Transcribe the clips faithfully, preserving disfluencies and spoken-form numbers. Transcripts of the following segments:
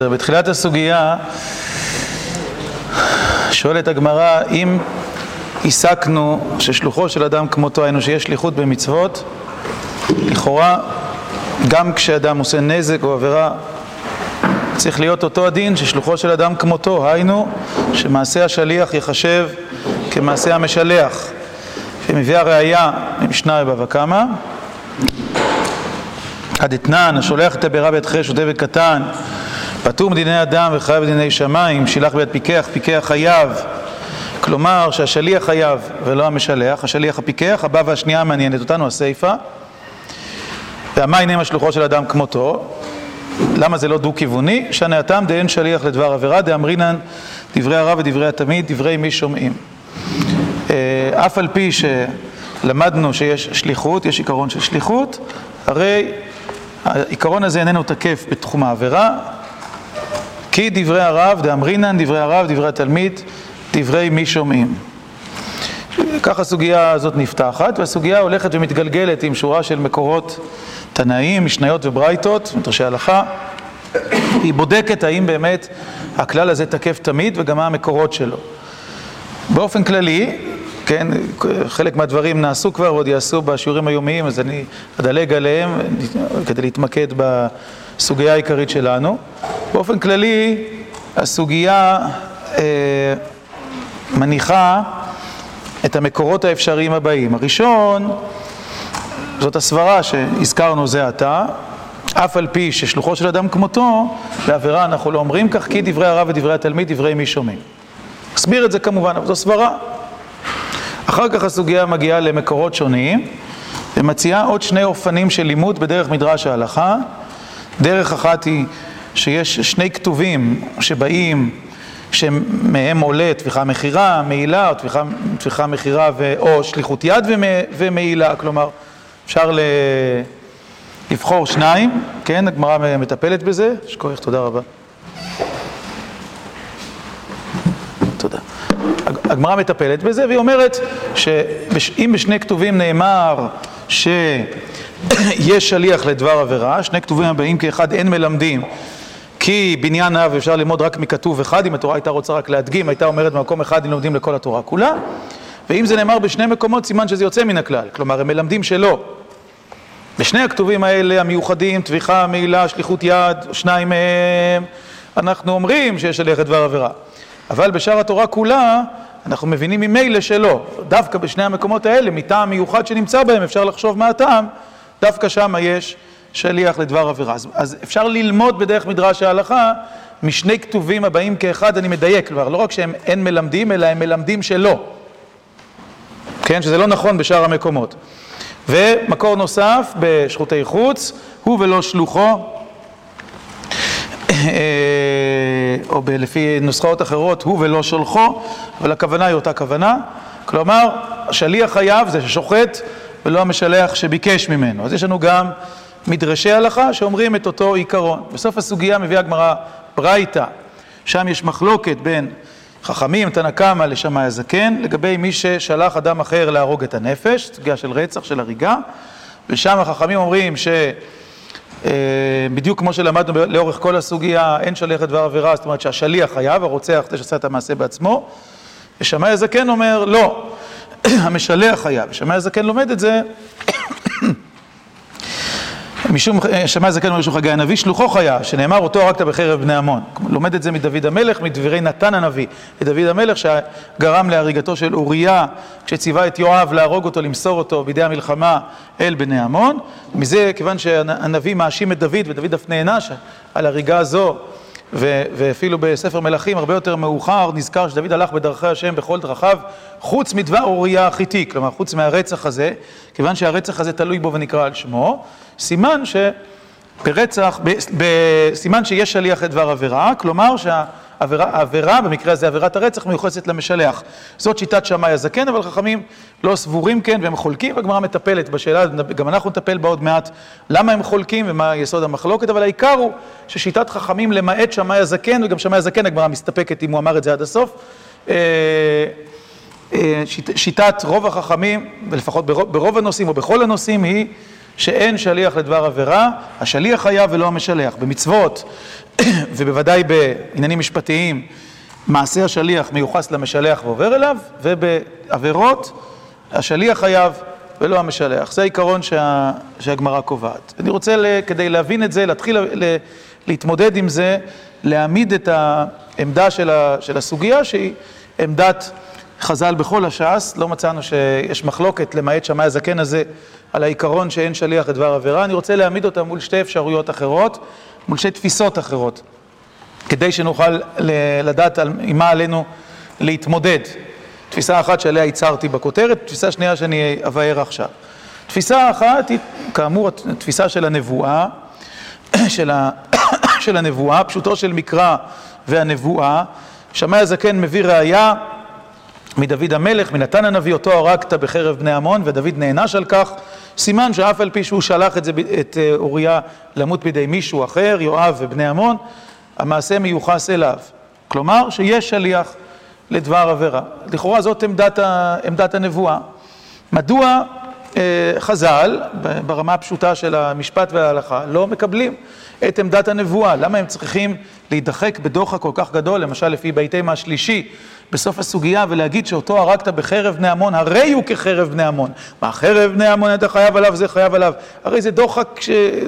בתחילת הסוגיה שואלת הגמרא, אם עסקנו ששלוחו של אדם כמותו, היינו שיש שליחות במצוות, לכאורה גם כשאדם עושה נזק או עבירה צריך להיות אותו הדין ששלוחו של אדם כמותו, היינו שמעשה השליח יחשב כמעשה המשלח. שמביאה ראיה ממשנה בבא קמא, הדתנן השולח את הבעירה ביד חרש שוטה וקטן פטור מדיני אדם וחייב בדיני שמיים, שילח ביד פיקח, פיקח חייב. כלומר שהשליח חייב ולא המשלח, השליח הפיקח. הבא והשנייה מעניינת אותנו, הסיפה. והמה הנה השלוחו של אדם כמותו. למה זה לא דו-כיווני? שנאתם דאין שליח לדבר עבירה, דאמרינן דברי הרב ודברי התמיד, דברי מי שומעים. אף על פי שלמדנו שיש שליחות, יש עיקרון של שליחות, הרי העיקרון הזה איננו תקף בתחום העבירה, כי דברי הרב, דאמרינן, דברי הרב, דברי התלמיד, דברי מי שומעים. ככה הסוגיה הזאת נפתחת, והסוגיה הולכת ומתגלגלת עם שורה של מקורות תנאים, משניות וברייתות, מדרשי הלכה. היא בודקת האם באמת הכלל הזה תקף תמיד וגם מה המקורות שלו. באופן כללי, כן, חלק מהדברים נעשו כבר ועוד יעשו בשיעורים היומיים, אז אני אדלג עליהם כדי להתמקד בסוגיה העיקרית שלנו. באופן כללי, הסוגיה אה, מניחה את המקורות האפשריים הבאים. הראשון, זאת הסברה שהזכרנו זה עתה, אף על פי ששלוחו של אדם כמותו, בעבירה אנחנו לא אומרים כך, כי דברי הרב ודברי התלמיד, דברי מי שומעים. אסביר את זה כמובן, אבל זו סברה. אחר כך הסוגיה מגיעה למקורות שונים, ומציעה עוד שני אופנים של לימוד בדרך מדרש ההלכה. דרך אחת היא שיש שני כתובים שבאים, שמהם עולה תפיחה מחירה, מעילה, או תפיחה, תפיחה מחירה ו... או שליחות יד ומעילה, כלומר, אפשר ל... לבחור שניים, כן, הגמרא מטפלת בזה, שכוח, תודה רבה. תודה. הגמרא מטפלת בזה, והיא אומרת שאם בשני כתובים נאמר שיש שליח לדבר עבירה, שני כתובים הבאים כאחד אין מלמדים, כי בניין אב אפשר ללמוד רק מכתוב אחד, אם התורה הייתה רוצה רק להדגים, הייתה אומרת במקום אחד הם לומדים לכל התורה כולה, ואם זה נאמר בשני מקומות, סימן שזה יוצא מן הכלל, כלומר הם מלמדים שלא. בשני הכתובים האלה, המיוחדים, טביחה, מעילה, שליחות יד, שניים מהם, אנחנו אומרים שיש שליח לדבר עבירה. אבל בשאר התורה כולה, אנחנו מבינים ממילא שלא. דווקא בשני המקומות האלה, מטעם מיוחד שנמצא בהם, אפשר לחשוב מה הטעם, דווקא שם יש שליח לדבר עבירה. אז, אז אפשר ללמוד בדרך מדרש ההלכה, משני כתובים הבאים כאחד, אני מדייק כבר, לא רק שהם אין מלמדים, אלא הם מלמדים שלא. כן, שזה לא נכון בשאר המקומות. ומקור נוסף בשחוטי חוץ, הוא ולא שלוחו, או לפי נוסחאות אחרות, הוא ולא שולחו, אבל הכוונה היא אותה כוונה. כלומר, השליח חייב זה ששוחט, ולא המשלח שביקש ממנו. אז יש לנו גם מדרשי הלכה שאומרים את אותו עיקרון. בסוף הסוגיה מביאה הגמרא ברייתא, שם יש מחלוקת בין חכמים, תנא קמא לשמאי הזקן, לגבי מי ששלח אדם אחר להרוג את הנפש, סוגיה של רצח, של הריגה, ושם החכמים אומרים שבדיוק כמו שלמדנו לאורך כל הסוגיה, אין שליח לדבר עבירה, זאת אומרת שהשליח חייב, הרוצח זה שעשה את המעשה בעצמו, ושמאי הזקן אומר, לא, המשלח חייב, ושמאי הזקן לומד את זה, משום שמאי הזקן אומר משום חגי הנביא, שלוחו חייב, שנאמר אותו הרגת בחרב בני עמון. לומד את זה מדוד המלך, מדברי נתן הנביא, לדוד המלך שגרם להריגתו של אוריה, כשציווה את יואב להרוג אותו, למסור אותו בידי המלחמה אל בני עמון. מזה, כיוון שהנביא מאשים את דוד, ודוד אף נענש על הריגה הזו, ו- ואפילו בספר מלכים הרבה יותר מאוחר נזכר שדוד הלך בדרכי השם בכל דרכיו, חוץ מדבר אוריה החיתי, כלומר חוץ מהרצח הזה, כיוון שהרצח הזה תלוי בו ונקרא על שמו, סימן שברצח, בסימן שיש שליח לדבר עבירה, כלומר שהעבירה, במקרה הזה עבירת הרצח, מיוחסת למשלח. זאת שיטת שמאי הזקן, אבל חכמים לא סבורים כן, והם חולקים, והגמרא מטפלת בשאלה, גם אנחנו נטפל בה עוד מעט, למה הם חולקים ומה יסוד המחלוקת, אבל העיקר הוא ששיטת חכמים למעט שמאי הזקן, וגם שמאי הזקן הגמרא מסתפקת אם הוא אמר את זה עד הסוף, שיטת רוב החכמים, ולפחות ברוב, ברוב הנושאים או בכל הנושאים, היא שאין שליח לדבר עבירה, השליח חייב ולא המשלח. במצוות ובוודאי בעניינים משפטיים, מעשה השליח מיוחס למשלח ועובר אליו, ובעבירות השליח חייב ולא המשלח. זה העיקרון שה, שהגמרא קובעת. אני רוצה, כדי להבין את זה, להתחיל ל, להתמודד עם זה, להעמיד את העמדה של, ה, של הסוגיה, שהיא עמדת חז"ל בכל הש"ס. לא מצאנו שיש מחלוקת למעט שמאי הזקן הזה על העיקרון שאין שליח לדבר עבירה. אני רוצה להעמיד אותה מול שתי אפשרויות אחרות, מול שתי תפיסות אחרות, כדי שנוכל לדעת עם מה עלינו להתמודד. תפיסה אחת שעליה ייצרתי בכותרת, תפיסה שנייה שאני אבאר עכשיו. תפיסה אחת היא, כאמור, תפיסה של הנבואה, של, ה... של הנבואה, פשוטו של מקרא והנבואה. שמאי הזקן מביא ראיה מדוד המלך, מנתן הנביא, אותו הרגת בחרב בני עמון, ודוד נענש על כך, סימן שאף על פי שהוא שלח את, זה, את אוריה למות בידי מישהו אחר, יואב ובני עמון, המעשה מיוחס אליו. כלומר, שיש שליח לדבר עבירה. לכאורה זאת עמדת, עמדת הנבואה. מדוע אה, חז"ל, ברמה הפשוטה של המשפט וההלכה, לא מקבלים את עמדת הנבואה? למה הם צריכים להידחק בדוחק כל כך גדול, למשל לפי בית אמה השלישי, בסוף הסוגיה, ולהגיד שאותו הרגת בחרב בני עמון, הרי הוא כחרב בני עמון. מה חרב בני עמון אתה חייב עליו, זה חייב עליו. הרי זה דוחק ש...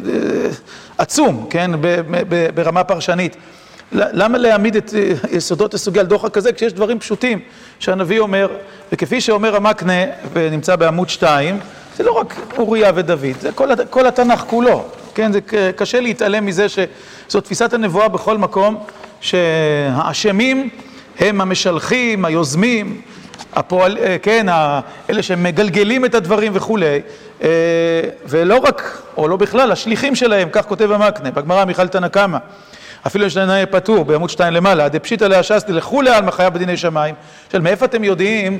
עצום, כן, ברמה פרשנית. למה להעמיד את יסודות הסוגיה על דוחק כזה, כשיש דברים פשוטים שהנביא אומר, וכפי שאומר המקנה, ונמצא בעמוד שתיים, זה לא רק אוריה ודוד, זה כל, כל התנ"ך כולו. כן, זה קשה להתעלם מזה שזו תפיסת הנבואה בכל מקום, שהאשמים הם המשלחים, היוזמים, הפועל, כן, אלה שמגלגלים את הדברים וכולי, ולא רק, או לא בכלל, השליחים שלהם, כך כותב המקנה, בגמרא מיכל תנא קמא, אפילו יש לנאי פטור, בעמוד שתיים למעלה, דפשיטא להש"ס לכולי עלמא חייב בדיני שמיים. של מאיפה אתם יודעים,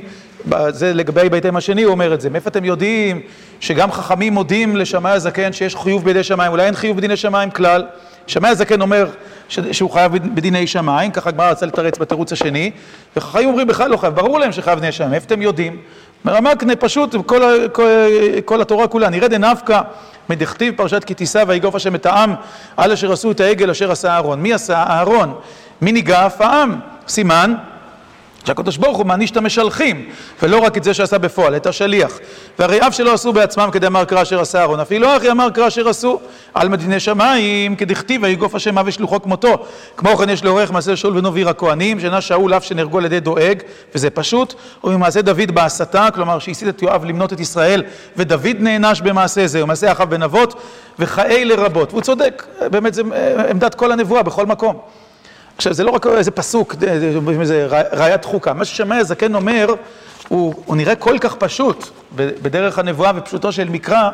זה לגבי בית אמה השני הוא אומר את זה, מאיפה אתם יודעים שגם חכמים מודים לשמאי הזקן שיש חיוב בידי שמיים, אולי אין חיוב בדיני שמיים כלל. שמאי הזקן אומר שהוא חייב בדיני שמיים, ככה הגמרא רצה לתרץ בתירוץ השני, וחכמים אומרים בכלל לא חייב, ברור להם שחייב בדיני שמיים, מאיפה אתם יודעים? המקנה פשוט, כל, כל, כל התורה כולה, נראה דנפקא מדכתיב פרשת כי תישא ויגוף השם את העם על אשר עשו את העגל אשר עשה אהרון. מי עשה? אהרון. מי ניגף? העם. סימן שהקדוש ברוך הוא מעניש את המשלחים, ולא רק את זה שעשה בפועל, את השליח. והרי אף שלא עשו בעצמם כדי אמר קרא אשר עשה אהרון, אפילו אחי אמר קרא אשר עשו על מדיני שמיים, כדכתיב ויגוף השם אב ושלוחו כמותו. כמו כן יש לעורך מעשה שאול ונוביר הכהנים, שנעש שאול אף שנהרגו על ידי דואג, וזה פשוט, וממעשה דוד בהסתה, כלומר שהסית את יואב למנות את ישראל, ודוד נענש במעשה זה, ומעשה אחאב בן נבות, וכאלה לרבות. והוא צודק, באמת זה עמדת כל הנבואה בכל מקום. עכשיו, זה לא רק איזה פסוק, איזה ראיית חוקה. מה ששמאי הזקן אומר, הוא, הוא נראה כל כך פשוט, בדרך הנבואה ופשוטו של מקרא,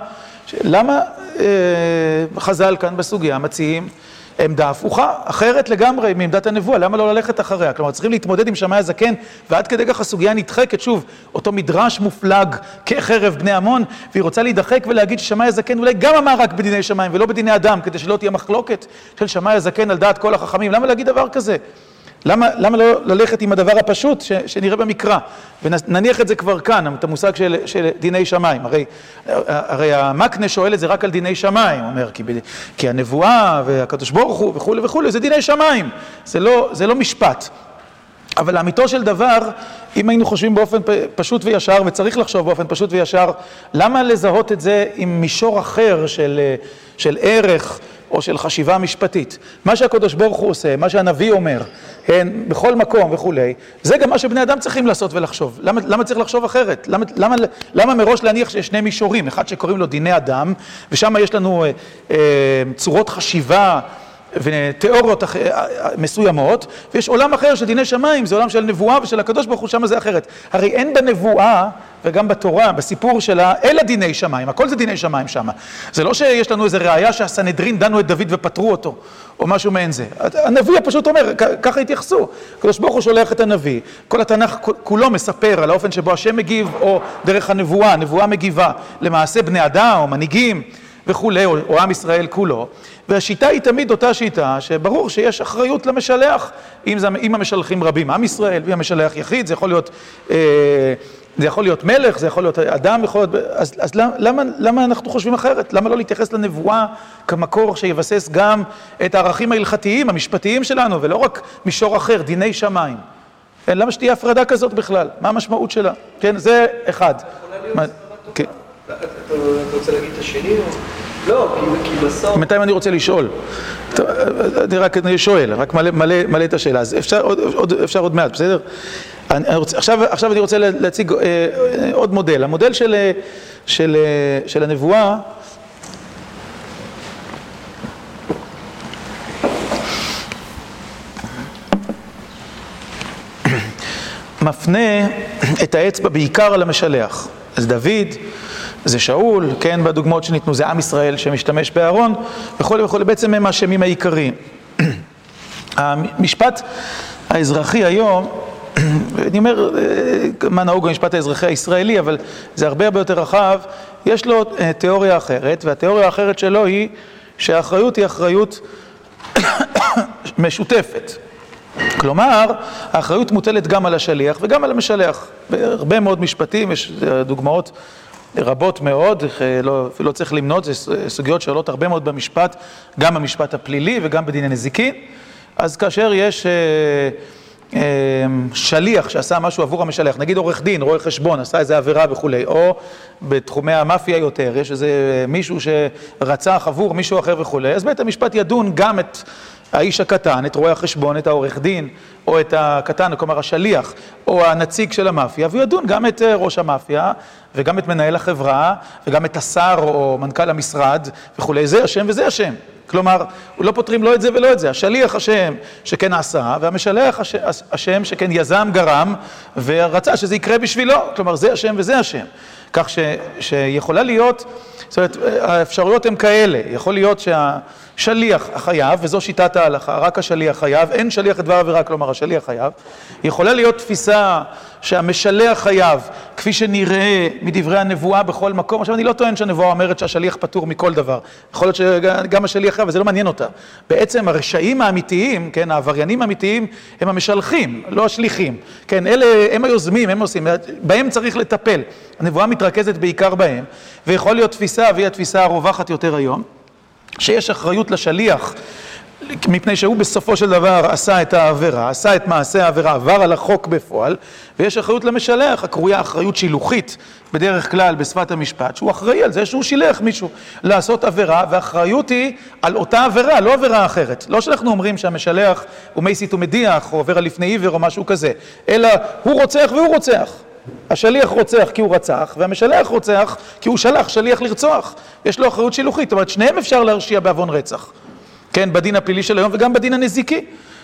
למה אה, חז"ל כאן בסוגיה מציעים עמדה הפוכה, אחרת לגמרי מעמדת הנבואה, למה לא ללכת אחריה? כלומר, צריכים להתמודד עם שמאי הזקן, ועד כדי כך הסוגיה נדחקת, שוב, אותו מדרש מופלג כחרב בני עמון, והיא רוצה להידחק ולהגיד ששמאי הזקן אולי גם אמר רק בדיני שמיים ולא בדיני אדם, כדי שלא תהיה מחלוקת של שמאי הזקן על דעת כל החכמים. למה להגיד דבר כזה? למה, למה לא ללכת עם הדבר הפשוט ש, שנראה במקרא? ונניח את זה כבר כאן, את המושג של, של דיני שמיים. הרי, הרי המקנה שואל את זה רק על דיני שמיים, אומר, כי, כי הנבואה והקדוש ברוך הוא וכו' וכו', זה דיני שמיים, זה לא, זה לא משפט. אבל לאמיתו של דבר, אם היינו חושבים באופן פשוט וישר, וצריך לחשוב באופן פשוט וישר, למה לזהות את זה עם מישור אחר של, של ערך או של חשיבה משפטית? מה שהקדוש ברוך הוא עושה, מה שהנביא אומר, הן בכל מקום וכולי, זה גם מה שבני אדם צריכים לעשות ולחשוב. למה, למה צריך לחשוב אחרת? למה, למה, למה מראש להניח שיש שני מישורים? אחד שקוראים לו דיני אדם, ושם יש לנו אה, אה, צורות חשיבה, ותיאוריות מסוימות, ויש עולם אחר של דיני שמיים, זה עולם של נבואה ושל הקדוש ברוך הוא, שם זה אחרת. הרי אין בנבואה וגם בתורה, בסיפור שלה, אלא דיני שמיים, הכל זה דיני שמיים שם. זה לא שיש לנו איזו ראייה שהסנהדרין דנו את דוד ופטרו אותו, או משהו מעין זה. הנביא פשוט אומר, ככה התייחסו. הקדוש ברוך הוא שולח את הנביא, כל התנ"ך כולו מספר על האופן שבו השם מגיב, או דרך הנבואה, הנבואה מגיבה למעשה בני אדם או מנהיגים, וכולי, או, או עם ישראל כולו, והשיטה היא תמיד אותה שיטה, שברור שיש אחריות למשלח, אם, זה, אם המשלחים רבים, עם ישראל, ואם המשלח יחיד, זה יכול להיות, אה, זה יכול להיות מלך, זה יכול להיות אדם, יכול להיות, אז, אז למה, למה אנחנו חושבים אחרת? למה לא להתייחס לנבואה כמקור שיבסס גם את הערכים ההלכתיים, המשפטיים שלנו, ולא רק מישור אחר, דיני שמיים? כן, למה שתהיה הפרדה כזאת בכלל? מה המשמעות שלה? כן, זה אחד. מה, כן. אתה רוצה להגיד את השני או? לא, כי בסוף... בינתיים אני רוצה לשאול. אני רק שואל, רק מלא את השאלה. אז אפשר עוד מעט, בסדר? עכשיו אני רוצה להציג עוד מודל. המודל של הנבואה מפנה את האצבע בעיקר על המשלח. אז דוד, זה שאול, כן, בדוגמאות שניתנו, זה עם ישראל שמשתמש באהרון, וכל וכל, בעצם הם האשמים העיקריים. המשפט האזרחי היום, אני אומר, מה נהוג במשפט האזרחי הישראלי, אבל זה הרבה הרבה יותר רחב, יש לו תיאוריה אחרת, והתיאוריה האחרת שלו היא שהאחריות היא אחריות משותפת. כלומר, האחריות מוטלת גם על השליח וגם על המשלח. בהרבה מאוד משפטים, יש דוגמאות רבות מאוד, לא, לא צריך למנות, זה סוגיות שעולות הרבה מאוד במשפט, גם במשפט הפלילי וגם בדיני נזיקין. אז כאשר יש אה, אה, שליח שעשה משהו עבור המשלח, נגיד עורך דין, רואה חשבון, עשה איזה עבירה וכולי, או בתחומי המאפיה יותר, יש איזה מישהו שרצח עבור מישהו אחר וכולי, אז בית המשפט ידון גם את האיש הקטן, את רואה החשבון, את העורך דין, או את הקטן, כלומר השליח, או הנציג של המאפיה, והוא ידון גם את ראש המאפיה, וגם את מנהל החברה, וגם את השר או מנכ"ל המשרד, וכולי, זה השם וזה השם. כלומר, לא פותרים לא את זה ולא את זה. השליח השם שכן עשה, והמשלח השם שכן יזם, גרם, ורצה שזה יקרה בשבילו. כלומר, זה השם וזה השם. כך ש, שיכולה להיות, זאת אומרת, האפשרויות הן כאלה. יכול להיות שהשליח החייב, וזו שיטת ההלכה, רק השליח חייב, אין שליח לדבר עבירה, כלומר, השליח חייב. יכולה להיות תפיסה שהמשלח חייב, כפי שנראה מדברי הנבואה בכל מקום. עכשיו, אני לא טוען שהנבואה אומרת שהשליח פטור מכל דבר. יכול להיות שגם השליח חייב, וזה לא מעניין אותה. בעצם הרשעים האמיתיים, כן, העבריינים האמיתיים, הם המשלחים, לא השליחים. כן, אלה הם היוזמים, הם עושים, בהם צריך לטפל. הנבואה מתרכזת בעיקר בהם, ויכול להיות תפיסה, והיא התפיסה הרווחת יותר היום, שיש אחריות לשליח, מפני שהוא בסופו של דבר עשה את העבירה, עשה את מעשה העבירה, עבר על החוק בפועל, ויש אחריות למשלח, הקרויה אחריות שילוחית, בדרך כלל בשפת המשפט, שהוא אחראי על זה שהוא שילח מישהו לעשות עבירה, והאחריות היא על אותה עבירה, לא עבירה אחרת. לא שאנחנו אומרים שהמשלח הוא מסית ומדיח, או עובר על לפני עיוור או משהו כזה, אלא הוא רוצח והוא רוצח. השליח רוצח כי הוא רצח, והמשלח רוצח כי הוא שלח שליח לרצוח. יש לו אחריות שילוחית, זאת אומרת, שניהם אפשר להרשיע בעוון רצח. כן, בדין הפלילי של היום וגם בדין הנזיקי.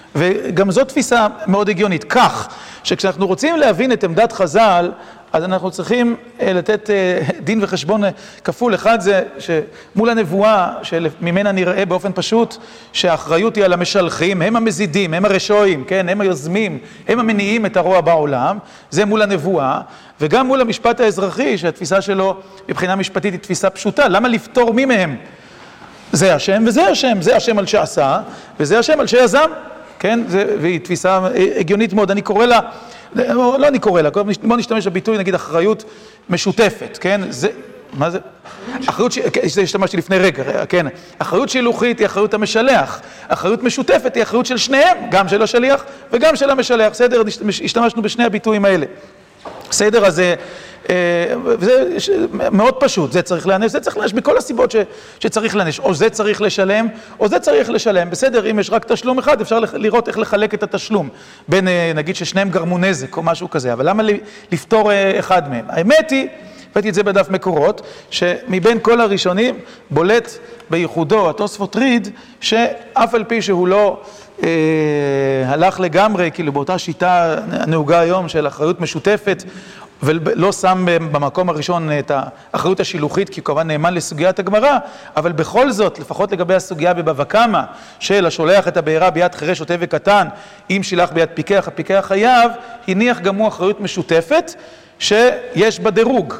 וגם זו תפיסה מאוד הגיונית. כך, שכשאנחנו רוצים להבין את עמדת חז"ל, אז אנחנו צריכים לתת דין וחשבון כפול. אחד זה שמול הנבואה, שממנה נראה באופן פשוט, שהאחריות היא על המשלחים, הם המזידים, הם הרשעים, כן, הם היוזמים, הם המניעים את הרוע בעולם, זה מול הנבואה, וגם מול המשפט האזרחי, שהתפיסה שלו מבחינה משפטית היא תפיסה פשוטה. למה לפתור מי מהם? זה השם וזה השם, זה השם על שעשה, וזה השם על שיזם, כן? זה, והיא תפיסה הגיונית מאוד, אני קורא לה, לא, לא אני קורא לה, בוא נשתמש בביטוי, נגיד, אחריות משותפת, כן? זה, מה זה? אחריות, זה השתמשתי לפני רגע, כן? אחריות שילוחית היא אחריות המשלח, אחריות משותפת היא אחריות של שניהם, גם של השליח וגם של המשלח, בסדר? השתמשנו בשני הביטויים האלה. בסדר, אז זה, וזה מאוד פשוט, זה צריך להענש, זה צריך להענש בכל הסיבות ש, שצריך להענש, או זה צריך לשלם, או זה צריך לשלם, בסדר, אם יש רק תשלום אחד, אפשר לראות איך לחלק את התשלום, בין, נגיד ששניהם גרמו נזק או משהו כזה, אבל למה לפתור אחד מהם? האמת היא, הבאתי את זה בדף מקורות, שמבין כל הראשונים בולט בייחודו התוספות ריד, שאף על פי שהוא לא אה, הלך לגמרי, כאילו באותה שיטה הנהוגה היום של אחריות משותפת, ולא שם במקום הראשון את האחריות השילוחית, כי הוא כמובן נאמן לסוגיית הגמרא, אבל בכל זאת, לפחות לגבי הסוגיה בבבא קמא, של השולח את הבעירה ביד חירש שוטה וקטן, אם שילח ביד פיקח, הפיקח חייב, הניח גם הוא אחריות משותפת, שיש בה דירוג.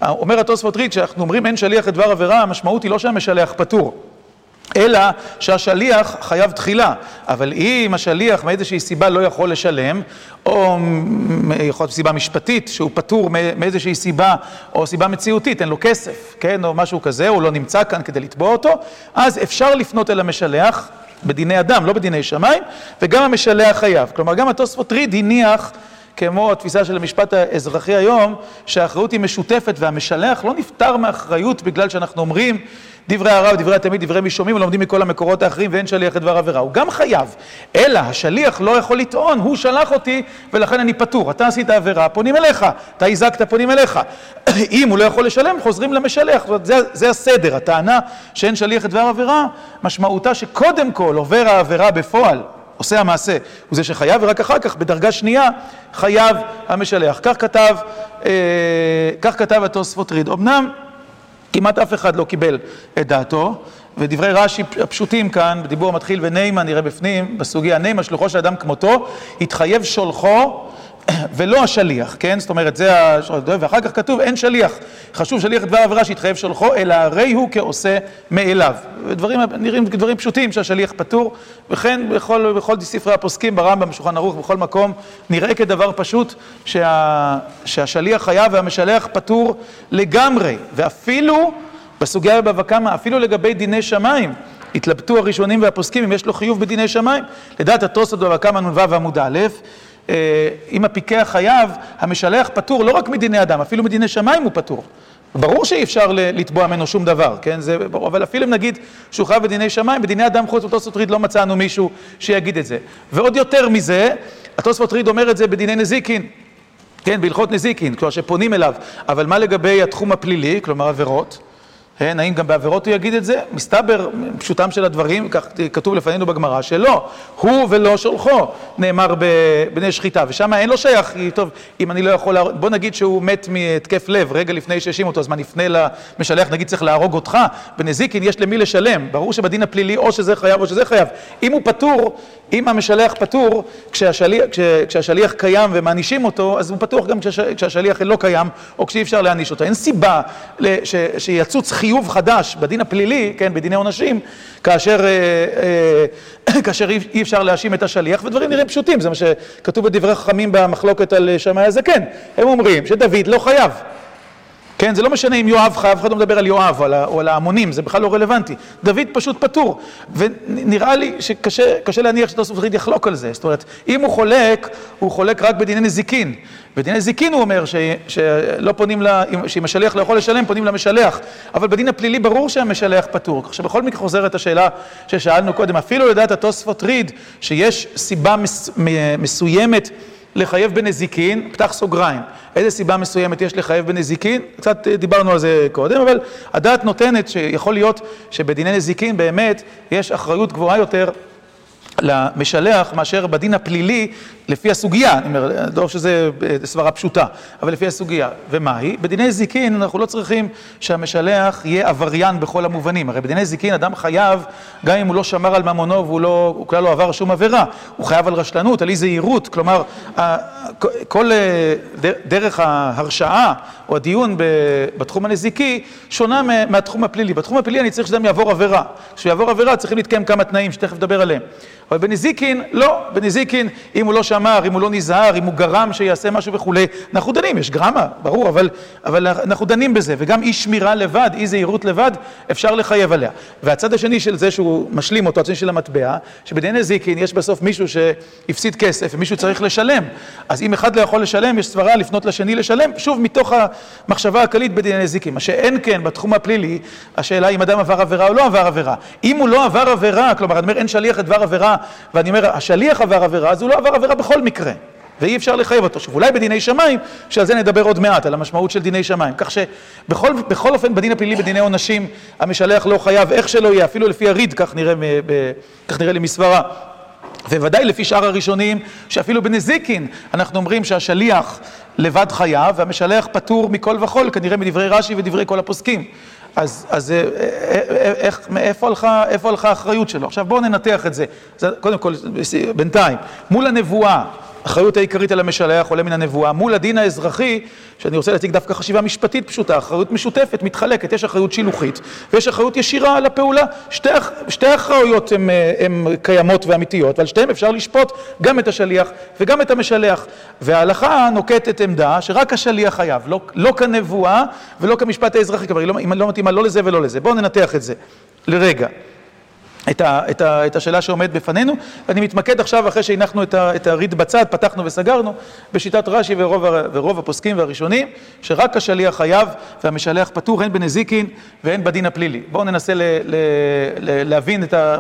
אומר התוספות ריד, שאנחנו אומרים אין שליח לדבר עבירה, המשמעות היא לא שהמשלח פטור, אלא שהשליח חייב תחילה. אבל אם השליח מאיזושהי סיבה לא יכול לשלם, או יכול להיות סיבה משפטית שהוא פטור מאיזושהי סיבה, או סיבה מציאותית, אין לו כסף, כן, או משהו כזה, הוא לא נמצא כאן כדי לתבוע אותו, אז אפשר לפנות אל המשלח בדיני אדם, לא בדיני שמיים, וגם המשלח חייב. כלומר, גם התוספות ריד הניח, כמו התפיסה של המשפט האזרחי היום, שהאחריות היא משותפת, והמשלח לא נפטר מאחריות בגלל שאנחנו אומרים דברי הרב, דברי התלמיד, דברי מי שומעים, ולומדים מכל המקורות האחרים, ואין שליח לדבר עבירה. הוא גם חייב, אלא השליח לא יכול לטעון, הוא שלח אותי ולכן אני פטור. אתה עשית עבירה, פונים אליך, אתה הזקת, פונים אליך. אם הוא לא יכול לשלם, חוזרים למשלח. זאת אומרת, זה, זה הסדר. הטענה שאין שליח לדבר עבירה, משמעותה שקודם כל עובר העבירה בפועל, עושה המעשה, הוא זה שחייב, ורק אחר כך, בדרגה שנייה, חייב המשלח. כך כתב, אה, כך כתב התוספות ריד. אמנם, כמעט אף אחד לא קיבל את דעתו, ודברי רש"י הפשוטים כאן, בדיבור המתחיל ונעימה, נראה בפנים, בסוגיה, נעימה, שלוחו של אדם כמותו, התחייב שולחו ולא השליח, כן? זאת אומרת, זה ה... ואחר כך כתוב, אין שליח. חשוב שליח את דבר העבירה שהתחייב שולחו, אלא הרי הוא כעושה מאליו. ודברים נראים כדברים פשוטים שהשליח פטור, וכן בכל, בכל ספרי הפוסקים, ברמב"ם, בשולחן ערוך, בכל מקום, נראה כדבר פשוט שה... שהשליח חייב והמשלח פטור לגמרי. ואפילו, בסוגיה בבבא קמא, אפילו לגבי דיני שמיים, התלבטו הראשונים והפוסקים אם יש לו חיוב בדיני שמיים. לדעת התוספות בבבא קמא נ"ו עמוד א', אם הפיקח חייב, המשלח פטור לא רק מדיני אדם, אפילו מדיני שמיים הוא פטור. ברור שאי אפשר לתבוע ממנו שום דבר, כן? זה ברור, אבל אפילו אם נגיד שהוא חייב בדיני שמיים, בדיני אדם חוץ מתוספות ריד לא מצאנו מישהו שיגיד את זה. ועוד יותר מזה, התוספות ריד אומר את זה בדיני נזיקין, כן? בהלכות נזיקין, כלומר שפונים אליו. אבל מה לגבי התחום הפלילי, כלומר עבירות? כן, האם גם בעבירות הוא יגיד את זה? מסתבר, פשוטם של הדברים, כך כתוב לפנינו בגמרא, שלא, הוא ולא שולחו, נאמר בבני שחיטה, ושם אין לו שייך, טוב, אם אני לא יכול, בוא נגיד שהוא מת מתקף לב, רגע לפני שהאשימו אותו, אז מה נפנה למשלח, נגיד צריך להרוג אותך, בנזיקין יש למי לשלם, ברור שבדין הפלילי או שזה חייב או שזה חייב, אם הוא פטור, אם המשלח פטור, כשהשליח, כשהשליח קיים ומענישים אותו, אז הוא פטור גם כשהשליח לא קיים, או כשאי אפשר להעניש אותו. אין סיבה שיצוץ חיוב חדש בדין הפלילי, כן, בדיני עונשים, כאשר, כאשר אי אפשר להאשים את השליח, ודברים נראים פשוטים, זה מה שכתוב בדברי חכמים במחלוקת על שמאי הזקן. הם אומרים שדוד לא חייב. כן, זה לא משנה אם יואב חייב, אחד לא מדבר על יואב או על ההמונים, זה בכלל לא רלוונטי. דוד פשוט פטור, ונראה לי שקשה קשה להניח שתוספות ריד יחלוק על זה. זאת אומרת, אם הוא חולק, הוא חולק רק בדיני נזיקין. בדיני נזיקין הוא אומר ש, שלא פונים לה, שאם השליח לא יכול לשלם, פונים למשלח. אבל בדין הפלילי ברור שהמשלח פטור. כך שבכל מקרה חוזרת השאלה ששאלנו קודם, אפילו לדעת התוספות ריד, שיש סיבה מס, מסוימת לחייב בנזיקין, פתח סוגריים. איזה סיבה מסוימת יש לחייב בנזיקין? קצת דיברנו על זה קודם, אבל הדעת נותנת שיכול להיות שבדיני נזיקין באמת יש אחריות גבוהה יותר למשלח מאשר בדין הפלילי לפי הסוגיה. אני אומר, לא שזה סברה פשוטה, אבל לפי הסוגיה. ומה היא? בדיני נזיקין אנחנו לא צריכים שהמשלח יהיה עבריין בכל המובנים. הרי בדיני נזיקין אדם חייב, גם אם הוא לא שמר על ממונו והוא לא, הוא כלל לא עבר שום עבירה, הוא חייב על רשלנות, על אי זהירות. כלומר, כל דרך ההרשעה או הדיון בתחום הנזיקי שונה מהתחום הפלילי. בתחום הפלילי אני צריך שאדם יעבור עבירה. כשהוא יעבור עבירה צריכים להתקיים כמה תנאים שתכף נדבר עליהם. אבל בנזיקין, לא. בנזיקין, אם הוא לא שמר, אם הוא לא נזהר, אם הוא גרם שיעשה משהו וכולי, אנחנו דנים, יש גרמה, ברור, אבל, אבל אנחנו דנים בזה, וגם אי שמירה לבד, אי זהירות לבד, אפשר לחייב עליה. והצד השני של זה שהוא משלים אותו, הצד של המטבע, שבדיני נזיקין יש בסוף מישהו שהפסיד כסף, ומישהו צריך לשלם. אז אם אחד לא יכול לשלם, יש סברה לפנות לשני לשלם, שוב מתוך המחשבה הכללית בדיני נזיקין. מה שאין כן בתחום הפלילי, השאלה אם אדם עבר עבירה או לא עבר עבירה. אם הוא לא עבר עבירה, כלומר, אני אומר, אין שליח לדבר עבירה, ואני אומר, השליח עבר עבירה, אז הוא לא עבר עבירה בכל מקרה, ואי אפשר לחייב אותו. שוב, אולי בדיני שמיים, שעל זה נדבר עוד מעט, על המשמעות של דיני שמיים. כך שבכל בכל אופן, בדין הפלילי, בדיני עונשים, המשלח לא חייב, איך שלא יהיה, אפילו לפי הריד, כך נראה, כך נראה לי מסברה. וודאי לפי שאר הראשונים, שאפילו בנזיקין, אנחנו אומרים שהשליח לבד חייב, והמשלח פטור מכל וכל, כנראה מדברי רש"י ודברי כל הפוסקים. אז, אז איך, מאיפה הלכה, איפה הלכה האחריות שלו? עכשיו בואו ננתח את זה. זה קודם כל, בינתיים, מול הנבואה, האחריות העיקרית על המשלח עולה מן הנבואה, מול הדין האזרחי, שאני רוצה להציג דווקא חשיבה משפטית פשוטה, אחריות משותפת, מתחלקת, יש אחריות שילוחית, ויש אחריות ישירה על הפעולה. שתי, שתי האחריות הן קיימות ואמיתיות, ועל שתיהן אפשר לשפוט גם את השליח וגם את המשלח. וההלכה נוקטת עמדה שרק השליח חייב, לא, לא כנבואה ולא כמשפט האזרחי, כבר היא לא, לא מתאימה לא לזה ולא לזה. בואו ננתח את זה לרגע. את, ה, את, ה, את השאלה שעומד בפנינו, ואני מתמקד עכשיו אחרי שהנחנו את, ה, את הריד בצד, פתחנו וסגרנו, בשיטת רש"י ורוב, ורוב הפוסקים והראשונים, שרק השליח חייב והמשלח פטור, הן בנזיקין והן בדין הפלילי. בואו ננסה ל, ל, ל, להבין את ה...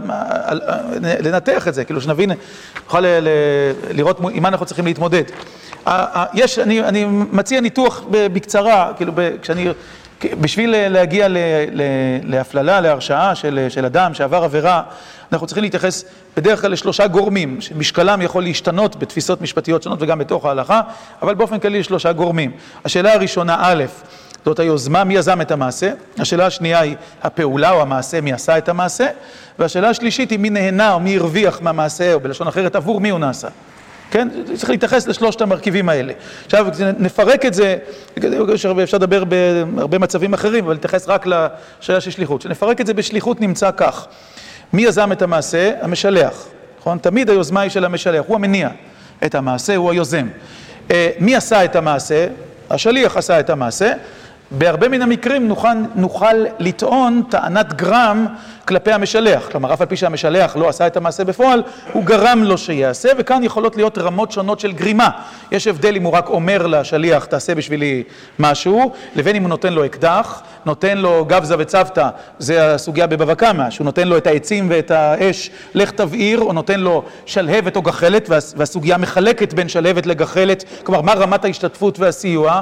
לנתח את זה, כאילו שנבין, נוכל ל, ל, לראות עם מה אנחנו צריכים להתמודד. יש, אני, אני מציע ניתוח בקצרה, כאילו ב, כשאני... בשביל להגיע להפללה, להרשעה של, של אדם שעבר עבירה, אנחנו צריכים להתייחס בדרך כלל לשלושה גורמים, שמשקלם יכול להשתנות בתפיסות משפטיות שונות וגם בתוך ההלכה, אבל באופן כללי לשלושה גורמים. השאלה הראשונה, א', זאת היוזמה, מי יזם את המעשה? השאלה השנייה היא הפעולה או המעשה, מי עשה את המעשה? והשאלה השלישית היא מי נהנה או מי הרוויח מהמעשה, או בלשון אחרת, עבור מי הוא נעשה. כן? צריך להתייחס לשלושת המרכיבים האלה. עכשיו, נפרק את זה, אפשר לדבר בהרבה מצבים אחרים, אבל נתייחס רק לשאלה של שליחות. כשנפרק את זה בשליחות נמצא כך. מי יזם את המעשה? המשלח. נכון? תמיד היוזמה היא של המשלח, הוא המניע את המעשה, הוא היוזם. מי עשה את המעשה? השליח עשה את המעשה. בהרבה מן המקרים נוכל, נוכל לטעון טענת גרם כלפי המשלח. כלומר, אף על פי שהמשלח לא עשה את המעשה בפועל, הוא גרם לו שיעשה, וכאן יכולות להיות רמות שונות של גרימה. יש הבדל אם הוא רק אומר לשליח, תעשה בשבילי משהו, לבין אם הוא נותן לו אקדח, נותן לו גבזה וצוותא, זה הסוגיה בבבא קמא, שהוא נותן לו את העצים ואת האש, לך תבעיר, או נותן לו שלהבת או גחלת, והסוגיה מחלקת בין שלהבת לגחלת, כלומר, מה רמת ההשתתפות והסיוע.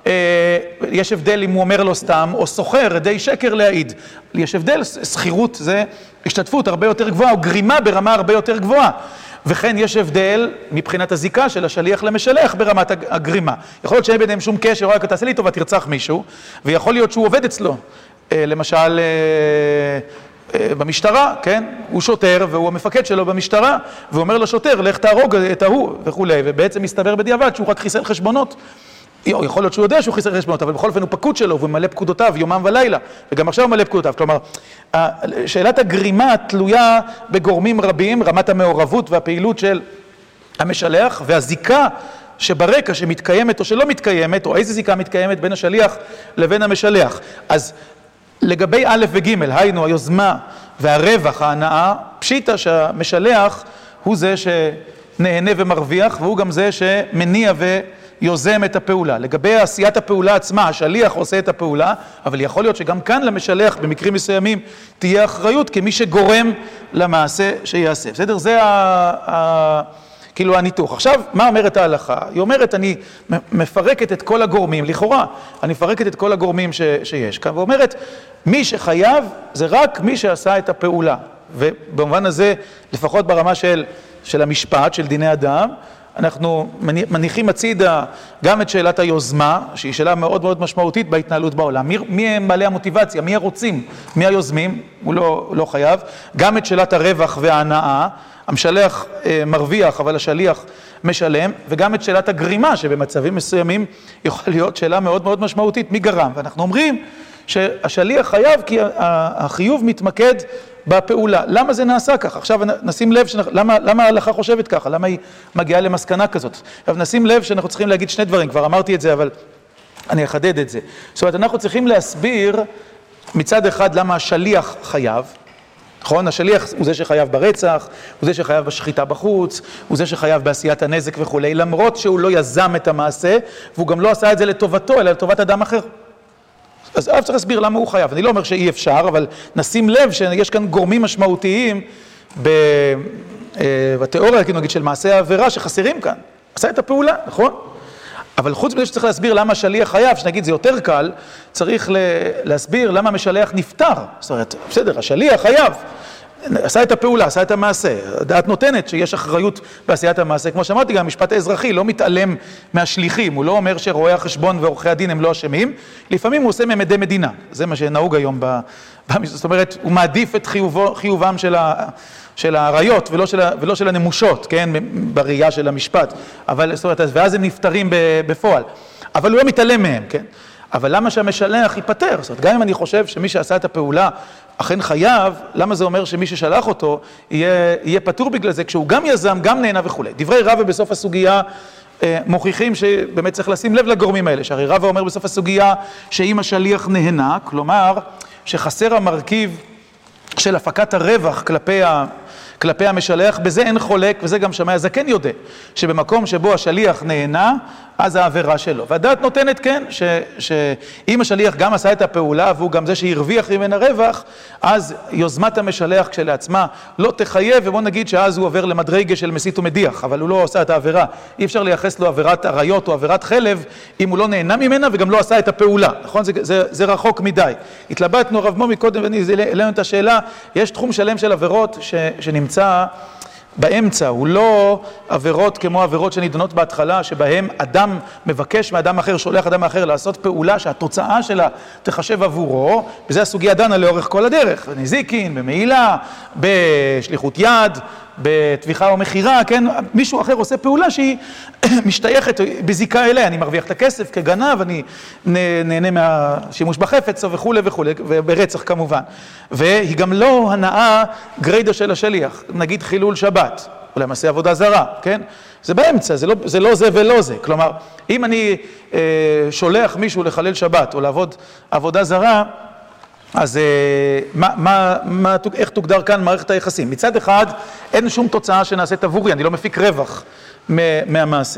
יש הבדל אם הוא אומר לו סתם, או סוחר, עדי שקר להעיד. יש הבדל, סחירות זה השתתפות הרבה יותר גבוהה, או גרימה ברמה הרבה יותר גבוהה. וכן יש הבדל מבחינת הזיקה של השליח למשלח ברמת הגרימה. יכול להיות שאין ביניהם שום קשר, רק תעשה לי טובה, תרצח מישהו, ויכול להיות שהוא עובד אצלו. למשל, במשטרה, כן? הוא שוטר, והוא המפקד שלו במשטרה, והוא אומר לשוטר, לך תהרוג את ההוא, וכו'. ובעצם מסתבר בדיעבד שהוא רק חיסל חשבונות. יכול להיות שהוא יודע שהוא חיסל חשבונות, אבל בכל אופן הוא פקוד שלו, והוא ממלא פקודותיו יומם ולילה, וגם עכשיו הוא ממלא פקודותיו. כלומר, שאלת הגרימה תלויה בגורמים רבים, רמת המעורבות והפעילות של המשלח, והזיקה שברקע שמתקיימת או שלא מתקיימת, או איזה זיקה מתקיימת בין השליח לבין המשלח. אז לגבי א' וג', היינו היוזמה והרווח, ההנאה, פשיטה שהמשלח הוא זה שנהנה ומרוויח, והוא גם זה שמניע ו... יוזם את הפעולה. לגבי עשיית הפעולה עצמה, השליח עושה את הפעולה, אבל יכול להיות שגם כאן למשלח, במקרים מסוימים, תהיה אחריות כמי שגורם למעשה שיעשה. בסדר? זה ה... ה... כאילו הניתוח. עכשיו, מה אומרת ההלכה? היא אומרת, אני מפרקת את כל הגורמים, לכאורה, אני מפרקת את כל הגורמים ש... שיש כאן, ואומרת, מי שחייב זה רק מי שעשה את הפעולה. ובמובן הזה, לפחות ברמה של, של המשפט, של דיני אדם, אנחנו מניחים הצידה גם את שאלת היוזמה, שהיא שאלה מאוד מאוד משמעותית בהתנהלות בעולם. מי, מי הם בעלי המוטיבציה, מי הרוצים, מי היוזמים, הוא לא, לא חייב. גם את שאלת הרווח וההנאה, המשלח אה, מרוויח, אבל השליח משלם, וגם את שאלת הגרימה, שבמצבים מסוימים יכול להיות שאלה מאוד מאוד משמעותית, מי גרם. ואנחנו אומרים שהשליח חייב כי החיוב מתמקד בפעולה. למה זה נעשה ככה? עכשיו נשים לב, שנ... למה, למה ההלכה חושבת ככה? למה היא מגיעה למסקנה כזאת? עכשיו נשים לב שאנחנו צריכים להגיד שני דברים, כבר אמרתי את זה, אבל אני אחדד את זה. זאת אומרת, אנחנו צריכים להסביר מצד אחד למה השליח חייב, נכון? השליח הוא זה שחייב ברצח, הוא זה שחייב בשחיטה בחוץ, הוא זה שחייב בעשיית הנזק וכו', למרות שהוא לא יזם את המעשה, והוא גם לא עשה את זה לטובתו, אלא לטובת אדם אחר. אז אף צריך להסביר למה הוא חייב. אני לא אומר שאי אפשר, אבל נשים לב שיש כאן גורמים משמעותיים בתיאוריה, כאילו נגיד, של מעשה העבירה שחסרים כאן. עשה את הפעולה, נכון? אבל חוץ מזה שצריך להסביר למה השליח חייב, שנגיד זה יותר קל, צריך להסביר למה המשלח נפטר. זאת אומרת, בסדר, השליח חייב. עשה את הפעולה, עשה את המעשה. הדעת נותנת שיש אחריות בעשיית המעשה. כמו שאמרתי, גם המשפט האזרחי לא מתעלם מהשליחים. הוא לא אומר שרואי החשבון ועורכי הדין הם לא אשמים. לפעמים הוא עושה ממדי מדינה. זה מה שנהוג היום. ב... זאת אומרת, הוא מעדיף את חיובו, חיובם של של העריות ולא של, ולא של הנמושות, כן, בראייה של המשפט. אבל, זאת אומרת, ואז הם נפטרים בפועל. אבל הוא לא מתעלם מהם, כן? אבל למה שהמשלח ייפטר? זאת אומרת, גם אם אני חושב שמי שעשה את הפעולה אכן חייב, למה זה אומר שמי ששלח אותו יהיה, יהיה פטור בגלל זה, כשהוא גם יזם, גם נהנה וכו'. דברי רבא בסוף הסוגיה אה, מוכיחים שבאמת צריך לשים לב לגורמים האלה, שהרי רבא אומר בסוף הסוגיה שאם השליח נהנה, כלומר שחסר המרכיב של הפקת הרווח כלפי ה... כלפי המשלח, בזה אין חולק, וזה גם שמאי הזקן יודע, שבמקום שבו השליח נהנה, אז העבירה שלו. והדעת נותנת, כן, ש, שאם השליח גם עשה את הפעולה, והוא גם זה שהרוויח ממנה רווח, אז יוזמת המשלח כשלעצמה לא תחייב, ובוא נגיד שאז הוא עובר למדרגה של מסית ומדיח, אבל הוא לא עשה את העבירה. אי אפשר לייחס לו עבירת עריות או עבירת חלב, אם הוא לא נהנה ממנה וגם לא עשה את הפעולה. נכון? זה, זה, זה רחוק מדי. התלבטנו רב מומי קודם, ואני העלינו את השאלה, יש תחום שלם של עבירות ש, שנמצא באמצע, הוא לא עבירות כמו עבירות שנידונות בהתחלה, שבהם אדם מבקש מאדם אחר, שולח אדם אחר לעשות פעולה שהתוצאה שלה תחשב עבורו, וזה הסוגיה דנה לאורך כל הדרך, בנזיקין, במעילה, בשליחות יד, בתביכה או מחירה, כן? מישהו אחר עושה פעולה שהיא משתייכת בזיקה אליה, אני מרוויח את הכסף כגנב, אני נהנה מהשימוש בחפץ וכו' וכו', וברצח כמובן. והיא גם לא הנאה גריידו של השליח, נגיד חילול שבת, או למעשה עבודה זרה, כן? זה באמצע, זה לא זה, לא זה ולא זה. כלומר, אם אני אה, שולח מישהו לחלל שבת או לעבוד עבודה זרה, אז מה, מה, מה, איך תוגדר כאן מערכת היחסים? מצד אחד, אין שום תוצאה שנעשית עבורי, אני לא מפיק רווח מהמעשה.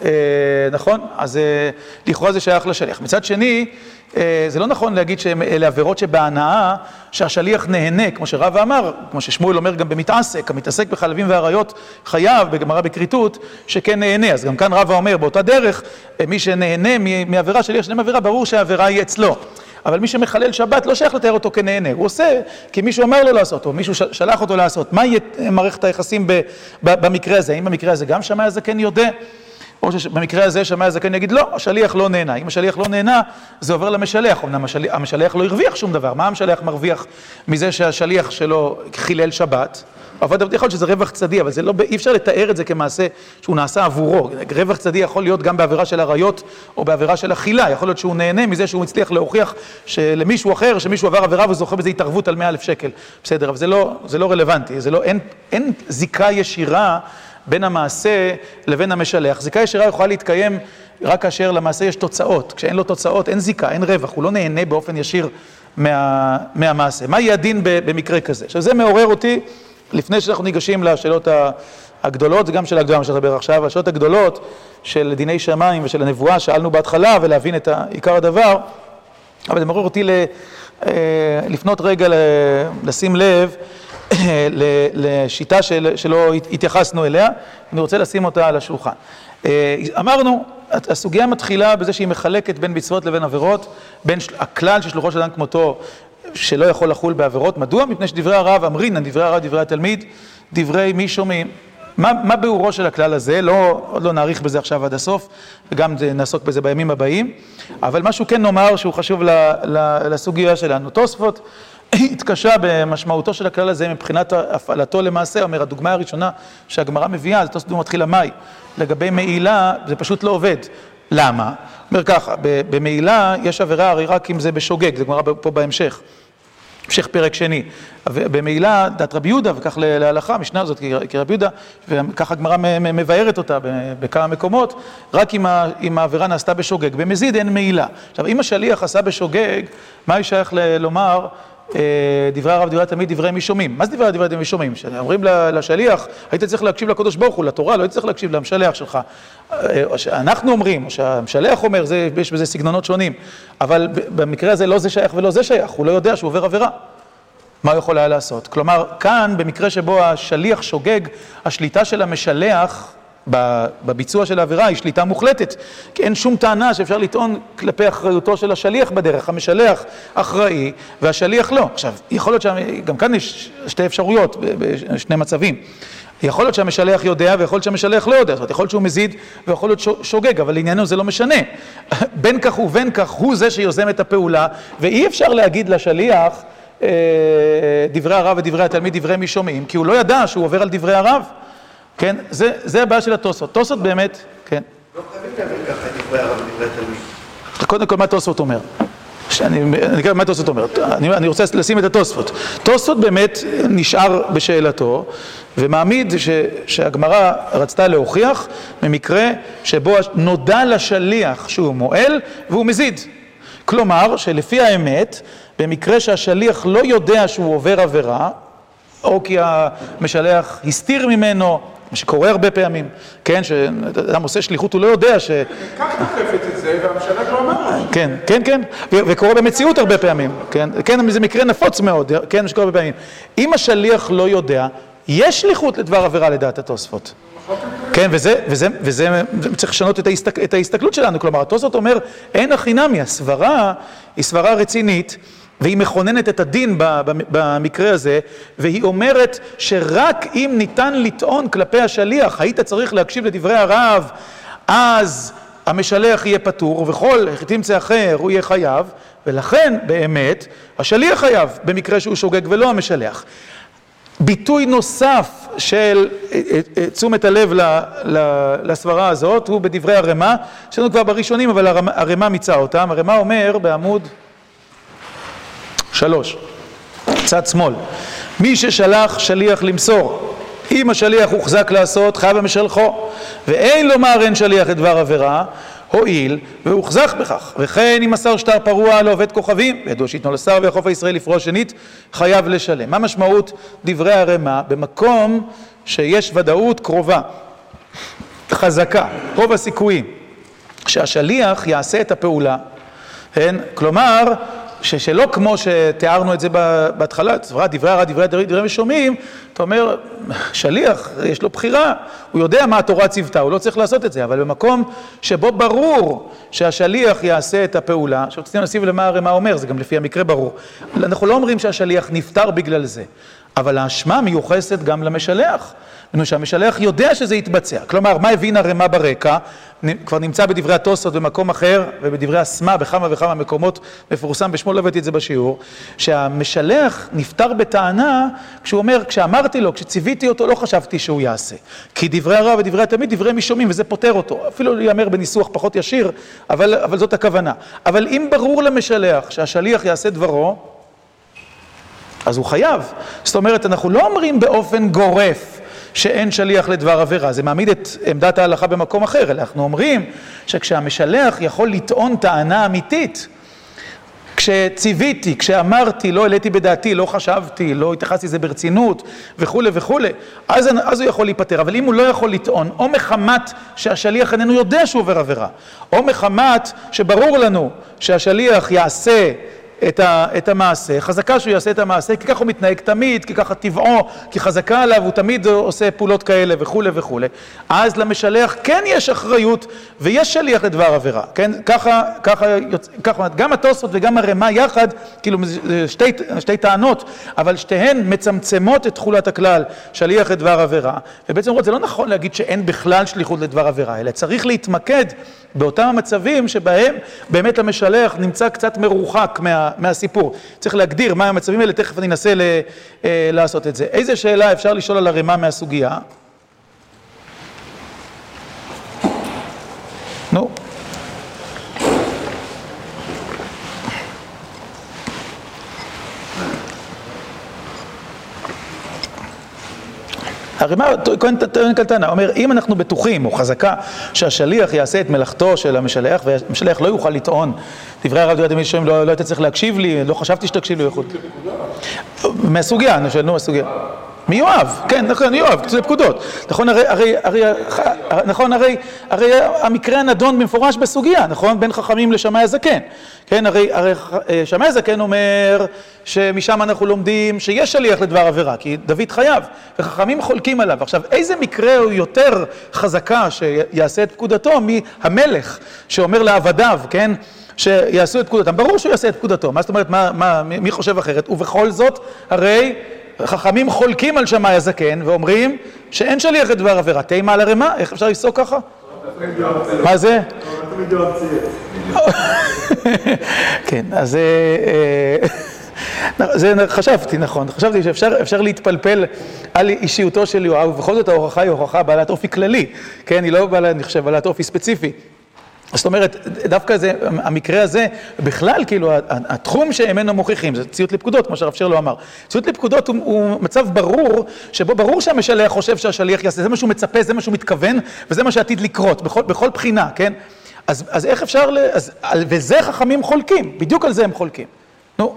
נכון? אז לכאורה זה שייך לשליח. מצד שני, זה לא נכון להגיד שאלה עבירות שבהנאה, שהשליח נהנה, כמו שרבא אמר, כמו ששמואל אומר גם במתעסק, המתעסק בחלבים והעריות חייב, בגמרא בכריתות, שכן נהנה. אז גם כאן רבא אומר, באותה דרך, מי שנהנה מעבירה שליח שלהם עבירה, ברור שהעבירה היא אצלו. אבל מי שמחלל שבת לא שייך לתאר אותו כנהנה, הוא עושה כי מישהו אמר לו לעשות, או מישהו שלח אותו לעשות. מה יהיה מערכת היחסים במקרה הזה? האם במקרה הזה גם שמאי הזקן יודע? או שבמקרה הזה שמאי הזקן יגיד לא, השליח לא נהנה. אם השליח לא נהנה, זה עובר למשלח. אמנם המשלח לא הרוויח שום דבר. מה המשלח מרוויח מזה שהשליח שלו חילל שבת? אבל יכול להיות שזה רווח צדי, אבל זה לא, אי אפשר לתאר את זה כמעשה שהוא נעשה עבורו. רווח צדי יכול להיות גם בעבירה של עריות או בעבירה של אכילה. יכול להיות שהוא נהנה מזה שהוא מצליח להוכיח שלמישהו אחר, שמישהו עבר עבירה וזוכה בזה התערבות על מאה אלף שקל. בסדר, אבל זה לא, זה לא רלוונטי. זה לא, אין, אין זיקה ישירה בין המעשה לבין המשלח. זיקה ישירה יכולה להתקיים רק כאשר למעשה יש תוצאות. כשאין לו תוצאות, אין זיקה, אין רווח. הוא לא נהנה באופן ישיר מה, מהמעשה. מה יהיה הדין במקרה כזה? עכשיו, זה מעורר אותי לפני שאנחנו ניגשים לשאלות הגדולות, זה גם שאלה גדולה מה שדבר עכשיו, השאלות הגדולות של דיני שמיים ושל הנבואה, שאלנו בהתחלה ולהבין את עיקר הדבר, אבל זה מעורר אותי לפנות רגע, לשים לב לשיטה שלא התייחסנו אליה, אני רוצה לשים אותה על השולחן. אמרנו, הסוגיה מתחילה בזה שהיא מחלקת בין מצוות לבין עבירות, בין הכלל ששלוחו של אדם כמותו, שלא יכול לחול בעבירות. מדוע? מפני שדברי הרב אמרינן, דברי הרב, דברי התלמיד, דברי מי שומעים. מה, מה ביאורו של הכלל הזה? לא, עוד לא נאריך בזה עכשיו עד הסוף, וגם נעסוק בזה בימים הבאים, אבל משהו כן נאמר שהוא חשוב ל, ל, לסוגיה שלנו. תוספות התקשה במשמעותו של הכלל הזה מבחינת הפעלתו למעשה. אומר, הדוגמה הראשונה שהגמרא מביאה, זה תוספות מתחיל המאי, לגבי מעילה, זה פשוט לא עובד. למה? אומר ככה, במעילה יש עבירה הרי רק אם זה בשוגג, זה גמרא פה בהמשך, המשך פרק שני. במעילה דת רבי יהודה, וכך להלכה, המשנה הזאת כרבי יהודה, וככה הגמרא מבארת אותה בכמה מקומות, רק אם העבירה נעשתה בשוגג. במזיד אין מעילה. עכשיו, אם השליח עשה בשוגג, מה שייך לומר דברי הרב, דברי התלמיד, דברי מי שומעים? מה זה דברי דברי מי שומעים? אומרים לשליח, היית צריך להקשיב לקדוש ברוך הוא, לתורה, לא היית צריך להקשיב למשלח שלך. אנחנו אומרים, או שהמשלח אומר, יש בזה סגנונות שונים, אבל במקרה הזה לא זה שייך ולא זה שייך, הוא לא יודע שהוא עובר עבירה. מה הוא יכול היה לעשות? כלומר, כאן, במקרה שבו השליח שוגג, השליטה של המשלח בביצוע של העבירה היא שליטה מוחלטת, כי אין שום טענה שאפשר לטעון כלפי אחריותו של השליח בדרך. המשלח אחראי והשליח לא. עכשיו, יכול להיות שגם כאן יש שתי אפשרויות בשני מצבים. יכול להיות שהמשלח יודע ויכול להיות שהמשלח לא יודע. זאת אומרת, יכול להיות שהוא מזיד ויכול להיות שוגג, אבל לענייננו זה לא משנה. בין כך ובין כך הוא זה שיוזם את הפעולה, ואי אפשר להגיד לשליח דברי הרב ודברי התלמיד, דברי מי שומעים, כי הוא לא ידע שהוא עובר על דברי הרב. כן, זה, זה הבעיה של התוספות. תוספות באמת, כן. לא חייבים להבין ככה את דברי הרב ודברי התלמיד. קודם כל, מה תוספות אומר? שאני, אני, מה תוספות אומר? אני, אני רוצה לשים את התוספות. תוספות באמת נשאר בשאלתו, ומעמיד ש, שהגמרא רצתה להוכיח ממקרה שבו נודע לשליח שהוא מועל והוא מזיד. כלומר, שלפי האמת, במקרה שהשליח לא יודע שהוא עובר עבירה, או כי המשלח הסתיר ממנו, מה שקורה הרבה פעמים, כן, שאדם עושה שליחות, הוא לא יודע ש... כך תחפת את זה, והמשלח לא אמר. כן, כן, כן, וקורה במציאות הרבה פעמים, כן, כן, זה מקרה נפוץ מאוד, כן, מה שקורה הרבה פעמים. אם השליח לא יודע, יש שליחות לדבר עבירה לדעת התוספות. כן, וזה, וזה, וזה, צריך לשנות את, ההסתק, את ההסתכלות שלנו, כלומר, התוספות אומר, אין הכי נמי, הסברה היא סברה רצינית, והיא מכוננת את הדין במקרה הזה, והיא אומרת שרק אם ניתן לטעון כלפי השליח, היית צריך להקשיב לדברי הרב, אז המשלח יהיה פטור, ובכל תמצא אחר הוא יהיה חייב, ולכן באמת השליח חייב במקרה שהוא שוגג ולא המשלח. ביטוי נוסף של תשומת הלב לסברה הזאת הוא בדברי הרמ"א, שלנו כבר בראשונים, אבל הרמ"א מיצה אותם. הרמ"א אומר בעמוד שלוש, צד שמאל, מי ששלח שליח למסור, אם השליח הוחזק לעשות, חייב המשלחו, ואין לומר אין שליח לדבר עבירה, הועיל והוחזק בכך. וכן אם מסר שטר פרוע לעובד כוכבים, וידוע שיתנו לשר ויחוף הישראל לפרוע שנית, חייב לשלם. מה משמעות דברי הרמ"א? במקום שיש ודאות קרובה, חזקה, רוב הסיכויים, שהשליח יעשה את הפעולה, כן? כלומר, שלא כמו שתיארנו את זה בהתחלה, דברי הרב, דברי דברי דברי משומעים, אתה אומר, שליח, יש לו בחירה, הוא יודע מה התורה ציוותה, הוא לא צריך לעשות את זה, אבל במקום שבו ברור שהשליח יעשה את הפעולה, שרציתם להוסיף למה הרמ"א אומר, זה גם לפי המקרה ברור, אנחנו לא אומרים שהשליח נפטר בגלל זה, אבל האשמה מיוחסת גם למשלח, שהמשלח יודע שזה יתבצע. כלומר, מה הבין הרמ"א ברקע? כבר נמצא בדברי התוספות במקום אחר, ובדברי הסמ"א בכמה וכמה מקומות מפורסם, בשמו לא הבאתי את זה בשיעור, שהמשלח נפטר בטענה, כשהוא אומר, כשאמרתי לו, כשציוויתי אותו, לא חשבתי שהוא יעשה. כי דברי הרב ודברי התלמיד, דברי מי שומעים, וזה פותר אותו. אפילו ייאמר בניסוח פחות ישיר, אבל, אבל זאת הכוונה. אבל אם ברור למשלח שהשליח יעשה דברו, אז הוא חייב. זאת אומרת, אנחנו לא אומרים באופן גורף, שאין שליח לדבר עבירה, זה מעמיד את עמדת ההלכה במקום אחר, אלא אנחנו אומרים שכשהמשלח יכול לטעון טענה אמיתית, כשציוויתי, כשאמרתי, לא העליתי בדעתי, לא חשבתי, לא התייחסתי לזה ברצינות וכו' וכו', אז, אז הוא יכול להיפטר, אבל אם הוא לא יכול לטעון, או מחמת שהשליח איננו יודע שהוא עובר עבירה, או מחמת שברור לנו שהשליח יעשה את, ה, את המעשה, חזקה שהוא יעשה את המעשה, כי ככה הוא מתנהג תמיד, כי ככה טבעו, כי חזקה עליו, הוא תמיד עושה פעולות כאלה וכו' וכו'. אז למשלח כן יש אחריות, ויש שליח לדבר עבירה, כן? ככה, ככה, ככה, גם התוספות וגם הרמ"א יחד, כאילו שתי, שתי טענות, אבל שתיהן מצמצמות את תחולת הכלל, שליח לדבר עבירה. ובעצם אומרות, זה לא נכון להגיד שאין בכלל שליחות לדבר עבירה, אלא צריך להתמקד באותם המצבים שבהם באמת המשלח נמצא קצת מרוחק מה, מהסיפור. צריך להגדיר מה המצבים האלה, תכף אני אנסה ל, אה, לעשות את זה. איזה שאלה אפשר לשאול על הרמ"א מהסוגיה? נו. הרמ"א טוען קלטנה, אומר, אם אנחנו בטוחים או חזקה שהשליח יעשה את מלאכתו של המשלח, והמשלח לא יוכל לטעון, דברי הרב דברי התלמיד שומעים, לא, לא היית צריך להקשיב לי, לא חשבתי שתקשיב לי יכול. מהסוגיה, אני שואל, נו, מהסוגיה. מיואב, כן, נכון, יואב, זה פקודות. נכון, הרי, הרי, הרי, נכון, הרי, הרי המקרה הנדון במפורש בסוגיה, נכון, בין חכמים לשמאי הזקן. כן, הרי, הרי שמאי הזקן אומר שמשם אנחנו לומדים שיש שליח לדבר עבירה, כי דוד חייב, וחכמים חולקים עליו. עכשיו, איזה מקרה הוא יותר חזקה שיעשה את פקודתו מהמלך שאומר לעבדיו, כן, שיעשו את פקודתם? ברור שהוא יעשה את פקודתו, מה זאת אומרת, מה, מה, מי חושב אחרת? ובכל זאת, הרי חכמים חולקים על שמאי הזקן ואומרים שאין שליח לדבר עבירה. תימה על הרמ"א? איך אפשר לפסוק ככה? מה זה? כן, אז זה חשבתי, נכון, חשבתי שאפשר להתפלפל על אישיותו של יואב, ובכל זאת ההוכחה היא הוכחה בעלת אופי כללי, כן, היא לא בעלת, אני חושב, בעלת אופי ספציפי. זאת אומרת, דווקא זה, המקרה הזה, בכלל, כאילו, התחום שממנו מוכיחים, זה ציות לפקודות, כמו שהרב שרלו אמר. ציות לפקודות הוא, הוא מצב ברור, שבו ברור שהמשלח חושב שהשליח יעשה, זה מה שהוא מצפה, זה מה שהוא מתכוון, וזה מה שעתיד לקרות, בכל, בכל בחינה, כן? אז, אז איך אפשר, ל... אז, וזה חכמים חולקים, בדיוק על זה הם חולקים. נו.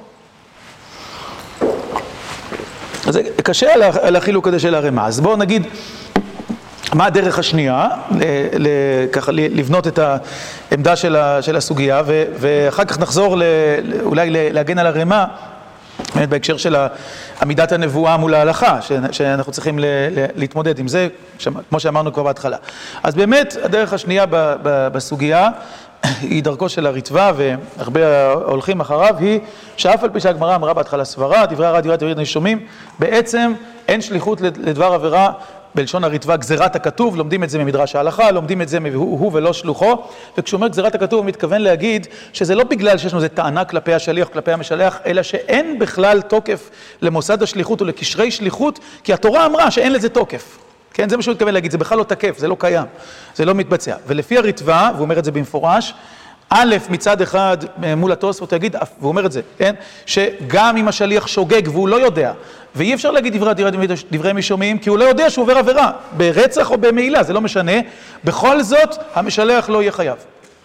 אז זה קשה על, על החילוק הזה של הרמ"א. אז בואו נגיד, מה הדרך השנייה, ל, ל, ככה, לבנות את העמדה של, ה, של הסוגיה, ו, ואחר כך נחזור ל, אולי להגן על הרמ"א, באמת בהקשר של עמידת הנבואה מול ההלכה, שאנחנו צריכים ל, ל, להתמודד עם זה, כמו שאמרנו כבר בהתחלה. אז באמת, הדרך השנייה ב, ב, בסוגיה, היא דרכו של הריטב"א, והרבה הולכים אחריו, היא שאף על פי שהגמרא אמרה בהתחלה סברה, דברי הרע דברי דברי שומעים, בעצם אין שליחות לדבר עבירה, בלשון הריטב"א גזירת הכתוב, לומדים את זה ממדרש ההלכה, לומדים את זה הוא, הוא ולא שלוחו, וכשהוא אומר גזירת הכתוב הוא מתכוון להגיד שזה לא בגלל שיש לנו איזה טענה כלפי השליח, כלפי המשלח, אלא שאין בכלל תוקף למוסד השליחות ולקשרי שליחות, כי התורה אמרה שאין לזה תוקף. כן, זה מה שהוא מתכוון להגיד, זה בכלל לא תקף, זה לא קיים, זה לא מתבצע. ולפי הריטב"א, והוא אומר את זה במפורש, א', מצד אחד מול התוספות יגיד, והוא אומר את זה, כן, שגם אם השליח שוגג והוא לא יודע, ואי אפשר להגיד דברי, דברי, דברי משומעים, כי הוא לא יודע שהוא עובר עבירה, ברצח או במעילה, זה לא משנה, בכל זאת המשלח לא יהיה חייב.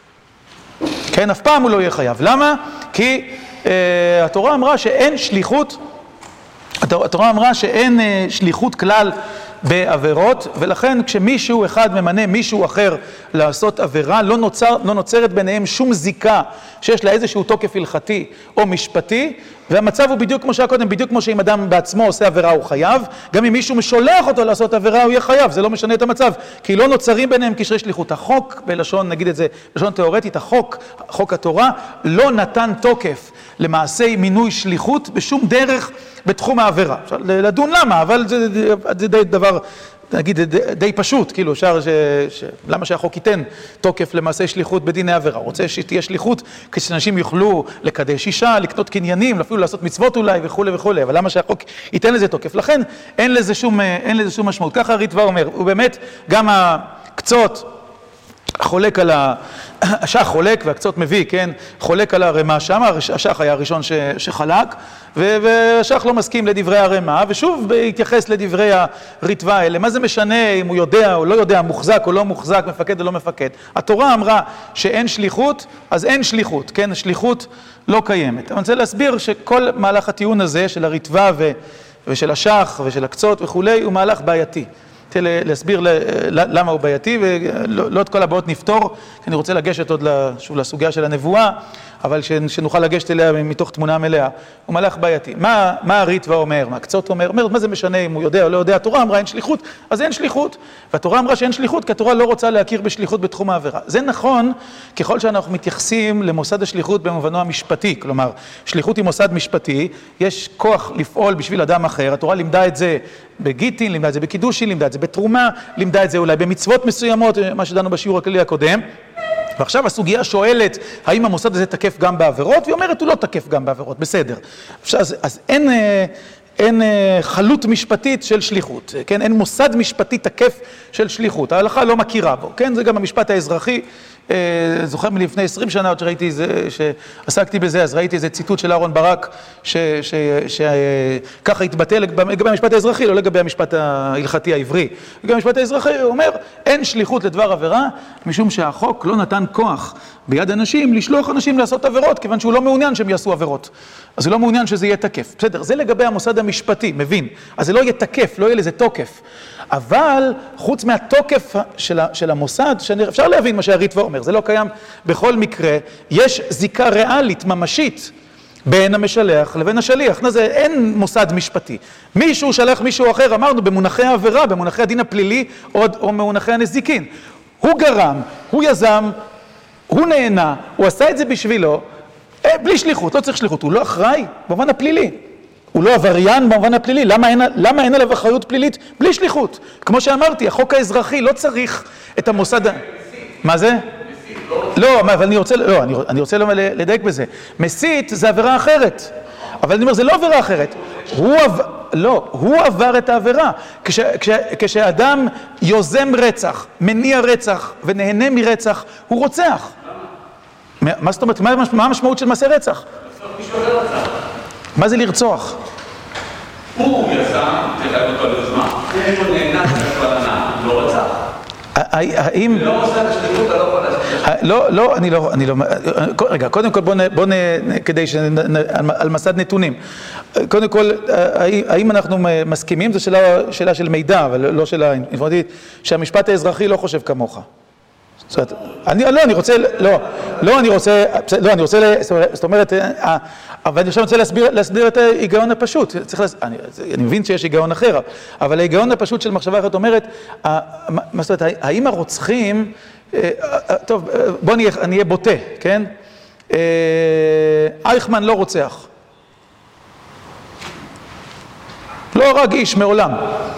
כן, אף פעם הוא לא יהיה חייב. למה? כי אה, התורה אמרה שאין שליחות, התורה אמרה שאין אה, שליחות כלל בעבירות, ולכן כשמישהו אחד ממנה מישהו אחר לעשות עבירה, לא, נוצר, לא נוצרת ביניהם שום זיקה שיש לה איזשהו תוקף הלכתי או משפטי, והמצב הוא בדיוק כמו שהיה קודם, בדיוק כמו שאם אדם בעצמו עושה עבירה הוא חייב, גם אם מישהו משולח אותו לעשות עבירה הוא יהיה חייב, זה לא משנה את המצב, כי לא נוצרים ביניהם קשרי שליחות. החוק, בלשון, נגיד את זה, בלשון תיאורטית, החוק, חוק התורה, לא נתן תוקף למעשי מינוי שליחות בשום דרך בתחום העבירה. אפשר לדון למה, אבל זה, זה די דבר, נגיד, די, די פשוט, כאילו, אפשר ש, ש... למה שהחוק ייתן תוקף למעשי שליחות בדיני עבירה? הוא רוצה שתהיה שליחות כשאנשים יוכלו לקדש אישה, לקנות קניינים, אפילו לעשות מצוות אולי וכו' וכו', אבל למה שהחוק ייתן לזה תוקף? לכן אין לזה שום, אין לזה שום משמעות. ככה הריטב"א אומר, הוא באמת, גם הקצות חולק על ה... השח חולק והקצות מביא, כן, חולק על הרמ"א שם, השח היה הראשון ש... שחלק, ו... והשח לא מסכים לדברי הרמ"א, ושוב בהתייחס לדברי הריטב"א האלה, מה זה משנה אם הוא יודע או לא יודע, מוחזק או לא מוחזק, מפקד או לא מפקד. התורה אמרה שאין שליחות, אז אין שליחות, כן, שליחות לא קיימת. אני רוצה להסביר שכל מהלך הטיעון הזה של הריטב"א ו... ושל השח ושל הקצות וכולי, הוא מהלך בעייתי. להסביר למה הוא בעייתי, ולא את כל הבעיות נפתור, כי אני רוצה לגשת עוד שוב לסוגיה של הנבואה, אבל שנוכל לגשת אליה מתוך תמונה מלאה. הוא מהלך בעייתי. מה, מה הריטב"א אומר? מה הקצות אומר? אומר, מה זה משנה אם הוא יודע או לא יודע? התורה אמרה אין שליחות, אז אין שליחות. והתורה אמרה שאין שליחות, כי התורה לא רוצה להכיר בשליחות בתחום העבירה. זה נכון, ככל שאנחנו מתייחסים למוסד השליחות במובנו המשפטי, כלומר, שליחות היא מוסד משפטי, יש כוח לפעול בשביל אדם אחר, התורה לימדה את זה בגיטין, לימדה את זה בקידושין, לימדה את זה בתרומה, לימדה את זה אולי במצוות מסוימות, מה שדנו בשיעור הכללי הקודם. ועכשיו הסוגיה שואלת, האם המוסד הזה תקף גם בעבירות? והיא אומרת, הוא לא תקף גם בעבירות, בסדר. אז, אז אין, אין חלות משפטית של שליחות, כן? אין מוסד משפטי תקף של שליחות, ההלכה לא מכירה בו, כן? זה גם המשפט האזרחי, זוכר מלפני עשרים שנה עוד שראיתי זה, שעסקתי בזה, אז ראיתי איזה ציטוט של אהרון ברק, שככה התבטא לגבי המשפט האזרחי, לא לגבי המשפט ההלכתי העברי. לגבי המשפט האזרחי הוא אומר, אין שליחות לדבר עבירה, משום שהחוק לא נתן כוח ביד אנשים לשלוח אנשים לעשות עבירות, כיוון שהוא לא מעוניין שהם יעשו עבירות. אז הוא לא מעוניין שזה יהיה תקף. בסדר, זה לגבי המוסד המשפטי, מבין. אז זה לא יהיה תקף, לא יהיה לזה תוקף. אבל חוץ מהתוקף של, של המוסד, שאפשר להבין מה שהריטב"א אומר, זה לא קיים בכל מקרה, יש זיקה ריאלית, ממשית, בין המשלח לבין השליח. זה אין מוסד משפטי. מישהו שלח מישהו אחר, אמרנו, במונחי העבירה, במונחי הדין הפלילי, או, או במונחי הנזיקין. הוא גרם, הוא יזם, הוא נהנה, הוא עשה את זה בשבילו, בלי שליחות, לא צריך שליחות, הוא לא אחראי במובן הפלילי. הוא לא עבריין במובן הפלילי, למה אין, למה אין עליו אחריות פלילית? בלי שליחות. כמו שאמרתי, החוק האזרחי לא צריך את המוסד... מה זה? לא, אבל אני רוצה, לא, אני רוצה לדייק בזה. מסית זה עבירה אחרת. אבל אני אומר, זה לא עבירה אחרת. הוא עבר, לא, הוא עבר את העבירה. כש, כש, כשאדם יוזם רצח, מניע רצח ונהנה מרצח, הוא רוצח. מה זאת אומרת? מה, מה המשמעות של מעשה רצח? מה זה לרצוח? הוא יזם, תחייב אותו ליוזמה. הוא נהנה את הכוונה, לא רצח. האם... לא עושה את השליחות, אתה לא יכול לעשות. לא, לא, אני לא, אני לא... רגע, קודם כל בוא נ... כדי ש... על מסד נתונים. קודם כל, האם אנחנו מסכימים? זו שאלה של מידע, אבל לא שאלה אינפורמטיבית, שהמשפט האזרחי לא חושב כמוך. זאת אומרת, אני, לא, אני רוצה, לא, לא, אני רוצה, לא, אני רוצה, זאת אומרת, אבל אני עכשיו רוצה להסביר, להסביר את ההיגיון הפשוט. צריך להס... אני, אני מבין שיש היגיון אחר, אבל ההיגיון הפשוט של מחשבה אחת אומרת, מה זאת אומרת, האם הרוצחים, טוב, בוא נהיה, אני אהיה בוטה, כן? אייכמן לא רוצח. לא הרג איש מעולם.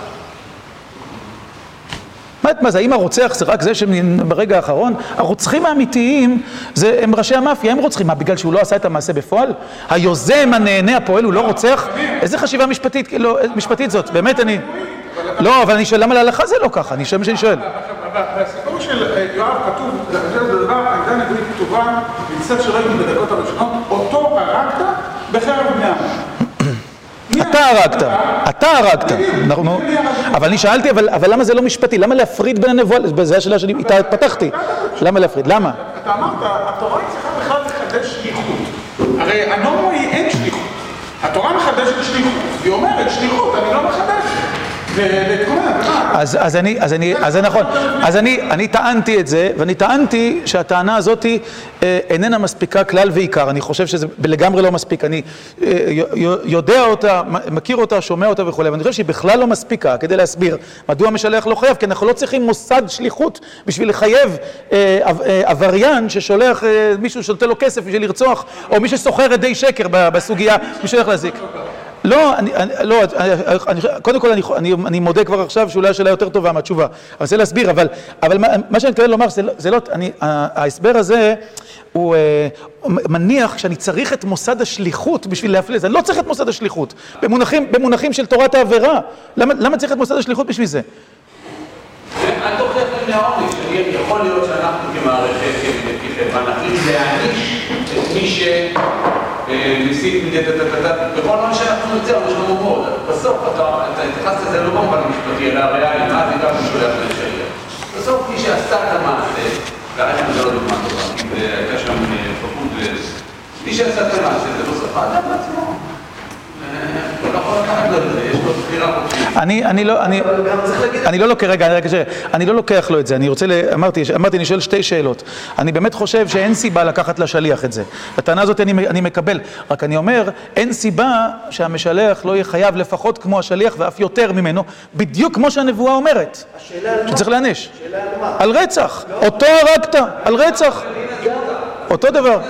מה זה, האם הרוצח זה רק זה שברגע האחרון? הרוצחים האמיתיים הם ראשי המאפיה, הם רוצחים. מה, בגלל שהוא לא עשה את המעשה בפועל? היוזם, הנהנה, הפועל, הוא לא רוצח? איזה חשיבה משפטית, משפטית זאת? באמת אני... לא, אבל אני שואל, למה להלכה זה לא ככה? אני שואל מה שאני שואל. בסיפור של יואב כתוב, זה דבר, העמדה הנבואית כתובה, מצד שראיתי בדקות הראשונות, אותו הרגת בחרב בני עמי. אתה הרגת, אתה הרגת, אבל אני שאלתי, אבל למה זה לא משפטי? למה להפריד בין הנבואה? זו השאלה שאני איתה פתחתי. למה להפריד? למה? אתה אמרת, התורה היא צריכה בכלל לחדש שליחות. הרי הנורמה היא אין שליחות. התורה מחדשת שליחות. היא אומרת, שליחות, אני לא מחדשת. אז אני, אז אני, אז זה נכון. אז אני, אני טענתי את זה, ואני טענתי שהטענה הזאת איננה מספיקה כלל ועיקר. אני חושב שזה לגמרי לא מספיק. אני יודע אותה, מכיר אותה, שומע אותה וכו'. ואני חושב שהיא בכלל לא מספיקה כדי להסביר מדוע משלח לא חייב, כי אנחנו לא צריכים מוסד שליחות בשביל לחייב עבריין ששולח מישהו שנותן לו כסף בשביל לרצוח, או מי שסוחר עדי שקר בסוגיה, מי שהולך להזיק. לא, אני, לא, אני, קודם כל אני, אני, אני מודה כבר עכשיו שאולי השאלה יותר טובה מהתשובה, אבל רוצה להסביר, אבל, אבל מה, מה שאני מתכוון לומר, זה לא, זה לא, אני, ההסבר הזה הוא מניח שאני צריך את מוסד השליחות בשביל להפליל, אני לא צריך את מוסד השליחות, במונחים, במונחים של תורת העבירה, למה, למה צריך את מוסד השליחות בשביל זה? אני תוכיח לי מהעונש, יכול להיות שאנחנו כמערכת, כחברה, נחליט להעניש את מי ש... ניסית בכל מה שאנחנו נוצר, יש לנו מאוד. בסוף אתה התייחסת לזה לא במובן המשפטי, אלא הריאלי, מה זה גם משולח לשריע. בסוף מי שעשה את המעשה, והרי זה לא דוגמה טובה, כי הייתה שם פקוד, מי שעשה את המעשה זה לא שפה, אדם בעצמו. לא יכול לקחת לו את זה, יש לו בחירה חופשית. אני, אני לא, אני, אני לא לוקח, רגע, אני, אני לא לוקח לו את זה, אני רוצה, אמרתי, אמרתי, אני שואל שתי שאלות. אני באמת חושב שאין סיבה לקחת לשליח את זה. הטענה הזאת אני, אני מקבל, רק אני אומר, אין סיבה שהמשלח לא יהיה חייב לפחות כמו השליח ואף יותר ממנו, בדיוק כמו שהנבואה אומרת. שצריך להעניש. על רצח. אותו הרגת, על רצח. אותו דבר.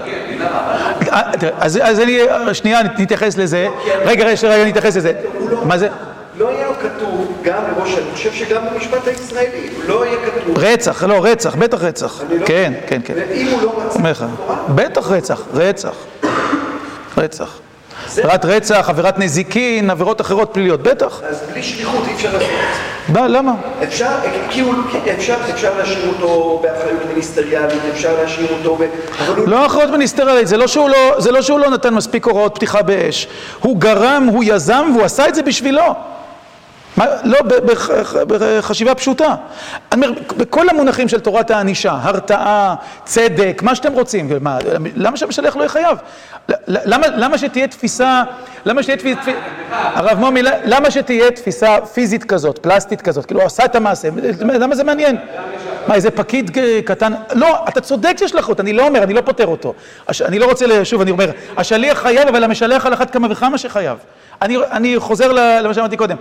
אז אני, שנייה, נתייחס לזה. רגע, רגע, נתייחס לזה. מה זה? לא היה כתוב גם בראש, אני חושב שגם במשפט הישראלי, לא היה כתוב. רצח, לא, רצח, בטח רצח. כן, כן, כן. ואם הוא לא רצח? בטח רצח, רצח. רצח. עבירת רצח, עבירת נזיקין, עבירות אחרות פליליות, בטח. אז בלי שליחות אי אפשר לעשות את זה. למה? אפשר, כי אפשר להשאיר אותו באחריות מיניסטריאלית, אפשר להשאיר אותו ב... לא אחריות מיניסטריאלית, זה לא שהוא לא נתן מספיק הוראות פתיחה באש. הוא גרם, הוא יזם, והוא עשה את זה בשבילו. לא, בחשיבה פשוטה. אני אומר, בכל המונחים של תורת הענישה, הרתעה, צדק, מה שאתם רוצים, למה שהמשלח לא יהיה חייב? למה שתהיה תפיסה, למה שתהיה תפיסה, הרב מומי, למה שתהיה תפיסה פיזית כזאת, פלסטית כזאת, כאילו, עשה את המעשה, למה זה מעניין? מה, איזה פקיד קטן? לא, אתה צודק שיש לך אותו, אני לא אומר, אני לא פותר אותו. אני לא רוצה, שוב, אני אומר, השליח חייב, אבל המשלח על אחת כמה וכמה שחייב. אני, אני חוזר למה שאמרתי קודם.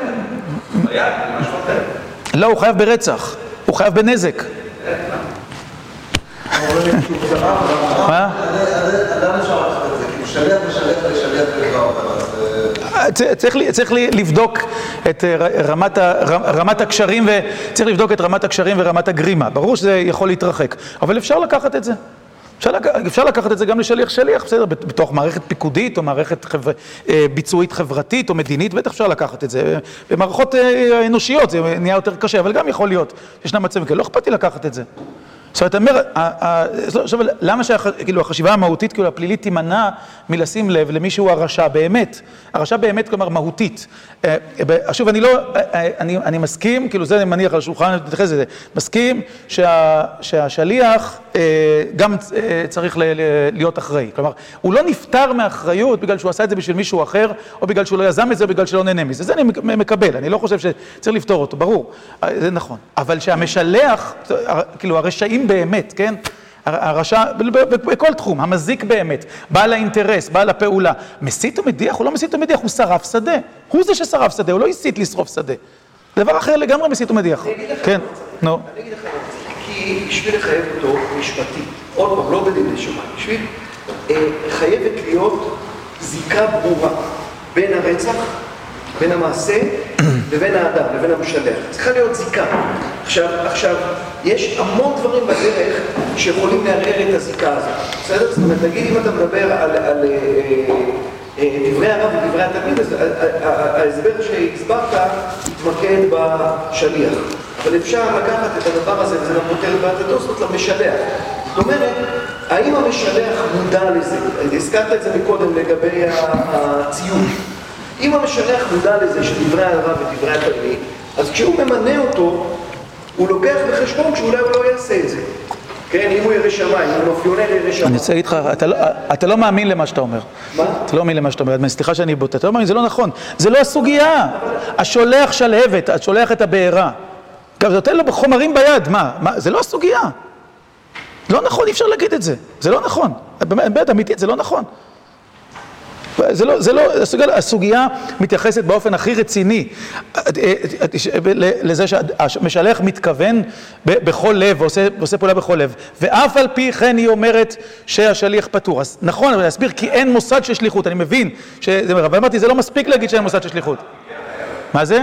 לא, הוא חייב ברצח. הוא חייב בנזק. מה? למה אפשר לעשות את זה? כאילו שליח ושליח ושליח ושליח. צריך לבדוק את רמת הקשרים וצריך לבדוק את רמת הקשרים ורמת הגרימה. ברור שזה יכול להתרחק, אבל אפשר לקחת את זה. אפשר, אפשר לקחת את זה גם לשליח שליח, בסדר, בתוך מערכת פיקודית או מערכת חבר, ביצועית חברתית או מדינית, בטח אפשר לקחת את זה. במערכות אנושיות זה נהיה יותר קשה, אבל גם יכול להיות, ישנם מצבים כאלה, לא אכפת לי לקחת את זה. זאת אומרת, עכשיו, למה שהחשיבה המהותית, כאילו הפלילית תימנע מלשים לב למישהו הרשע באמת? הרשע באמת, כלומר, מהותית. שוב, אני לא, אני, אני מסכים, כאילו זה אני מניח על השולחן, אני מתייחס לזה, מסכים שה, שהשליח גם צריך להיות אחראי. כלומר, הוא לא נפטר מאחריות בגלל שהוא עשה את זה בשביל מישהו אחר, או בגלל שהוא לא יזם את זה, או בגלל שלא נהנה מזה. זה אני מקבל, אני לא חושב שצריך לפתור אותו, ברור. זה נכון. אבל שהמשלח, כאילו, הרשעים באמת, כן? הרשע, בכל תחום, המזיק באמת, בעל האינטרס, בעל הפעולה, מסית ומדיח, הוא לא מסית ומדיח, הוא שרף שדה. הוא זה ששרף שדה, הוא לא הסית לשרוף שדה. דבר אחר לגמרי מסית ומדיח. כן, נו. אני אגיד לך, כי בשביל לחייב אותו משפטי, עוד פעם, לא בדיני שמיים, בשביל חייבת להיות זיקה ברורה בין הרצח, בין המעשה לבין האדם, לבין המשלח. צריכה להיות זיקה. עכשיו, עכשיו, יש המון דברים בדרך שיכולים לערער את הזיקה הזאת. בסדר? זאת אומרת, נגיד אם אתה מדבר על, על אה, אה, דברי הרב ודברי התלמיד, אז ההסבר שהסברת יתמקד בשליח. אבל אפשר לקחת את הדבר הזה, וזה גם פותר את בעתתו, זאת אומרת, למשלח. זאת אומרת, האם המשלח מודע לזה? הזכרת את זה מקודם לגבי הציון. אם המשלח מודע לזה שדברי הרב ודברי התלמיד, אז כשהוא ממנה אותו, הוא לוקח בחשבון שאולי הוא לא יעשה את זה. כן, אם הוא ירא שמיים, אם הוא מאפיונר ירא שמיים. אני רוצה להגיד לך, אתה לא, אתה לא מאמין למה שאתה אומר. מה? אתה לא מאמין למה שאתה אומר, סליחה שאני בוטה, אתה לא מאמין, זה לא נכון. זה לא הסוגיה. השולח שלהבת, את שולח את הבארה. גם זה נותן לו בחומרים ביד, מה? מה? זה לא הסוגיה. לא נכון, אי אפשר להגיד את זה. זה לא נכון. באמת, אמיתית, זה לא נכון. זה לא, זה לא, הסוגיה, הסוגיה מתייחסת באופן הכי רציני לזה שהמשלח מתכוון בכל לב, ועושה, ועושה פעולה בכל לב. ואף על פי כן היא אומרת שהשליח פטור. אז נכון, אבל להסביר כי אין מוסד של שליחות, אני מבין. אבל אמרתי, זה לא מספיק להגיד שאין מוסד של שליחות. מה זה?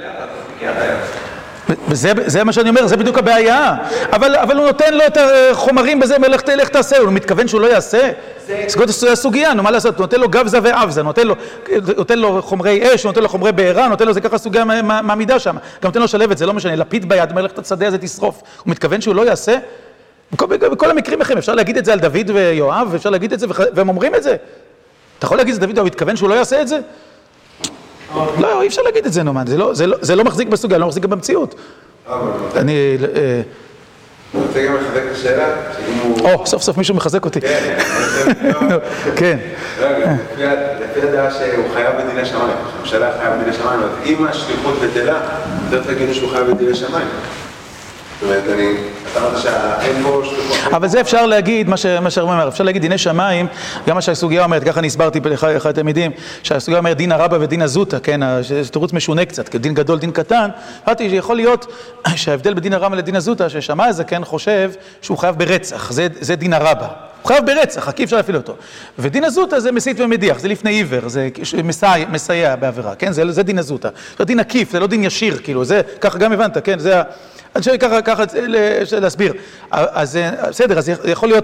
וזה, זה מה שאני אומר, זה בדיוק הבעיה. אבל, אבל הוא נותן לו את החומרים בזה, מלך תלך תעשה, הוא מתכוון שהוא לא יעשה. זה הסוגיה, נו, מה לעשות? הוא נותן לו גבזה ואבזה, נותן לו, נותן לו חומרי אש, נותן לו חומרי בעירה, נותן לו, זה ככה סוגיה מעמידה שם. גם נותן לו שלבת, זה לא משנה, לפיד ביד, מלך את השדה הזה תשרוף. הוא מתכוון שהוא לא יעשה. בכל, בכל המקרים לכם, אפשר להגיד את זה על דוד ויואב, ואפשר להגיד את זה, והם אומרים את זה. אתה יכול להגיד את זה, דוד, הוא מתכוון שהוא לא יעשה את זה? לא, אי אפשר להגיד את זה, נומן, זה לא, זה לא, זה לא מחזיק בסוגיה, לא מחזיק גם במציאות. אני... אני רוצה גם לחזק את השאלה, שאם הוא... או, סוף סוף מישהו מחזק אותי. כן. לפי הדעה שהוא חייב בדיני שמיים, שהממשלה חייב בדיני שמיים, אז אם השליחות בטלה, יותר תגידו שהוא חייב בדיני שמיים. זאת אומרת, אני... אתה אמרת שאין בו שליחות... אבל זה אפשר להגיד, מה שהרמב"ם אומר, אפשר להגיד דיני שמיים, גם מה שהסוגיה אומרת, ככה אני הסברתי לאחד התלמידים, שהסוגיה אומרת דין הרבה ודין הזוטה, כן, זה תירוץ משונה קצת, דין גדול, דין קטן, אמרתי שיכול להיות שההבדל בדין הרבה לדין הזוטה, ששמע הזה כן חושב שהוא חייב ברצח, זה, זה דין הרבה. הוא חייב ברצח, כי אפשר להפעיל אותו. ודין הזוטה זה מסית ומדיח, זה לפני עיוור, זה מסייע, מסייע בעבירה, כן, זה, זה דין הזוטה. זה דין עקיף, זה לא דין ישיר, כאילו, זה, ככה גם הבנת, כן, זה אני חושב ככה, ככה להסביר. אז בסדר, אז יכול להיות...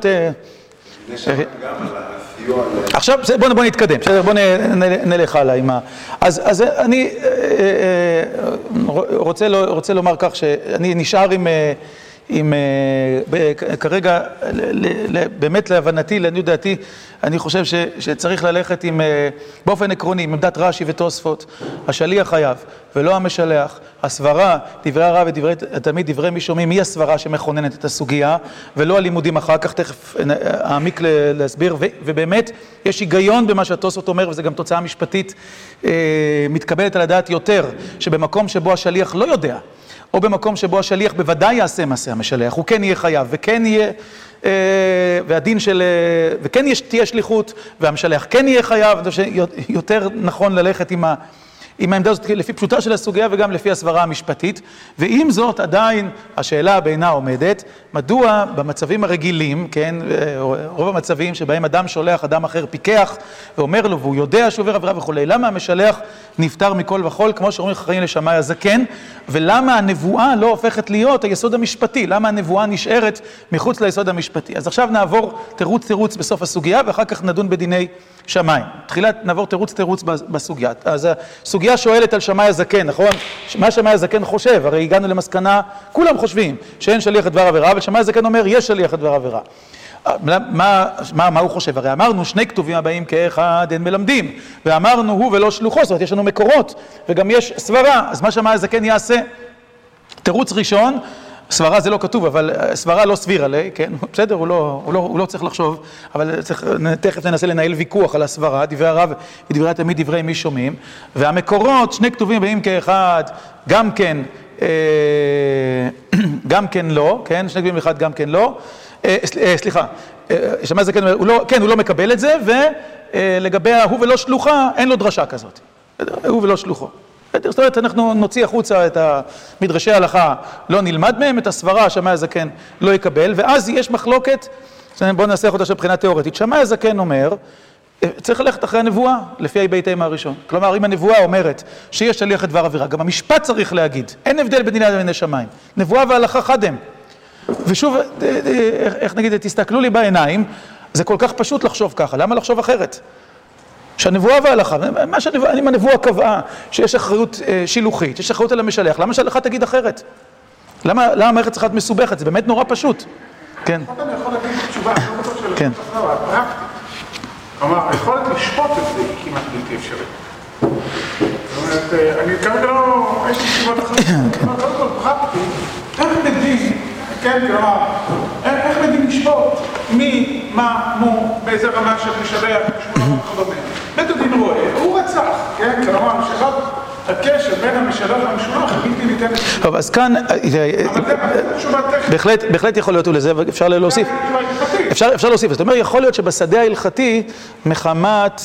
עכשיו, בוא נתקדם, בוא נלך הלאה עם ה... אז אני רוצה לומר כך שאני נשאר עם... כרגע, באמת להבנתי, לעניות דעתי, אני חושב שצריך ללכת עם, באופן עקרוני, עם עמדת רש"י ותוספות, השליח חייב, ולא המשלח, הסברה, דברי הרב ודברי התלמיד, דברי מי שומעים, מי הסברה שמכוננת את הסוגיה, ולא הלימודים אחר כך, תכף אעמיק להסביר, ובאמת יש היגיון במה שהתוספות אומר, וזה גם תוצאה משפטית מתקבלת על הדעת יותר, שבמקום שבו השליח לא יודע, או במקום שבו השליח בוודאי יעשה מעשה המשלח, הוא כן יהיה חייב, וכן יהיה, והדין של, וכן תהיה שליחות, והמשלח כן יהיה חייב, יותר נכון ללכת עם ה... עם העמדה הזאת לפי פשוטה של הסוגיה וגם לפי הסברה המשפטית, ועם זאת עדיין השאלה בעינה עומדת, מדוע במצבים הרגילים, כן, רוב המצבים שבהם אדם שולח אדם אחר פיקח ואומר לו והוא יודע שהוא עובר עבירה וכו', למה המשלח נפטר מכל וכל, כמו שאומרים חכמים לשמאי הזקן, ולמה הנבואה לא הופכת להיות היסוד המשפטי, למה הנבואה נשארת מחוץ ליסוד המשפטי. אז עכשיו נעבור תירוץ תירוץ בסוף הסוגיה, ואחר כך נדון בדיני שמיים. תחילת נעבור תירוץ תירוץ בסוגיה. אז הסוגיה שואלת על שמאי הזקן, נכון? מה שמאי הזקן חושב? הרי הגענו למסקנה, כולם חושבים שאין שליח את דבר עבירה, אבל שמאי הזקן אומר, יש שליח את דבר עבירה. מה, מה, מה הוא חושב? הרי אמרנו, שני כתובים הבאים כאחד אין מלמדים, ואמרנו הוא ולא שלוחו, זאת אומרת, יש לנו מקורות, וגם יש סברה, אז מה שמאי הזקן יעשה? תירוץ ראשון, סברה זה לא כתוב, אבל סברה לא סבירה לי, כן? בסדר, הוא לא, הוא לא, הוא לא צריך לחשוב, אבל צריך, תכף ננסה לנהל ויכוח על הסברה, דברי הרב ודברי התלמיד, דברי מי שומעים, והמקורות, שני כתובים הבאים כאחד, גם כן, אה, גם כן לא, כן? שני כתובים אחד גם כן לא, סליחה, שמאי הזקן אומר, כן, הוא לא מקבל את זה, ולגבי ההוא ולא שלוחה, אין לו דרשה כזאת. הוא ולא שלוחו. זאת אומרת, אנחנו נוציא החוצה את מדרשי ההלכה, לא נלמד מהם, את הסברה, שמאי הזקן לא יקבל, ואז יש מחלוקת, בואו נעשה אותה מבחינה תיאורטית. שמאי הזקן אומר, צריך ללכת אחרי הנבואה, לפי הבית האם הראשון. כלומר, אם הנבואה אומרת שיש שליח את דבר עבירה, גם המשפט צריך להגיד, אין הבדל בין דיני ודיני שמיים. נבואה והלכה חד הם. ושוב, איך נגיד, תסתכלו לי בעיניים, זה כל כך פשוט לחשוב ככה, למה לחשוב אחרת? שהנבואה וההלכה, מה שהנבואה, אם הנבואה קבעה שיש אחריות שילוחית, שיש אחריות על המשלח, למה שההלכה תגיד אחרת? למה, למה המערכת צריכה להיות מסובכת? זה באמת נורא פשוט. כן. אני יכול להגיד תשובה, אני לא בטוח של התשובה הפרקטית. כלומר, היכולת לשפוט את זה היא כמעט בלתי אפשרית. זאת אומרת, אני כרגע לא, יש לי תשובות אחרות. קודם כל, פרקטית, איך מדין, כן, כלומר, איך מדין לשפוט מי, מה, מו, באיזה רמה של משלח, שמונה וכדומה. בית הדין רואה, הוא רצח, כן, כלומר, שרק הקשר בין המשלח והמשולח היא בלתי ניתנת. טוב, אז כאן, בהחלט יכול להיות ולזה, אפשר להוסיף. אפשר, אפשר להוסיף. זאת אומרת, יכול להיות שבשדה ההלכתי מחמת,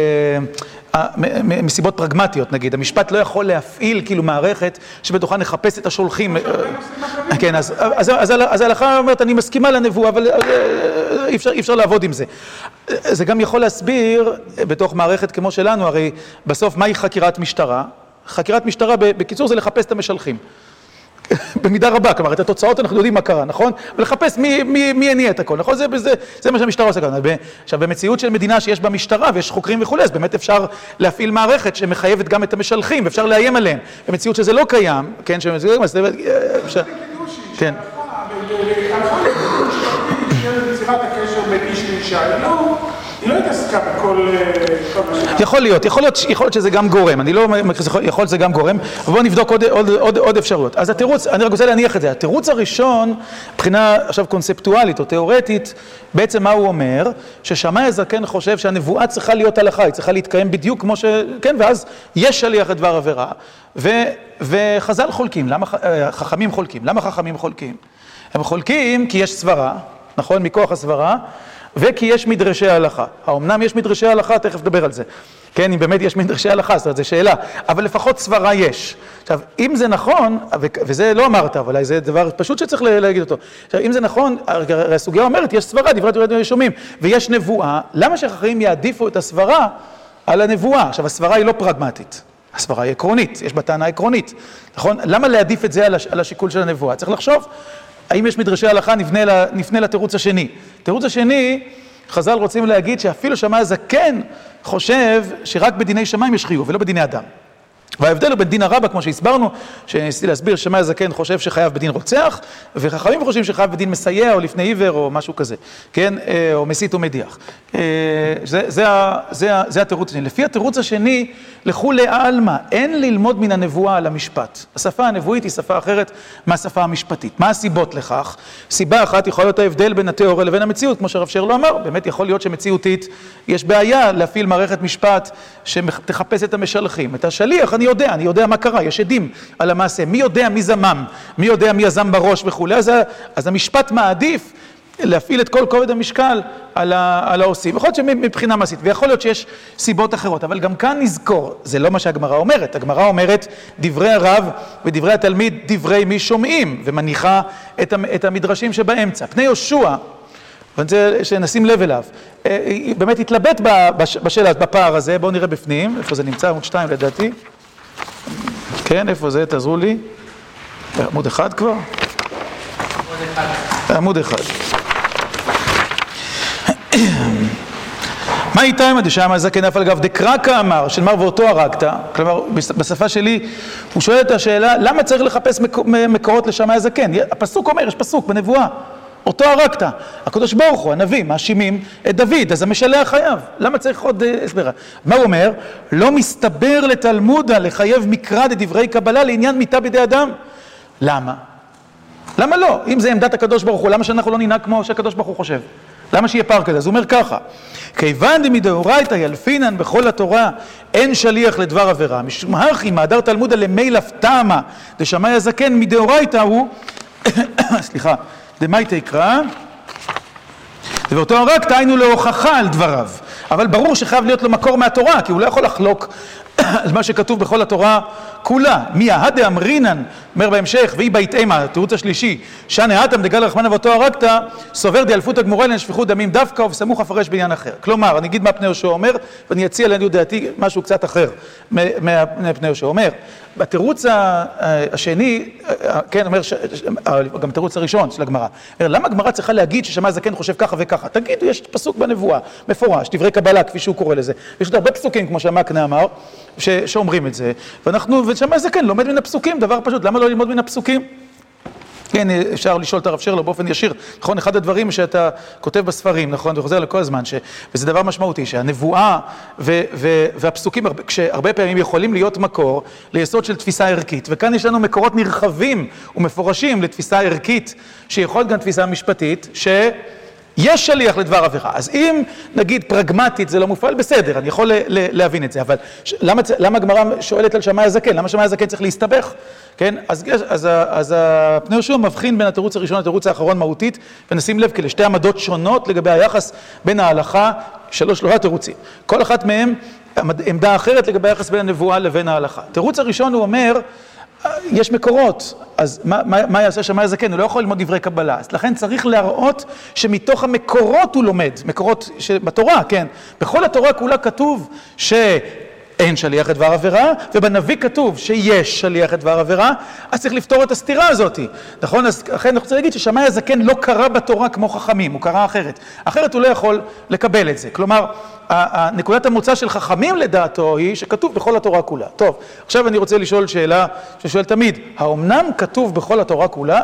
מסיבות פרגמטיות, נגיד, המשפט לא יכול להפעיל כאילו מערכת שבתוכה נחפש את השולחים. כן, אז ההלכה אומרת, אני מסכימה לנבואה, אבל אי אפשר לעבוד עם זה. זה גם יכול להסביר בתוך מערכת כמו שלנו, הרי בסוף מהי חקירת משטרה? חקירת משטרה, בקיצור, זה לחפש את המשלחים. במידה רבה, כלומר, את התוצאות אנחנו יודעים מה קרה, נכון? ולחפש מי, מי, מי הניע את הכל, נכון? זה, זה, זה מה שהמשטרה עושה כאן. עכשיו, במציאות של מדינה שיש בה משטרה ויש חוקרים וכו', אז באמת אפשר להפעיל מערכת שמחייבת גם את המשלחים, ואפשר לאיים עליהם. במציאות שזה לא קיים, כן, שזה לא קיים, אפשר... כן. יצירת הקשר בין איש לאישה, היא לא התעסקה בכל... יכול להיות, יכול להיות, יכול להיות שזה גם גורם, אני לא אומר, יכול להיות שזה גם גורם, אבל בואו נבדוק עוד, עוד, עוד, עוד אפשרויות. אז התירוץ, אני רק רוצה להניח את זה, התירוץ הראשון, מבחינה עכשיו קונספטואלית או תיאורטית, בעצם מה הוא אומר? ששמאי הזקן חושב שהנבואה צריכה להיות הלכה, היא צריכה להתקיים בדיוק כמו ש... כן, ואז יש שליח את דבר עבירה, ו... וחז"ל חולקים, למה חכמים חולקים? למה חכמים חולקים? הם חולקים כי יש סברה, נכון? מכוח הסברה, וכי יש מדרשי ההלכה. האמנם יש מדרשי ההלכה, תכף נדבר על זה. כן, אם באמת יש מדרשי ההלכה, זאת אומרת, זו שאלה. אבל לפחות סברה יש. עכשיו, אם זה נכון, וזה לא אמרת, אבל זה דבר פשוט שצריך להגיד אותו. עכשיו, אם זה נכון, הסוגיה אומרת, יש סברה, דברי דברי שומעים, ויש נבואה, למה שחכמים יעדיפו את הסברה על הנבואה? עכשיו, הסברה היא לא פרגמטית. הסברה היא עקרונית, יש בה טענה עקרונית. נכון? למה להעדיף את זה על השיקול של הנבואה? צריך לחשוב. האם יש מדרשי הלכה, נפנה, נפנה לתירוץ השני. תירוץ השני, חז"ל רוצים להגיד שאפילו שמאי הזקן חושב שרק בדיני שמיים יש חיוב, ולא בדיני אדם. וההבדל הוא בין דין הרבה, כמו שהסברנו, שניסיתי להסביר, שמאי הזקן חושב שחייב בדין רוצח, וחכמים חושבים שחייב בדין מסייע, או לפני עיוור, או משהו כזה, כן? או מסית ומדיח. זה, זה, זה, זה התירוץ השני. לפי התירוץ השני, לכולי עלמא, אין ללמוד מן הנבואה על המשפט. השפה הנבואית היא שפה אחרת מהשפה המשפטית. מה הסיבות לכך? סיבה אחת יכול להיות ההבדל בין התיאוריה לבין המציאות, כמו שהרב שרלו אמר. באמת יכול להיות שמציאותית יש בעיה להפעיל מערכת משפט שתחפש את המשלחים. את השליח, אני יודע, אני יודע מה קרה, יש עדים על המעשה. מי יודע מי זמם, מי יודע מי יזם בראש וכו'. אז, אז המשפט מעדיף להפעיל את כל כובד המשקל על, ה, על העושים. יכול להיות שמבחינה מעשית, ויכול להיות שיש סיבות אחרות, אבל גם כאן נזכור, זה לא מה שהגמרא אומרת. הגמרא אומרת, דברי הרב ודברי התלמיד, דברי מי שומעים, ומניחה את, את המדרשים שבאמצע. פני יהושע, ואני רוצה שנשים לב אליו. באמת התלבט בשאלה, בפער הזה, בואו נראה בפנים, איפה זה נמצא, עמוד שתיים לדעתי. כן, איפה זה, תעזרו לי. עמוד אחד כבר? עמוד אחד. עמוד אחד. מה איתה עם הדשאם הזקן אף על גב דקרקה אמר, של מר ואותו הרגת, כלומר בשפה שלי הוא שואל את השאלה למה צריך לחפש מקורות לשמאי הזקן? הפסוק אומר, יש פסוק בנבואה, אותו הרגת, הקדוש ברוך הוא, הנביא, מאשימים את דוד, אז המשלח חייב, למה צריך עוד הסברה? מה הוא אומר? לא מסתבר לתלמודה לחייב מקרא דדברי קבלה לעניין מיתה בידי אדם. למה? למה לא? אם זה עמדת הקדוש ברוך הוא, למה שאנחנו לא ננהג כמו שהקדוש ברוך הוא חושב? למה שיהיה פער כזה? אז הוא אומר ככה, כיוון דמדאורייתא ילפינן בכל התורה אין שליח לדבר עבירה, משום הכי מהדר תלמודה למילף טעמה דשמאי הזקן מדאורייתא הוא, סליחה, דמייתא יקרא, ואותו הרגת היינו להוכחה על דבריו, אבל ברור שחייב להיות לו מקור מהתורה, כי הוא לא יכול לחלוק על מה שכתוב בכל התורה כולה. מי ההדה אמרינן, אומר בהמשך, והיא בהתאמה, התירוץ השלישי, שנאתם דגל רחמנא ואותו הרגת, סובר דאלפותא גמורה לשפיכות דמים דווקא ובסמוך אפרש בעניין אחר. כלומר, אני אגיד מה פני יהושע אומר, ואני אציע לעניות דעתי משהו קצת אחר מפני יהושע אומר. בתירוץ השני, כן, אומר, גם התירוץ הראשון של הגמרא, למה הגמרא צריכה להגיד ששמאי הזקן חושב ככה וככה? תגידו, יש פסוק בנבואה, מפורש, דברי קבלה, כפי שהוא קורא לזה. יש עוד הרבה פסוקים, כמו שהמקנה אמר, ש- שאומרים את זה, ואנחנו, ושמאי הזקן לומד מן הפסוקים, דבר פשוט, למה לא ללמוד מן הפסוקים? כן, אפשר לשאול את הרב שרלו באופן ישיר, נכון, אחד הדברים שאתה כותב בספרים, נכון, וחוזר לכל הזמן, ש... וזה דבר משמעותי, שהנבואה ו... ו... והפסוקים, כשהרבה פעמים יכולים להיות מקור ליסוד של תפיסה ערכית, וכאן יש לנו מקורות נרחבים ומפורשים לתפיסה ערכית, שיכול גם תפיסה משפטית, ש... יש שליח לדבר עבירה, אז אם נגיד פרגמטית זה לא מופעל, בסדר, אני יכול להבין את זה, אבל למה, למה הגמרא שואלת על שמאי הזקן? למה שמאי הזקן צריך להסתבך? כן? אז, אז, אז הפני יהושע מבחין בין התירוץ הראשון לתירוץ האחרון מהותית, ונשים לב כאלה שתי עמדות שונות לגבי היחס בין ההלכה, שלוש שלושה תירוצים. כל אחת מהם עמדה אחרת לגבי היחס בין הנבואה לבין ההלכה. התירוץ הראשון הוא אומר, יש מקורות, אז מה, מה, מה יעשה שמאי הזקן? הוא לא יכול ללמוד דברי קבלה, אז לכן צריך להראות שמתוך המקורות הוא לומד, מקורות בתורה, כן, בכל התורה כולה כתוב שאין שליח לדבר עבירה, ובנביא כתוב שיש שליח לדבר עבירה, אז צריך לפתור את הסתירה הזאת, נכון? אז לכן אני רוצה להגיד ששמאי הזקן לא קרא בתורה כמו חכמים, הוא קרא אחרת, אחרת הוא לא יכול לקבל את זה, כלומר, נקודת המוצא של חכמים לדעתו היא שכתוב בכל התורה כולה. טוב, עכשיו אני רוצה לשאול שאלה ששואל תמיד, האומנם כתוב בכל התורה כולה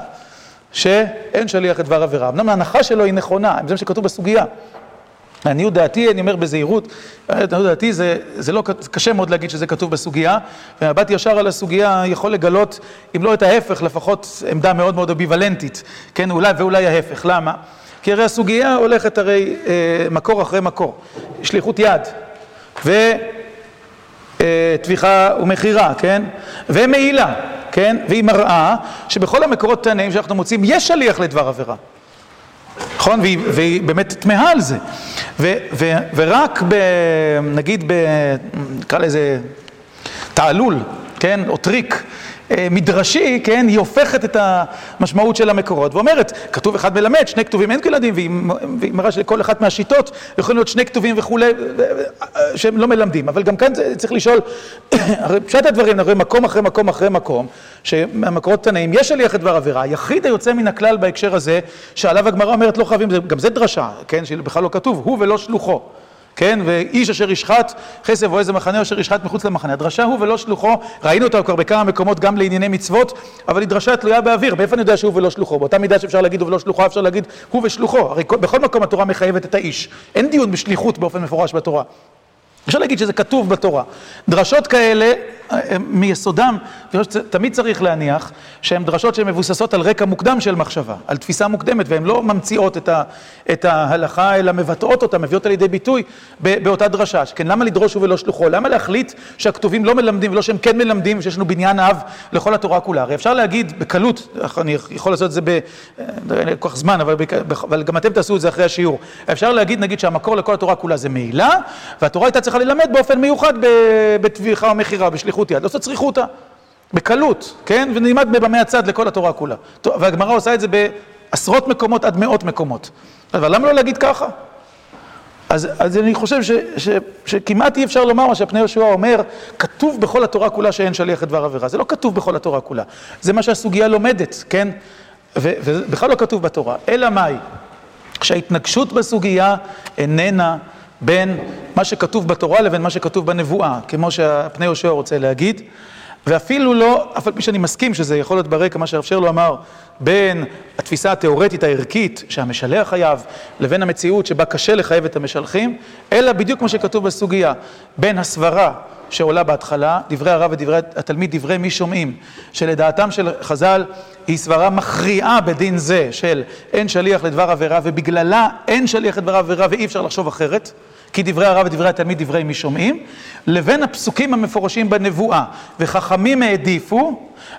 שאין שליח לדבר עבירה? אמנם ההנחה שלו היא נכונה, זה מה שכתוב בסוגיה. לעניות דעתי, אני אומר בזהירות, לעניות דעתי זה, זה לא, קשה מאוד להגיד שזה כתוב בסוגיה, ומבט ישר על הסוגיה יכול לגלות, אם לא את ההפך, לפחות עמדה מאוד מאוד אביוולנטית, כן, אולי ואולי ההפך. למה? כי הרי הסוגיה הולכת הרי אה, מקור אחרי מקור, שליחות יד, ותביכה ומחירה, כן? ומעילה, כן? והיא מראה שבכל המקורות תנאים שאנחנו מוצאים יש שליח לדבר עבירה. נכון? והיא, והיא באמת תמהה על זה. ו, ו, ורק ב, נגיד ב, נקרא לזה תעלול, כן? או טריק. מדרשי, כן, היא הופכת את המשמעות של המקורות, ואומרת, כתוב אחד מלמד, שני כתובים אין כילדים, והיא מראה שלכל אחת מהשיטות יכולים להיות שני כתובים וכולי, שהם לא מלמדים, אבל גם כאן צריך לשאול, פשט הדברים, נראה מקום אחרי מקום אחרי מקום, שהמקורות תנאים, יש שליח לדבר עבירה, היחיד היוצא מן הכלל בהקשר הזה, שעליו הגמרא אומרת לא חייבים, גם זה דרשה, כן, שבכלל לא כתוב, הוא ולא שלוחו. כן, ואיש אשר ישחט חסב או איזה מחנה אשר ישחט מחוץ למחנה. הדרשה הוא ולא שלוחו, ראינו אותה כבר בכמה מקומות גם לענייני מצוות, אבל היא דרשה תלויה באוויר. מאיפה אני יודע שהוא ולא שלוחו? באותה מידה שאפשר להגיד הוא ולא שלוחו, אפשר להגיד הוא ושלוחו. הרי בכל מקום התורה מחייבת את האיש. אין דיון בשליחות באופן מפורש בתורה. אפשר להגיד שזה כתוב בתורה. דרשות כאלה, מיסודם, תמיד צריך להניח שהן דרשות שהן מבוססות על רקע מוקדם של מחשבה, על תפיסה מוקדמת, והן לא ממציאות את, ה, את ההלכה, אלא מבטאות אותה, מביאות על ידי ביטוי באותה דרשה. כן, למה לדרוש ולא שלוחו? למה להחליט שהכתובים לא מלמדים ולא שהם כן מלמדים, שיש לנו בניין אב לכל התורה כולה? הרי אפשר להגיד בקלות, אני יכול לעשות את זה ב... אין לי כל כך זמן, אבל, אבל גם אתם תעשו את זה אחרי השיעור. אפשר להגיד, נגיד, שהמקור לכל התורה כולה זה מעילה, והתורה הייתה צריכה ללמד באופן מיוחד בתביכה או מחירה, בשליחות יד. לא צריכו אותה, בקלות, כן? ונלמד בבמה הצד לכל התורה כולה. והגמרא עושה את זה בעשרות מקומות עד מאות מקומות. אבל למה לא להגיד ככה? אז, אז אני חושב ש, ש, שכמעט אי אפשר לומר מה שהפני יהושע אומר, כתוב בכל התורה כולה שאין שליח לדבר עבירה. זה לא כתוב בכל התורה כולה. זה מה שהסוגיה לומדת, כן? ו, ובכלל לא כתוב בתורה. אלא מהי? כשההתנגשות בסוגיה איננה בין מה שכתוב בתורה לבין מה שכתוב בנבואה, כמו שהפני יהושע רוצה להגיד, ואפילו לא, אף על פי שאני מסכים שזה יכול להיות ברקע, מה שהרב שרלו אמר, בין התפיסה התיאורטית הערכית שהמשלח חייב, לבין המציאות שבה קשה לחייב את המשלחים, אלא בדיוק כמו שכתוב בסוגיה, בין הסברה שעולה בהתחלה, דברי הרב ודברי התלמיד, דברי מי שומעים, שלדעתם של חז"ל היא סברה מכריעה בדין זה, של אין שליח לדבר עבירה, ובגללה אין שליח לדבר עבירה ואי אפשר לחשוב אחרת, כי דברי הרב ודברי התלמיד דברי מי שומעים, לבין הפסוקים המפורשים בנבואה, וחכמים העדיפו,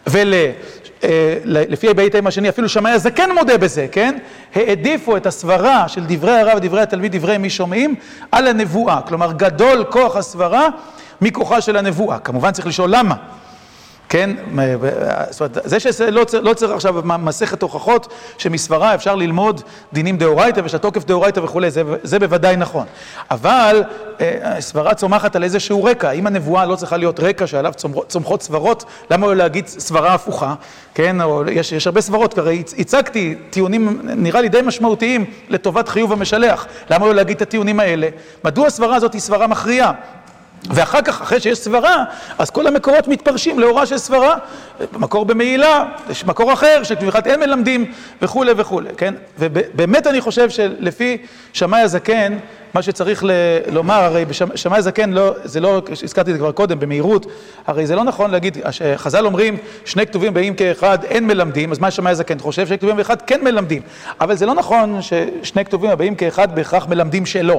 ולפי בית האם השני, אפילו שמאי הזקן מודה בזה, כן? העדיפו את הסברה של דברי הרב ודברי התלמיד דברי מי שומעים, על הנבואה. כלומר, גדול כוח הסברה מכוחה של הנבואה. כמובן צריך לשאול למה. כן, זאת אומרת, זה שלא לא צריך עכשיו מסכת הוכחות שמסברה אפשר ללמוד דינים דאורייתא ושתוקף דאורייתא וכולי, זה, זה בוודאי נכון. אבל סברה צומחת על איזשהו רקע. אם הנבואה לא צריכה להיות רקע שעליו צומחות סברות, למה לא להגיד סברה הפוכה? כן, או יש, יש הרבה סברות, הרי הצגתי טיעונים נראה לי די משמעותיים לטובת חיוב המשלח. למה לא להגיד את הטיעונים האלה? מדוע הסברה הזאת היא סברה מכריעה? ואחר כך, אחרי שיש סברה, אז כל המקורות מתפרשים לאורה של סברה, מקור במעילה, יש מקור אחר, שכביכול אין מלמדים, וכו' וכו', כן? ובאמת אני חושב שלפי שמאי הזקן, מה שצריך לומר, הרי בשמאי הזקן, לא, זה לא, הזכרתי את זה כבר קודם, במהירות, הרי זה לא נכון להגיד, חז"ל אומרים, שני כתובים באים כאחד, אין מלמדים, אז מה שמאי הזקן חושב? שני כתובים באחד כן מלמדים, אבל זה לא נכון ששני כתובים הבאים כאחד בהכרח מלמדים שלא.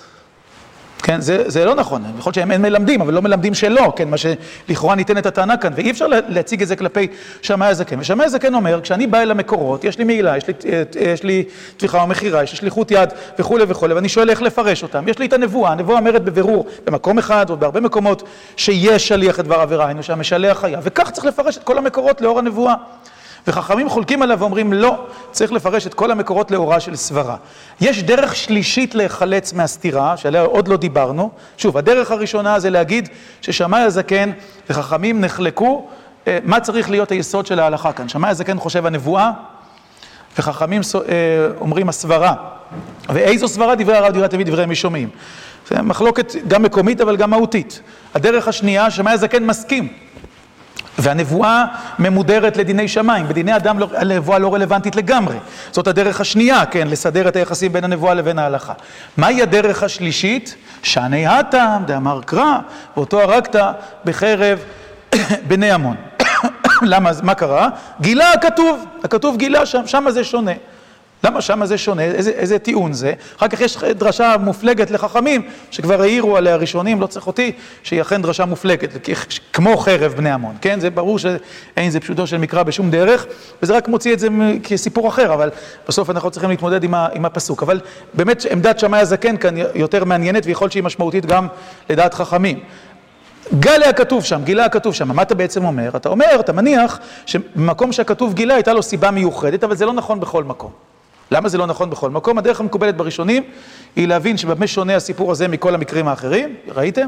כן, זה, זה לא נכון, יכול להיות שהם אין מלמדים, אבל לא מלמדים שלא, כן, מה שלכאורה ניתן את הטענה כאן, ואי אפשר להציג את זה כלפי שמאי הזקן. ושמאי הזקן אומר, כשאני בא אל המקורות, יש לי מעילה, יש לי, יש לי תביכה או מחירה, יש לי שליחות יד וכו' וכו', ואני שואל איך לפרש אותם. יש לי את הנבואה, הנבואה אומרת בבירור, במקום אחד או בהרבה מקומות, שיש שליח לדבר עבירה, היינו שהמשלח חייב, וכך צריך לפרש את כל המקורות לאור הנבואה. וחכמים חולקים עליו ואומרים, לא, צריך לפרש את כל המקורות לאורה של סברה. יש דרך שלישית להיחלץ מהסתירה, שעליה עוד לא דיברנו. שוב, הדרך הראשונה זה להגיד ששמאי הזקן וחכמים נחלקו, מה צריך להיות היסוד של ההלכה כאן. שמאי הזקן חושב הנבואה, וחכמים אומרים הסברה. ואיזו סברה? דברי הרב דברי התלמיד דברי מי שומעים. זה מחלוקת גם מקומית אבל גם מהותית. הדרך השנייה, שמאי הזקן מסכים. והנבואה ממודרת לדיני שמיים, בדיני אדם לא, הנבואה לא רלוונטית לגמרי. זאת הדרך השנייה, כן, לסדר את היחסים בין הנבואה לבין ההלכה. מהי הדרך השלישית? שאני הטעם, דאמר קרא, ואותו הרגת בחרב בני עמון. למה, מה קרה? גילה הכתוב, הכתוב גילה שם, שם זה שונה. למה שם זה שונה? איזה, איזה טיעון זה? אחר כך יש דרשה מופלגת לחכמים, שכבר העירו עליה ראשונים, לא צריך אותי, שהיא אכן דרשה מופלגת, כמו חרב בני עמון, כן? זה ברור שאין זה פשוטו של מקרא בשום דרך, וזה רק מוציא את זה כסיפור אחר, אבל בסוף אנחנו צריכים להתמודד עם, ה, עם הפסוק. אבל באמת עמדת שמאי הזקן כאן יותר מעניינת, ויכול שהיא משמעותית גם לדעת חכמים. גלה הכתוב שם, גילה הכתוב שם, מה אתה בעצם אומר? אתה אומר, אתה מניח, שבמקום שהכתוב גילה הייתה לו סיבה מיוחדת, אבל זה לא נכון בכל מקום. למה זה לא נכון בכל מקום? הדרך המקובלת בראשונים היא להבין שבמה שונה הסיפור הזה מכל המקרים האחרים. ראיתם?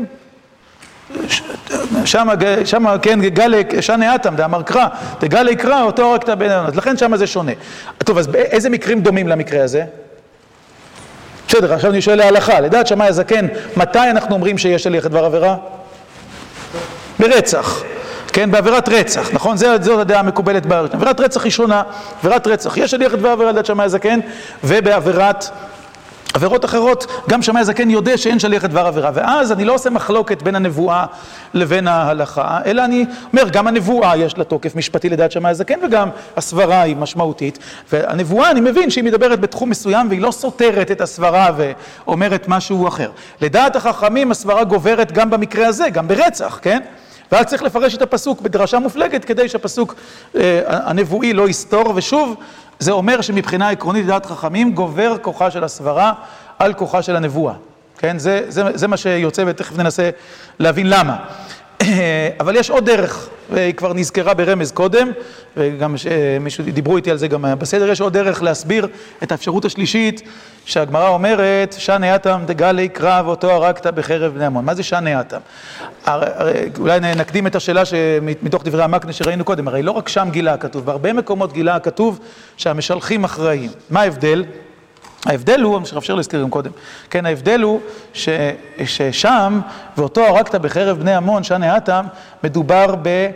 שם, שם, כן, גלה, שנה אתם, דאמר קרא, תגלה יקרא, אותו רק תבן, אז לכן שם זה שונה. טוב, אז איזה מקרים דומים למקרה הזה? בסדר, עכשיו אני שואל להלכה, לדעת שמאי הזקן, מתי אנחנו אומרים שיש שליח לדבר עבירה? ברצח. כן, בעבירת רצח, נכון? זה, זאת הדעה המקובלת בארץ. עבירת רצח היא שונה, עבירת רצח. יש שליח לדבר עבירה לדעת שמאי הזקן, ובעבירת, עבירות אחרות, גם שמאי הזקן יודע שאין שליח לדבר עבירה. ואז אני לא עושה מחלוקת בין הנבואה לבין ההלכה, אלא אני אומר, גם הנבואה יש לה תוקף משפטי לדעת שמאי הזקן, וגם הסברה היא משמעותית. והנבואה, אני מבין שהיא מדברת בתחום מסוים, והיא לא סותרת את הסברה ואומרת משהו אחר. לדעת החכמים, הסברה גוברת גם במקרה הזה, גם ברצח, כן? ואז צריך לפרש את הפסוק בדרשה מופלגת כדי שהפסוק אה, הנבואי לא יסתור, ושוב זה אומר שמבחינה עקרונית לדעת חכמים גובר כוחה של הסברה על כוחה של הנבואה. כן? זה, זה, זה מה שיוצא ותכף ננסה להבין למה. אבל יש עוד דרך, והיא כבר נזכרה ברמז קודם, וגם מישהו דיברו איתי על זה גם בסדר, יש עוד דרך להסביר את האפשרות השלישית, שהגמרא אומרת, שני אתם דגלי קרב אותו הרגת בחרב בני עמון. מה זה שני אתם? אולי נקדים את השאלה שמתוך דברי המקנה שראינו קודם, הרי לא רק שם גילה הכתוב, בהרבה מקומות גילה הכתוב שהמשלחים אחראים. מה ההבדל? ההבדל הוא, מה שרב שרלו הזכירים קודם, כן, ההבדל הוא ש, ששם, ואותו הרגת בחרב בני עמון, שני אתם, מדובר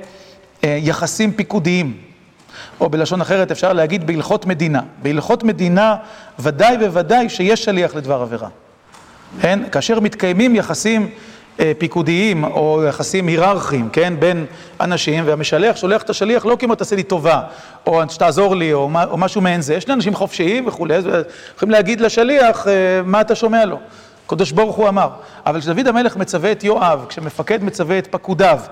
ביחסים פיקודיים, או בלשון אחרת אפשר להגיד בהלכות מדינה. בהלכות מדינה ודאי וודאי שיש שליח לדבר עבירה. כן? כאשר מתקיימים יחסים פיקודיים או יחסים היררכיים, כן, בין אנשים, והמשלח שולח את השליח לא כמו תעשה לי טובה, או שתעזור לי, או, או משהו מעין זה. יש לי אנשים חופשיים וכו', יכולים להגיד לשליח מה אתה שומע לו. קדוש ברוך הוא אמר. אבל כשדוד המלך מצווה את יואב, כשמפקד מצווה את פקודיו,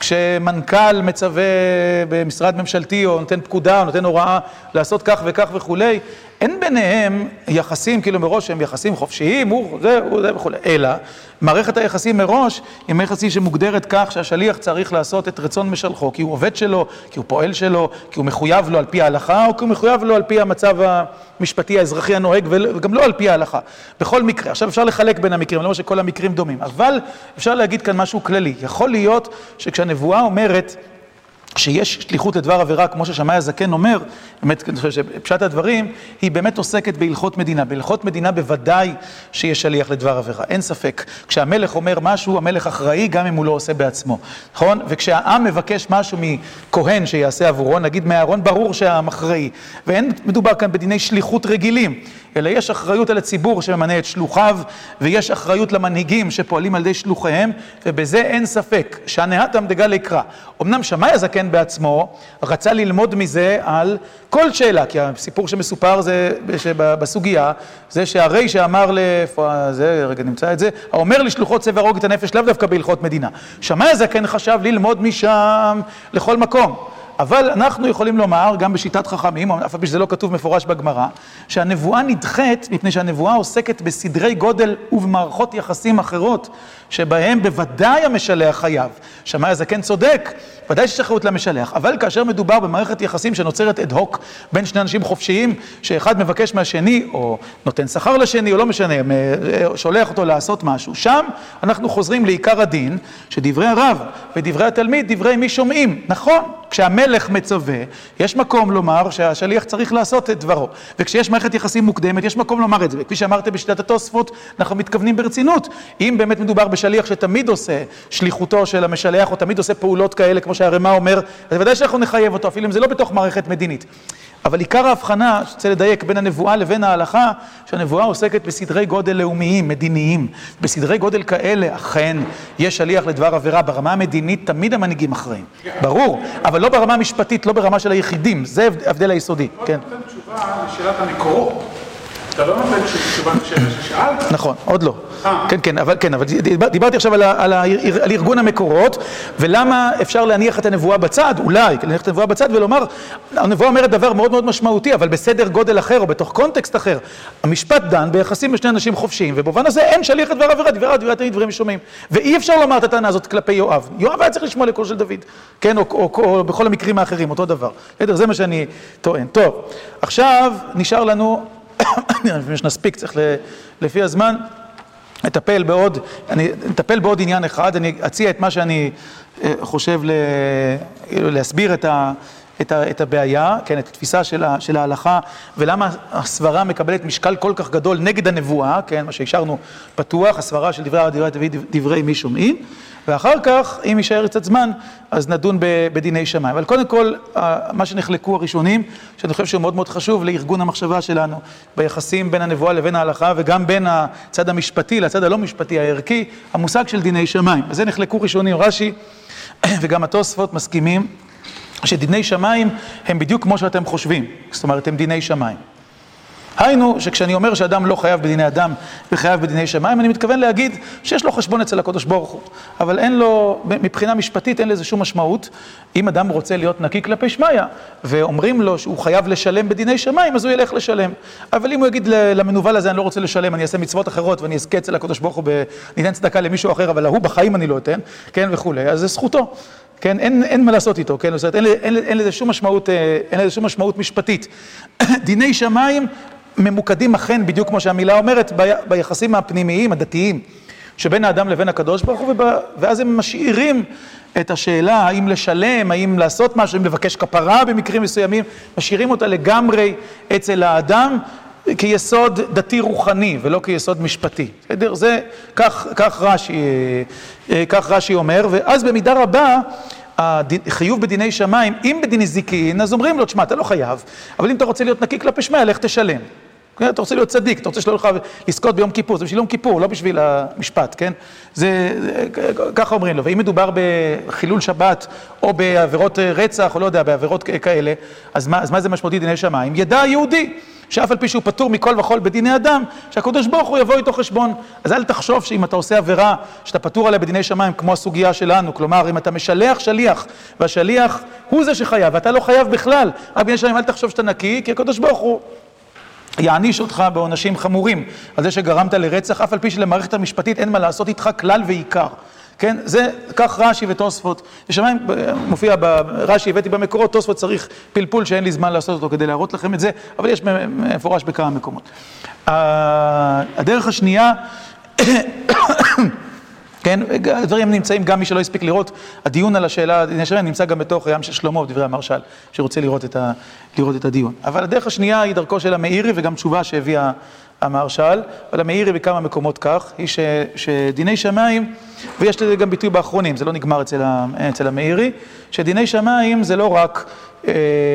כשמנכ"ל מצווה במשרד ממשלתי או נותן פקודה או נותן הוראה לעשות כך וכך וכולי, אין ביניהם יחסים כאילו מראש הם יחסים חופשיים, הוא זה, הוא זה וכולי. אלא מערכת היחסים מראש היא מערכת יחסים שמוגדרת כך שהשליח צריך לעשות את רצון משלחו, כי הוא עובד שלו, כי הוא פועל שלו, כי הוא מחויב לו על פי ההלכה, או כי הוא מחויב לו על פי המצב המשפטי האזרחי הנוהג, וגם לא על פי ההלכה. בכל מקרה, עכשיו אפשר לחלק בין המקרים, לא שכל המקרים דומים, אבל אפשר להגיד כאן משהו כללי. יכול להיות שכשהנבואה אומרת שיש שליחות לדבר עבירה, כמו ששמאי הזקן אומר, באמת, אני חושב שפשט הדברים, היא באמת עוסקת בהלכות מדינה. בהלכות מדינה בוודאי שיש שליח לדבר עבירה, אין ספק. כשהמלך אומר משהו, המלך אחראי, גם אם הוא לא עושה בעצמו. נכון? וכשהעם מבקש משהו מכהן שיעשה עבורו, נגיד מהארון, ברור שהעם אחראי. ואין מדובר כאן בדיני שליחות רגילים, אלא יש אחריות על הציבור שממנה את שלוחיו, ויש אחריות למנהיגים שפועלים על ידי שלוחיהם, ובזה אין ספק. שהנהתם דגל יקרא. אמנם שמאי הזקן בעצמו רצה ללמוד מזה על כל שאלה, כי הסיפור שמסופר זה, בסוגיה, זה שהרי שאמר לאיפה, זה, רגע נמצא את זה, האומר לשלוחות צבע רוג את הנפש, לאו דווקא בהלכות מדינה. שמאי הזקן חשב ללמוד משם לכל מקום. אבל אנחנו יכולים לומר, גם בשיטת חכמים, אף על פי שזה לא כתוב מפורש בגמרא, שהנבואה נדחית, מפני שהנבואה עוסקת בסדרי גודל ובמערכות יחסים אחרות, שבהם בוודאי המשלח חייב. שמאי הזקן צודק, ודאי שיש אחריות למשלח, אבל כאשר מדובר במערכת יחסים שנוצרת אד הוק בין שני אנשים חופשיים, שאחד מבקש מהשני, או נותן שכר לשני, או לא משנה, שולח אותו לעשות משהו, שם אנחנו חוזרים לעיקר הדין, שדברי הרב ודברי התלמיד, דברי מי שומעים. נכון, כשהמלך מצווה, יש מקום לומר שהשליח צריך לעשות את דברו. וכשיש מערכת יחסים מוקדמת, יש מקום לומר את זה. וכפי שאמרתם בשיטת התוספות, אנחנו מתכוונים ברצינות. אם באמת מדובר בשליח שתמיד עושה שליחותו של המשלח, או תמיד עושה פעולות כאלה, כמו שהרמה אומר, אז ודאי שאנחנו נחייב אותו, אפילו אם זה לא בתוך מערכת מדינית. אבל עיקר ההבחנה שצריך לדייק בין הנבואה לבין ההלכה, שהנבואה עוסקת בסדרי גודל לאומיים, מדיניים. בסדרי גודל כאלה, אכן, יש שליח לדבר עבירה. ברמה המדינית תמיד המנהיגים אחראים. ברור, אבל לא ברמה המשפטית, לא ברמה של היחידים. זה ההבדל היסודי. כן. אתה נותן תשובה לשאלת המקורות. אתה לא נותן תשובה לשאלה ששאלת. נכון, עוד לא. כן, כן, אבל, כן, אבל דיברתי עכשיו על, על, על ארגון המקורות, ולמה אפשר להניח את הנבואה בצד, אולי, להניח את הנבואה בצד ולומר, הנבואה אומרת דבר מאוד מאוד משמעותי, אבל בסדר גודל אחר או בתוך קונטקסט אחר. המשפט דן ביחסים בשני אנשים חופשיים, ובמובן הזה אין שליח לדבר עבירה, דברי דברי תמיד דברים שומעים. ואי אפשר לומר את הטענה הזאת כלפי יואב. יואב היה צריך לשמוע לקול של דוד, כן, או, או, או, או בכל המקרים האחרים, אותו דבר. זה מה שאני טוען. טוב, עכשיו נשאר לנו, שנספיק, צריך לפי הזמן, נטפל בעוד, אני נטפל בעוד עניין אחד, אני אציע את מה שאני חושב להסביר את ה... את, ה, את הבעיה, כן, את התפיסה של, ה, של ההלכה, ולמה הסברה מקבלת משקל כל כך גדול נגד הנבואה, כן, מה שהשארנו פתוח, הסברה של דברי דברי, דברי, דברי מי שומעים, ואחר כך, אם יישאר קצת זמן, אז נדון בדיני שמיים. אבל קודם כל, מה שנחלקו הראשונים, שאני חושב שהוא מאוד מאוד חשוב לארגון המחשבה שלנו, ביחסים בין הנבואה לבין ההלכה, וגם בין הצד המשפטי לצד הלא משפטי הערכי, המושג של דיני שמיים. אז זה נחלקו ראשונים, רש"י, וגם התוספות מסכימים, שדיני שמיים הם בדיוק כמו שאתם חושבים, זאת אומרת, הם דיני שמיים. היינו שכשאני אומר שאדם לא חייב בדיני אדם וחייב בדיני שמיים, אני מתכוון להגיד שיש לו חשבון אצל הקדוש ברוך הוא, אבל אין לו, מבחינה משפטית אין לזה שום משמעות. אם אדם רוצה להיות נקי כלפי שמיא, ואומרים לו שהוא חייב לשלם בדיני שמיים, אז הוא ילך לשלם. אבל אם הוא יגיד למנוול הזה, אני לא רוצה לשלם, אני אעשה מצוות אחרות ואני אזכה אצל הקדוש ברוך הוא, אני אתן צדקה למישהו אחר, אבל הוא בחיים אני לא אתן, כן, וכולי, אז זה זכותו. כן, אין, אין מה לעשות איתו, כן, אין, אין, אין לזה שום משמעות, אין לזה שום משמעות משפטית. דיני שמיים ממוקדים אכן, בדיוק כמו שהמילה אומרת, ב, ביחסים הפנימיים, הדתיים, שבין האדם לבין הקדוש ברוך הוא, ואז הם משאירים את השאלה האם לשלם, האם לעשות משהו, האם לבקש כפרה במקרים מסוימים, משאירים אותה לגמרי אצל האדם, כיסוד דתי רוחני ולא כיסוד משפטי. בסדר? זה, כך, כך רש"י, כך רש"י אומר, ואז במידה רבה, החיוב בדיני שמיים, אם בדיני זיקין, אז אומרים לו, תשמע, אתה לא חייב, אבל אם אתה רוצה להיות נקי כלפי שמיא, לך תשלם. אתה רוצה להיות צדיק, אתה רוצה שלא לך לזכות ביום כיפור, זה בשביל יום כיפור, לא בשביל המשפט, כן? זה, ככה אומרים לו, ואם מדובר בחילול שבת, או בעבירות רצח, או לא יודע, בעבירות כאלה, אז מה, אז מה זה משמעותי דיני שמיים? ידע היהודי, שאף על פי שהוא פטור מכל וכל בדיני אדם, שהקדוש ברוך הוא יבוא איתו חשבון. אז אל תחשוב שאם אתה עושה עבירה, שאתה פטור עליה בדיני שמיים, כמו הסוגיה שלנו, כלומר, אם אתה משלח שליח, והשליח הוא זה שחייב, ואתה לא חייב בכלל, רק בדיני שמיים אל תחשוב שאתה נקי, כי הקדוש ברוך הוא יעניש אותך בעונשים חמורים, על זה שגרמת לרצח, אף על פי שלמערכת המשפטית אין מה לעשות איתך כלל ועיקר. כן, זה, כך רש"י ותוספות. לשמיים מופיע ברש"י, הבאתי במקורות, תוספות צריך פלפול שאין לי זמן לעשות אותו כדי להראות לכם את זה, אבל יש מפורש בכמה מקומות. הדרך השנייה, כן, הדברים נמצאים גם מי שלא הספיק לראות, הדיון על השאלה, נמצא גם בתוך ים של שלמה, בדברי המרשל, שרוצה לראות את, ה, לראות את הדיון. אבל הדרך השנייה היא דרכו של המאירי, וגם תשובה שהביאה המרשל, אבל המאירי בכמה מקומות כך, היא ש, שדיני שמיים, ויש לזה גם ביטוי באחרונים, זה לא נגמר אצל, אצל המאירי, שדיני שמיים זה לא רק אה,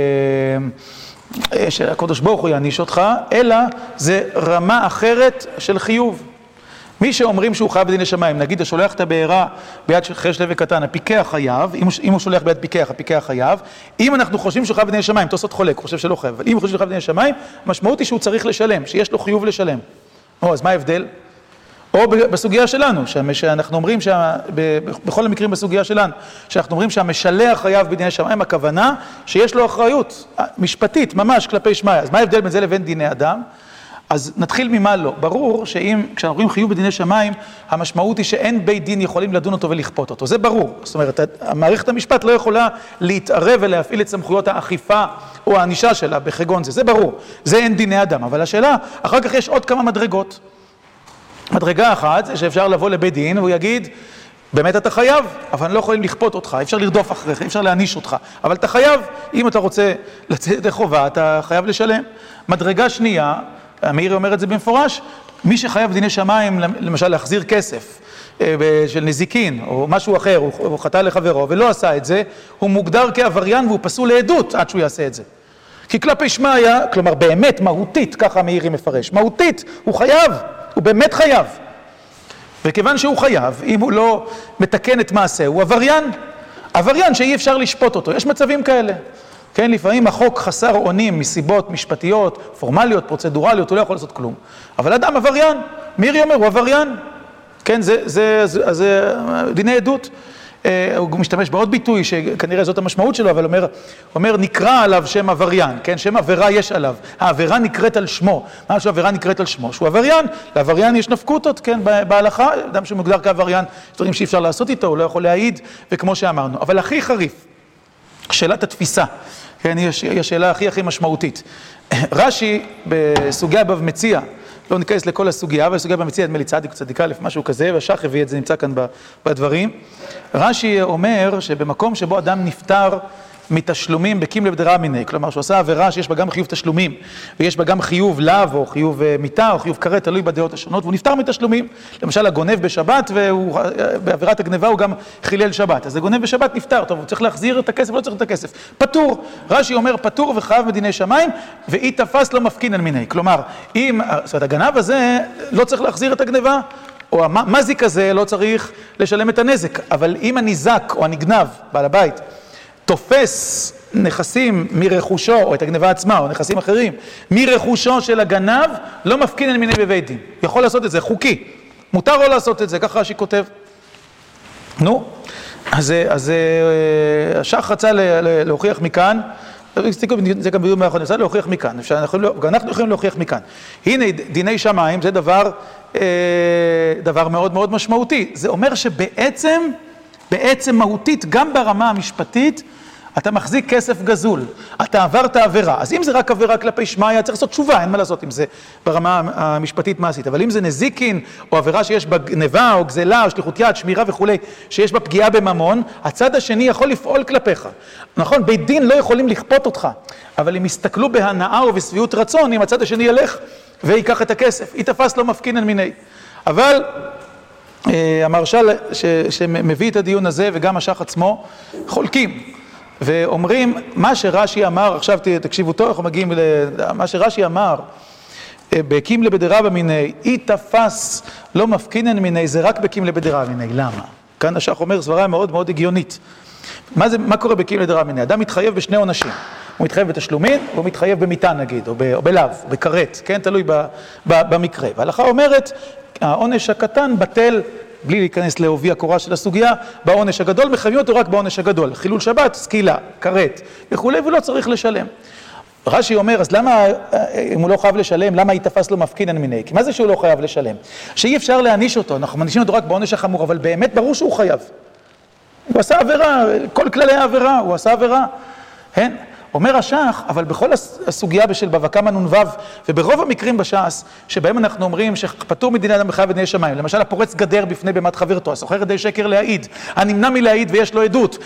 שהקדוש ברוך הוא יעניש אותך, אלא זה רמה אחרת של חיוב. מי שאומרים שהוא חייב בדיני שמיים, נגיד השולח את הבעירה ביד חרש לוי קטן, הפיקח חייב, אם הוא, אם הוא שולח ביד פיקח, הפיקח חייב. אם אנחנו חושבים שהוא חייב בדיני שמיים, תוספות חולק, הוא חושב שלא חייב, אבל אם הוא חושב שהוא חייב בדיני שמיים, המשמעות היא שהוא צריך לשלם, שיש לו חיוב לשלם. או, אז מה ההבדל? או בסוגיה שלנו, שאנחנו אומרים, שה, בכל המקרים בסוגיה שלנו, שאנחנו אומרים שהמשלח חייב בדיני שמיים, הכוונה שיש לו אחריות משפטית, ממש כלפי שמיא. אז מה ההבדל בין זה לבין דיני אדם? אז נתחיל ממה לא. ברור שאם, כשאנחנו רואים חיוב בדיני שמיים, המשמעות היא שאין בית דין יכולים לדון אותו ולכפות אותו. זה ברור. זאת אומרת, המערכת המשפט לא יכולה להתערב ולהפעיל את סמכויות האכיפה או הענישה שלה בחגון זה. זה ברור. זה אין דיני אדם. אבל השאלה, אחר כך יש עוד כמה מדרגות. מדרגה אחת זה שאפשר לבוא לבית דין והוא יגיד, באמת אתה חייב, אבל לא יכולים לכפות אותך, אפשר לרדוף אחריך, אפשר להעניש אותך. אבל אתה חייב, אם אתה רוצה לצאת לחובה, אתה חייב לשלם. מדרגה שנייה, המאירי אומר את זה במפורש, מי שחייב בדיני שמיים, למשל להחזיר כסף של נזיקין או משהו אחר, הוא חטא לחברו ולא עשה את זה, הוא מוגדר כעבריין והוא פסול לעדות עד שהוא יעשה את זה. כי כלפי שמיא, כלומר באמת, מהותית, ככה המאירי מפרש, מהותית, הוא חייב, הוא באמת חייב. וכיוון שהוא חייב, אם הוא לא מתקן את מעשה, הוא עבריין, עבריין שאי אפשר לשפוט אותו, יש מצבים כאלה. כן, לפעמים החוק חסר אונים מסיבות משפטיות, פורמליות, פרוצדורליות, הוא לא יכול לעשות כלום. אבל אדם עבריין, מאירי אומר, הוא עבריין. כן, זה, זה, זה, זה דיני עדות. הוא משתמש בעוד ביטוי, שכנראה זאת המשמעות שלו, אבל אומר, אומר, נקרא עליו שם עבריין, כן, שם עבירה יש עליו. העבירה נקראת על שמו. מה שהעבירה נקראת על שמו? שהוא עבריין. לעבריין יש נפקותות, כן, בהלכה. אדם שמוגדר כעבריין, יש דברים שאי אפשר לעשות איתו, הוא לא יכול להעיד, וכמו שאמרנו. אבל הכי חריף, שאלת התפיסה. כן, היא השאלה הכי הכי משמעותית. רש"י בסוגיה בבא מציעא, לא ניכנס לכל הסוגיה, אבל הסוגיה בבא מציעא, נדמה לי צדיק או צדיקה, משהו כזה, והשח הביא את זה, נמצא כאן בדברים. רש"י אומר שבמקום שבו אדם נפטר מתשלומים בקימליה בדרע מיניה, כלומר שהוא עשה עבירה שיש בה גם חיוב תשלומים, ויש בה גם חיוב לאו או חיוב מיתה או חיוב כרת, תלוי בדעות השונות, והוא נפטר מתשלומים. למשל הגונב בשבת, ובעבירת הגניבה הוא גם חילל שבת. אז הגונב בשבת נפטר, טוב, הוא צריך להחזיר את הכסף, לא צריך את הכסף. פטור. רש"י אומר פטור וחייב מדיני שמיים, ואי תפס לא מפקין על מיני. כלומר, אם, זאת אומרת, הגנב הזה לא צריך להחזיר את הגניבה, או המזיק הזה לא צריך לשלם את הנזק. אבל אם הניזק או הנגנב, בעל הבית, תופס נכסים מרכושו, או את הגנבה עצמה, או נכסים אחרים, מרכושו של הגנב, לא מפקין על מיני בבית דין. יכול לעשות את זה, חוקי. מותר לו לעשות את זה, ככה רש"י כותב. נו, אז, אז השח רצה להוכיח מכאן, זה גם ביום האחרון, רצה להוכיח מכאן, אנחנו יכולים להוכיח מכאן. הנה, דיני שמיים זה דבר, דבר מאוד מאוד משמעותי. זה אומר שבעצם, בעצם מהותית, גם ברמה המשפטית, אתה מחזיק כסף גזול, אתה עברת עבירה. אז אם זה רק עבירה כלפי שמיא, צריך לעשות תשובה, אין מה לעשות עם זה ברמה המשפטית מעשית. אבל אם זה נזיקין, או עבירה שיש בה גנבה, או גזלה, או שליחות יד, שמירה וכו', שיש בה פגיעה בממון, הצד השני יכול לפעול כלפיך. נכון, בית דין לא יכולים לכפות אותך, אבל אם יסתכלו בהנאה ובשביעות רצון, אם הצד השני ילך ויקח את הכסף, יתפס לו מפקין על מיני. אבל המהרש"ל שמביא את הדיון הזה, וגם השח עצמו, חולקים. ואומרים, מה שרש"י אמר, עכשיו תקשיבו טוב, אנחנו מגיעים למה שרש"י אמר, בקים לבדרבה מיני, אי תפס לא מפקינן מיני, זה רק בקים לבדרבה מיני, למה? כאן השח אומר סברה מאוד מאוד הגיונית. מה זה, מה קורה בקים לבדרבה מיני? אדם מתחייב בשני עונשים, הוא מתחייב בתשלומין, והוא מתחייב במיתה נגיד, או, ב, או בלאו, בכרת, כן, תלוי ב, ב, במקרה. וההלכה אומרת, העונש הקטן בטל, בלי להיכנס לעובי הקורה של הסוגיה, בעונש הגדול, מחייבים אותו רק בעונש הגדול. חילול שבת, סקילה, כרת, וכולי, ולא צריך לשלם. רש"י אומר, אז למה, אם הוא לא חייב לשלם, למה יתפס לו מפקינן מיני? כי מה זה שהוא לא חייב לשלם? שאי אפשר להעניש אותו, אנחנו מענישים אותו רק בעונש החמור, אבל באמת ברור שהוא חייב. הוא עשה עבירה, כל כללי העבירה, הוא עשה עבירה. כן? אומר השח, אבל בכל הסוגיה בשל בבא קמא נ"ו, וברוב המקרים בש"ס, שבהם אנחנו אומרים שפטור מדיני אדם וחייב בדיני שמיים, למשל הפורץ גדר בפני בימת חברתו, הסוחר ידי שקר להעיד, הנמנע מלהעיד ויש לו עדות,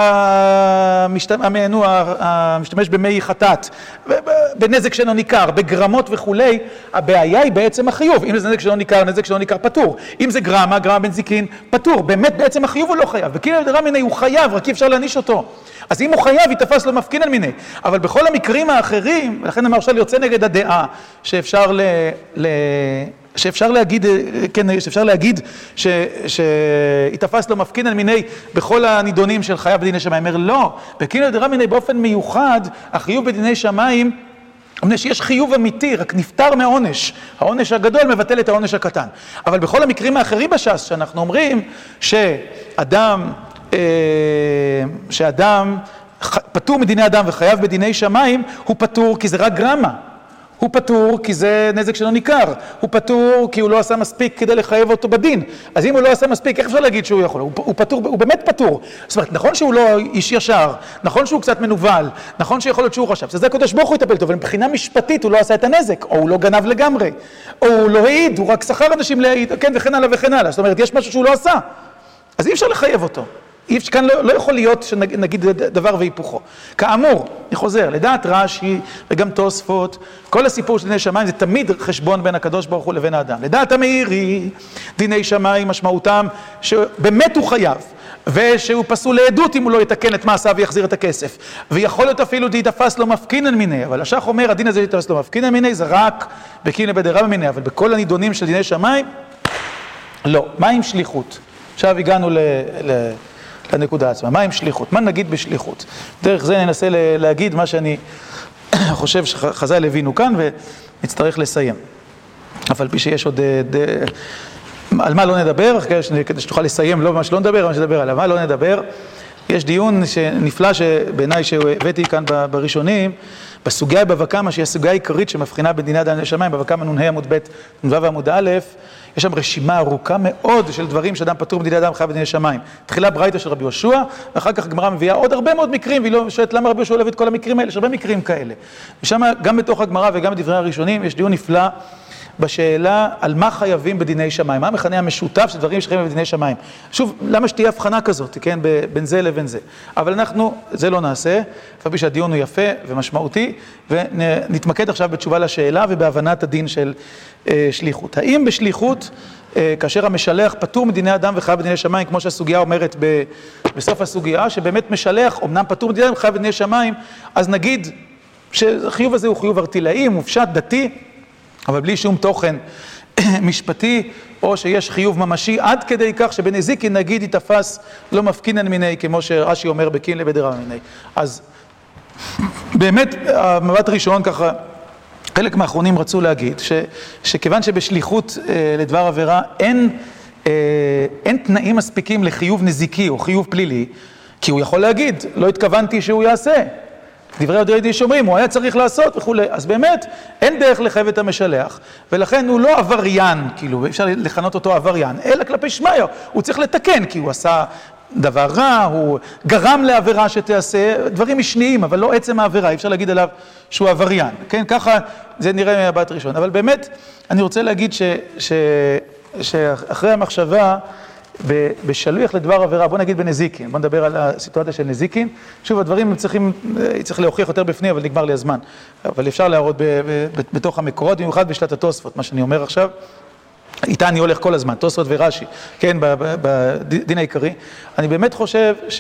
המשתמש במי חטאת, בנזק שאינו ניכר, בגרמות וכולי, הבעיה היא בעצם החיוב. אם זה נזק שאינו ניכר, נזק שאינו ניכר פטור. אם זה גרמה, גרמה בנזיקין, פטור. באמת בעצם החיוב הוא לא חייב. וכאילו לדרה מיני הוא חייב, רק אי אפשר להעניש אותו. אז אם הוא חייב, יתפס לו מפקין על מיני. אבל בכל המקרים האחרים, ולכן המהרש"ל יוצא נגד הדעה שאפשר ל... ל... שאפשר להגיד, כן, שאפשר להגיד ש... שיתפס לו מפקין על מיני בכל הנידונים של חייב בדיני שמיים. אומר, לא, בכאילו לדרה מיני באופן מיוחד, החיוב בדיני שמיים, אומר שיש חיוב אמיתי, רק נפטר מעונש. העונש הגדול מבטל את העונש הקטן. אבל בכל המקרים האחרים בש"ס, שאנחנו אומרים שאדם... שאדם פטור מדיני אדם וחייב בדיני שמיים, הוא פטור כי זה רק גרמה. הוא פטור כי זה נזק שלא ניכר. הוא פטור כי הוא לא עשה מספיק כדי לחייב אותו בדין. אז אם הוא לא עשה מספיק, איך אפשר להגיד שהוא יכול? הוא, הוא פטור, הוא באמת פטור. זאת אומרת, נכון שהוא לא איש ישר, נכון שהוא קצת מנוול, נכון שיכול להיות שהוא חשב, שזה הקדוש ברוך הוא יטפל טוב, אבל מבחינה משפטית הוא לא עשה את הנזק, או הוא לא גנב לגמרי, או הוא לא העיד, הוא רק שכר אנשים להעיד, כן, וכן הלאה וכן הלאה. זאת אומרת, יש משהו שהוא לא עשה. אז אי אפשר לחייב אותו. כאן לא, לא יכול להיות שנגיד דבר והיפוכו. כאמור, אני חוזר, לדעת רש"י וגם תוספות, כל הסיפור של דיני שמיים זה תמיד חשבון בין הקדוש ברוך הוא לבין האדם. לדעת המאירי, דיני שמיים משמעותם שבאמת הוא חייב, ושהוא פסול לעדות אם הוא לא יתקן את מעשיו ויחזיר את הכסף. ויכול להיות אפילו יתפס לו מפקין על מיני, אבל השח אומר, הדין הזה יתפס לו מפקין על מיני, זה רק בקין לבדרבה מיני, אבל בכל הנידונים של דיני שמיים, לא. מה עם שליחות? עכשיו הגענו ל... ל... לנקודה עצמה. מה עם שליחות? מה נגיד בשליחות? דרך זה ננסה להגיד מה שאני חושב שחז"ל הבינו כאן ונצטרך לסיים. אבל פי שיש עוד... על מה לא נדבר? כדי שתוכל לסיים, לא מה שלא נדבר, אבל מה שנדבר עליו. מה לא נדבר? יש דיון נפלא שבעיניי שהבאתי כאן בראשונים, בסוגיה בבא קמא, שהיא הסוגיה העיקרית שמבחינה בין דיני אדם לשמיים, בבא קמא נ"ה עמוד ב' נ"ו ועמוד א', יש שם רשימה ארוכה מאוד של דברים שאדם פטור מדיני אדם חייב בדיני שמיים. תחילה ברייתא של רבי יהושע, ואחר כך הגמרא מביאה עוד הרבה מאוד מקרים, והיא לא שואלת למה רבי יהושע להביא את כל המקרים האלה, יש הרבה מקרים כאלה. ושם גם בתוך הגמרא וגם בדברי הראשונים יש דיון נפלא בשאלה על מה חייבים בדיני שמיים, מה המכנה המשותף של דברים שחייבים בדיני שמיים. שוב, למה שתהיה הבחנה כזאת, כן, בין זה לבין זה. אבל אנחנו, זה לא נעשה, לפעמים שהדיון הוא יפה ומשמעותי, ונתמקד עכשיו בתשובה לשאלה ובהבנת הדין של אה, שליחות. האם בשליחות, אה, כאשר המשלח פטור מדיני אדם וחייב בדיני שמיים, כמו שהסוגיה אומרת ב, בסוף הסוגיה, שבאמת משלח, אמנם פטור מדיני אדם וחייב בדיני שמיים, אז נגיד שהחיוב הזה הוא חיוב ארטילאי, מופשט, דתי, אבל בלי שום תוכן משפטי או שיש חיוב ממשי עד כדי כך שבנזיקין נגיד יתפס לא מפקינן מיני, כמו שרש"י אומר בקין לבדרה מיני. אז באמת המבט ראשון ככה, חלק מהאחרונים רצו להגיד ש, שכיוון שבשליחות אה, לדבר עבירה אין, אה, אין תנאים מספיקים לחיוב נזיקי או חיוב פלילי, כי הוא יכול להגיד, לא התכוונתי שהוא יעשה. דברי הדיידי שאומרים, הוא היה צריך לעשות וכו'. אז באמת, אין דרך לחייב את המשלח, ולכן הוא לא עבריין, כאילו, אפשר לכנות אותו עבריין, אלא כלפי שמיא, הוא צריך לתקן, כי הוא עשה דבר רע, הוא גרם לעבירה שתעשה, דברים משניים, אבל לא עצם העבירה, אפשר להגיד עליו שהוא עבריין. כן, ככה זה נראה מהבט ראשון. אבל באמת, אני רוצה להגיד ש, ש, שאחרי המחשבה, בשלוח לדבר עבירה, בוא נגיד בנזיקין, בוא נדבר על הסיטואציה של נזיקין. שוב, הדברים הם צריכים, צריך להוכיח יותר בפני, אבל נגמר לי הזמן. אבל אפשר להראות בתוך המקורות, במיוחד בשלט התוספות, מה שאני אומר עכשיו. איתה אני הולך כל הזמן, תוספות ורש"י, כן, בדין העיקרי. אני באמת חושב ש,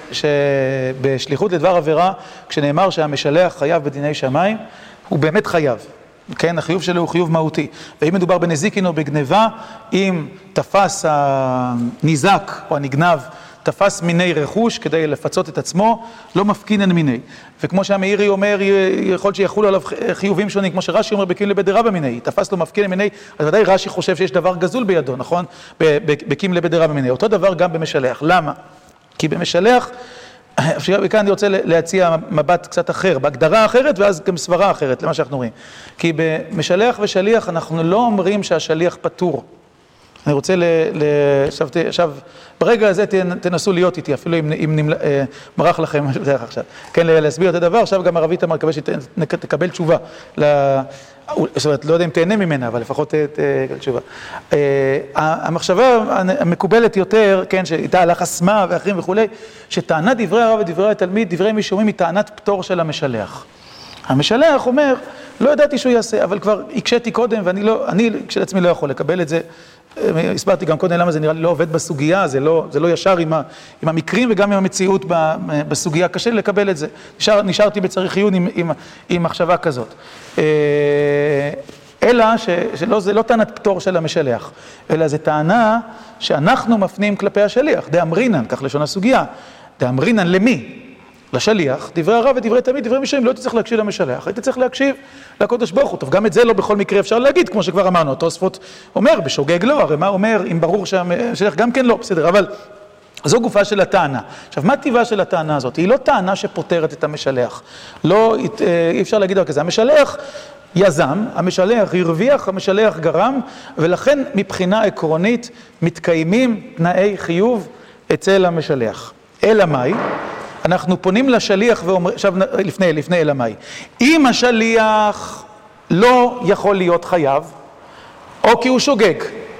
שבשליחות לדבר עבירה, כשנאמר שהמשלח חייב בדיני שמיים, הוא באמת חייב. כן, החיוב שלו הוא חיוב מהותי. ואם מדובר בנזיקין או בגניבה, אם תפס הניזק או הנגנב, תפס מיני רכוש כדי לפצות את עצמו, לא מפקינן מיני. וכמו שהמאירי אומר, יכול להיות שיחולו עליו חיובים שונים, כמו שרש"י אומר בקין לבדרה במיני, תפס לו מפקינן מיני, אז ודאי רש"י חושב שיש דבר גזול בידו, נכון? בקין לבדרה במיני. אותו דבר גם במשלח. למה? כי במשלח, וכאן אני רוצה להציע מבט קצת אחר, בהגדרה אחרת ואז גם סברה אחרת, למה שאנחנו רואים. כי במשלח ושליח אנחנו לא אומרים שהשליח פטור. אני רוצה ל... עכשיו, עכשיו, ברגע הזה תנסו להיות איתי, אפילו אם מרח לכם משהו דרך עכשיו. כן, להסביר את הדבר, עכשיו גם ערבית אמר, מקווה שתקבל תשובה. זאת אומרת, לא יודע אם תהנה ממנה, אבל לפחות תקבל תשובה. המחשבה המקובלת יותר, כן, שאיתה הלך אסמה ואחרים וכולי, שטענת דברי הרב ודברי התלמיד, דברי מי שאומרים, היא טענת פטור של המשלח. המשלח אומר, לא ידעתי שהוא יעשה, אבל כבר הקשיתי קודם, ואני לא, אני כשלעצמי לא יכול לקבל את זה. הסברתי גם קודם למה זה נראה לי לא עובד בסוגיה, זה לא, זה לא ישר עם, ה, עם המקרים וגם עם המציאות בסוגיה, קשה לי לקבל את זה. נשאר, נשארתי בצריך עיון עם, עם, עם מחשבה כזאת. אלא ש, שלא, זה לא טענת פטור של המשלח, אלא זה טענה שאנחנו מפנים כלפי השליח, דאמרינן, כך לשון הסוגיה, דאמרינן למי? לשליח, דברי הרב ודברי תלמיד, דברי משלים, לא הייתי צריך להקשיב למשלח, הייתי צריך להקשיב לקודש ברוך הוא. טוב, גם את זה לא בכל מקרה אפשר להגיד, כמו שכבר אמרנו, תוספות אומר, בשוגג לא, הרי מה אומר, אם ברור שהמשלח גם כן לא, בסדר, אבל זו גופה של הטענה. עכשיו, מה טבעה של הטענה הזאת? היא לא טענה שפותרת את המשלח. לא, אי אפשר להגיד כזה, המשלח יזם, המשלח הרוויח, המשלח גרם, ולכן מבחינה עקרונית מתקיימים תנאי חיוב אצל המשלח. אלא מהי? אנחנו פונים לשליח ואומרים, עכשיו לפני, לפני אלא מהי. אם השליח לא יכול להיות חייב, או כי הוא שוגג,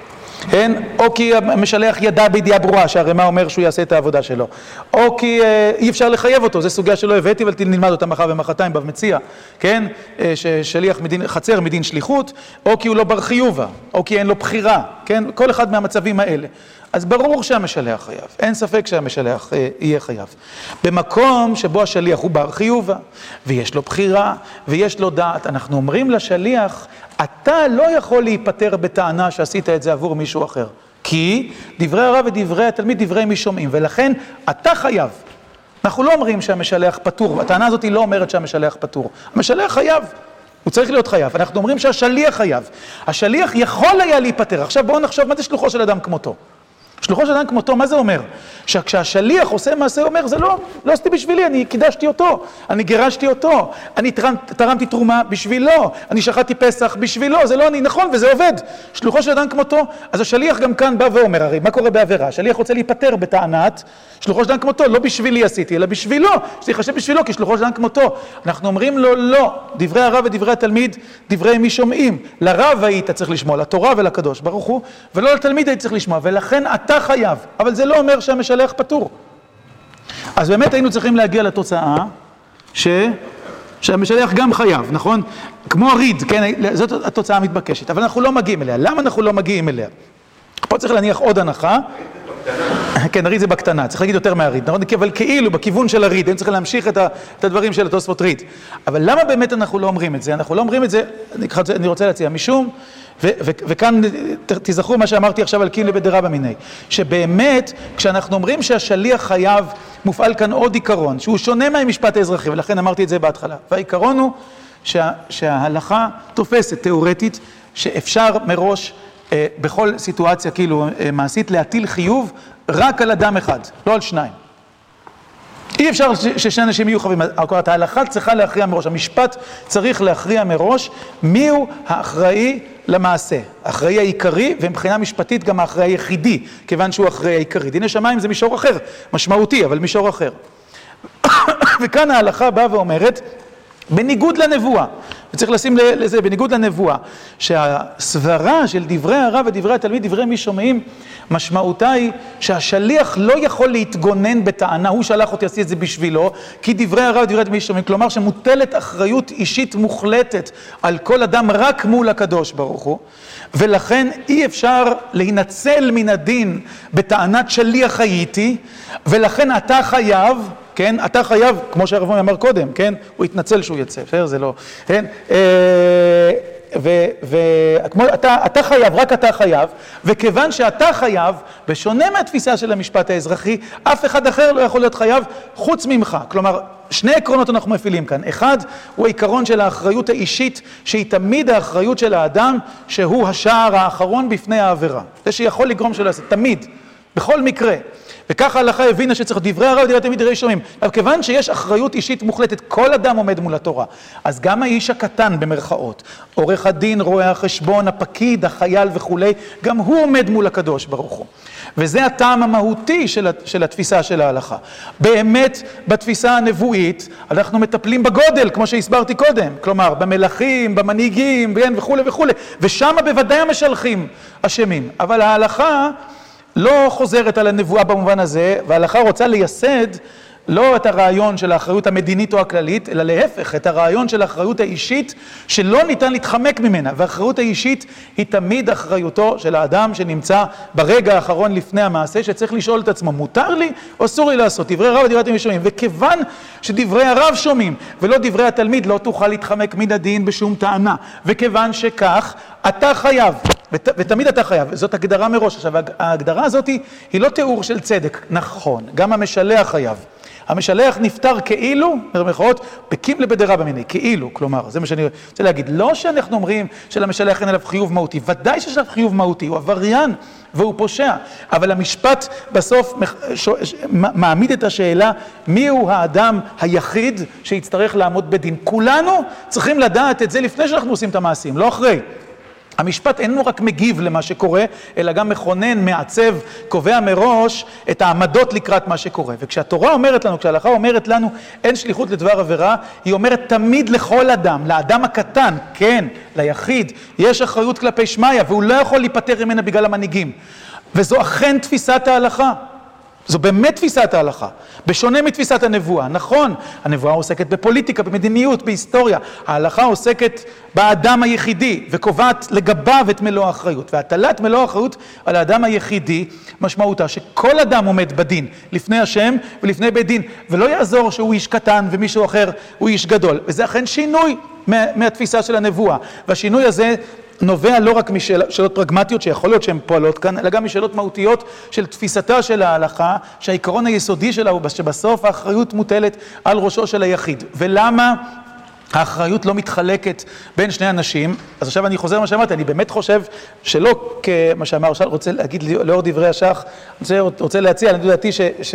כן? או כי המשלח ידע בידיעה ברורה, שהרי מה אומר שהוא יעשה את העבודה שלו, או כי אה, אי אפשר לחייב אותו, זו סוגיה שלא הבאתי, אבל נלמד אותה מחר ומחרתיים במציע, כן? אה, ששליח מדין, חצר מדין שליחות, או כי הוא לא בר חיובה, או כי אין לו בחירה, כן? כל אחד מהמצבים האלה. אז ברור שהמשלח חייב, אין ספק שהמשלח אה, יהיה חייב. במקום שבו השליח הוא בר חיובה, ויש לו בחירה, ויש לו דעת, אנחנו אומרים לשליח, אתה לא יכול להיפטר בטענה שעשית את זה עבור מישהו אחר. כי דברי הרב ודברי התלמיד, דברי מי שומעים, ולכן אתה חייב. אנחנו לא אומרים שהמשלח פטור, הטענה הזאת היא לא אומרת שהמשלח פטור. המשלח חייב, הוא צריך להיות חייב. אנחנו אומרים שהשליח חייב. השליח יכול היה להיפטר. עכשיו בואו נחשוב מה זה שלוחו של אדם כמותו. שלוחו של אדם כמותו, מה זה אומר? שכשהשליח עושה מעשה, הוא אומר, זה לא, לא עשיתי בשבילי, אני קידשתי אותו, אני גירשתי אותו, אני תרמ, תרמתי תרומה בשבילו, אני שחטתי פסח בשבילו, זה לא אני, נכון, וזה עובד. שלוחו של אדם כמותו, אז השליח גם כאן בא ואומר, הרי מה קורה בעבירה? השליח רוצה להיפטר בטענת, שלוחו של אדם כמותו, לא בשבילי עשיתי, אלא בשבילו, שזה יחשב בשבילו, כי שלוחו של אדם כמותו. אנחנו אומרים לו, לא, דברי הרב ודברי התלמיד, דברי מי שומעים. לרב היית צריך לשמוע, לתורה ולקדוש ברוך הוא, ולא לתלמיד היית צריך לשמוע, ולכן אתה חייב, אבל זה לא אומר שהמשלח פטור. אז באמת היינו צריכים להגיע לתוצאה ש... שהמשלח גם חייב, נכון? כמו הריד, כן? זאת התוצאה המתבקשת, אבל אנחנו לא מגיעים אליה. למה אנחנו לא מגיעים אליה? פה צריך להניח עוד הנחה. כן, הריד זה בקטנה, צריך להגיד יותר מהריד, נכון? אבל כאילו בכיוון של הריד, הם צריכים להמשיך את, ה... את הדברים של התוספות ריד. אבל למה באמת אנחנו לא אומרים את זה? אנחנו לא אומרים את זה, אני רוצה להציע, משום ו- ו- וכאן תזכרו מה שאמרתי עכשיו על קימלי בדרבא מיניה, שבאמת כשאנחנו אומרים שהשליח חייב, מופעל כאן עוד עיקרון, שהוא שונה מהמשפט האזרחי, ולכן אמרתי את זה בהתחלה. והעיקרון הוא שה- שההלכה תופסת תיאורטית, שאפשר מראש אה, בכל סיטואציה כאילו אה, מעשית להטיל חיוב רק על אדם אחד, לא על שניים. אי אפשר ששני אנשים יהיו חייבים. ההלכה צריכה להכריע מראש, המשפט צריך להכריע מראש מיהו האחראי למעשה, האחראי העיקרי, ומבחינה משפטית גם האחראי היחידי, כיוון שהוא האחראי העיקרי. דיני שמיים זה מישור אחר, משמעותי, אבל מישור אחר. וכאן ההלכה באה ואומרת, בניגוד לנבואה, וצריך לשים לזה, בניגוד לנבואה, שהסברה של דברי הרב ודברי התלמיד, דברי מי שומעים, משמעותה היא שהשליח לא יכול להתגונן בטענה, הוא שלח אותי, עשי את זה בשבילו, כי דברי הרב ודברי מי שומעים, כלומר שמוטלת אחריות אישית מוחלטת על כל אדם רק מול הקדוש ברוך הוא, ולכן אי אפשר להינצל מן הדין בטענת שליח הייתי, ולכן אתה חייב, כן, אתה חייב, כמו שהרב אמר קודם, כן, הוא התנצל שהוא יצא, בסדר, זה לא, כן, וכמו, אתה, אתה חייב, רק אתה חייב, וכיוון שאתה חייב, בשונה מהתפיסה של המשפט האזרחי, אף אחד אחר לא יכול להיות חייב חוץ ממך, כלומר, שני עקרונות אנחנו מפעילים כאן, אחד הוא העיקרון של האחריות האישית, שהיא תמיד האחריות של האדם, שהוא השער האחרון בפני העבירה, זה שיכול לגרום שלו לעשות, תמיד, בכל מקרה. וככה ההלכה הבינה שצריך דברי הרב ודברי התלמיד דברי שומעים. אבל כיוון שיש אחריות אישית מוחלטת, כל אדם עומד מול התורה. אז גם האיש הקטן במרכאות, עורך הדין, רואה החשבון, הפקיד, החייל וכולי, גם הוא עומד מול הקדוש ברוך הוא. וזה הטעם המהותי של, של התפיסה של ההלכה. באמת, בתפיסה הנבואית, אנחנו מטפלים בגודל, כמו שהסברתי קודם. כלומר, במלכים, במנהיגים, וכולי וכולי. ושם בוודאי המשלחים אשמים. אבל ההלכה לא חוזרת על הנבואה במובן הזה, וההלכה רוצה לייסד לא את הרעיון של האחריות המדינית או הכללית, אלא להפך, את הרעיון של האחריות האישית שלא ניתן להתחמק ממנה, והאחריות האישית היא תמיד אחריותו של האדם שנמצא ברגע האחרון לפני המעשה, שצריך לשאול את עצמו, מותר לי או אסור לי לעשות? דברי הרב ודברי התלמיד שומעים, וכיוון שדברי הרב שומעים ולא דברי התלמיד, לא תוכל להתחמק מן הדין בשום טענה, וכיוון שכך אתה חייב, ות, ותמיד אתה חייב, זאת הגדרה מראש. עכשיו, ההגדרה הזאת היא, היא לא תיאור של צדק, נכון, גם המשלח חייב. המשלח נפטר כאילו, במרכאות, בקימלי בדרבא מיניה, כאילו, כלומר, זה מה שאני רוצה להגיד, לא שאנחנו אומרים שלמשלח אין עליו חיוב מהותי, ודאי שיש עליו חיוב מהותי, הוא עבריין והוא פושע, אבל המשפט בסוף מעמיד את השאלה, מיהו האדם היחיד שיצטרך לעמוד בדין. כולנו צריכים לדעת את זה לפני שאנחנו עושים את המעשים, לא אחרי. המשפט אינו רק מגיב למה שקורה, אלא גם מכונן, מעצב, קובע מראש את העמדות לקראת מה שקורה. וכשהתורה אומרת לנו, כשההלכה אומרת לנו, אין שליחות לדבר עבירה, היא אומרת תמיד לכל אדם, לאדם הקטן, כן, ליחיד, יש אחריות כלפי שמיה, והוא לא יכול להיפטר ממנה בגלל המנהיגים. וזו אכן תפיסת ההלכה. זו באמת תפיסת ההלכה, בשונה מתפיסת הנבואה. נכון, הנבואה עוסקת בפוליטיקה, במדיניות, בהיסטוריה. ההלכה עוסקת באדם היחידי וקובעת לגביו את מלוא האחריות. והטלת מלוא האחריות על האדם היחידי משמעותה שכל אדם עומד בדין לפני השם ולפני בית דין, ולא יעזור שהוא איש קטן ומישהו אחר הוא איש גדול. וזה אכן שינוי מה, מהתפיסה של הנבואה. והשינוי הזה נובע לא רק משאלות פרגמטיות שיכול להיות שהן פועלות כאן, אלא גם משאלות מהותיות של תפיסתה של ההלכה, שהעיקרון היסודי שלה הוא שבסוף האחריות מוטלת על ראשו של היחיד. ולמה האחריות לא מתחלקת בין שני אנשים? אז עכשיו אני חוזר מה שאמרתי, אני באמת חושב שלא כמה שאמר, רוצה להגיד לאור דברי השח, אני רוצה להציע, אני יודעתי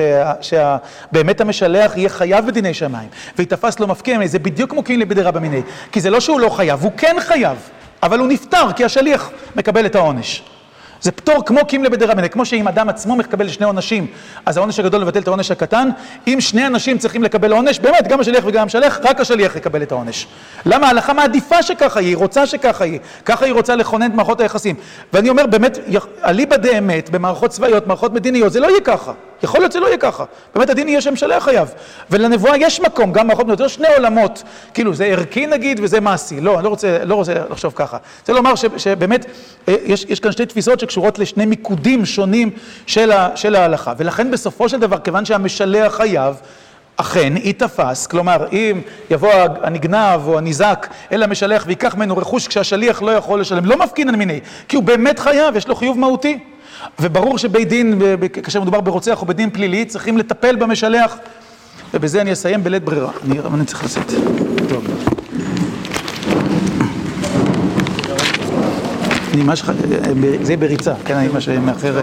שבאמת המשלח יהיה חייב בדיני שמיים, ויתפס לו מפקיע, זה בדיוק כמו קימלי בדרבא מיניה, כי זה לא שהוא לא חייב, הוא כן חייב. אבל הוא נפטר, כי השליח מקבל את העונש. זה פטור כמו קימלי בדרבא מיניה, כמו שאם אדם עצמו מקבל שני עונשים, אז העונש הגדול לבטל את העונש הקטן. אם שני אנשים צריכים לקבל עונש, באמת, גם השליח וגם המשלח, רק השליח יקבל את העונש. למה? ההלכה מעדיפה שככה היא, היא רוצה שככה היא, ככה היא רוצה לכונן את מערכות היחסים. ואני אומר, באמת, אליבא דאמת, במערכות צבאיות, מערכות מדיניות, זה לא יהיה ככה. יכול להיות זה לא יהיה ככה. באמת הדין יהיה שהמשלח חייב. ולנבואה יש מקום, גם מערכות מדיניות, שני עולמות, כאילו זה ערכי נגיד וזה מעשי. לא, אני לא רוצה, לא רוצה לחשוב ככה. זה לומר ש, שבאמת יש, יש כאן שתי תפיסות שקשורות לשני מיקודים שונים של, ה, של ההלכה. ולכן בסופו של דבר, כיוון שהמשלח חייב, אכן ייתפס, כלומר אם יבוא הנגנב או הניזק אל המשלח ויקח ממנו רכוש כשהשליח לא יכול לשלם, לא מפקינן מיני, כי הוא באמת חייב, יש לו חיוב מהותי. וברור שבית דין, כאשר מדובר ברוצח או בדין פלילי, צריכים לטפל במשלח, ובזה אני אסיים בלית ברירה. אני, אני צריך לצאת. טוב. אני ממש, זה בריצה, כן, אני ממש מאחר.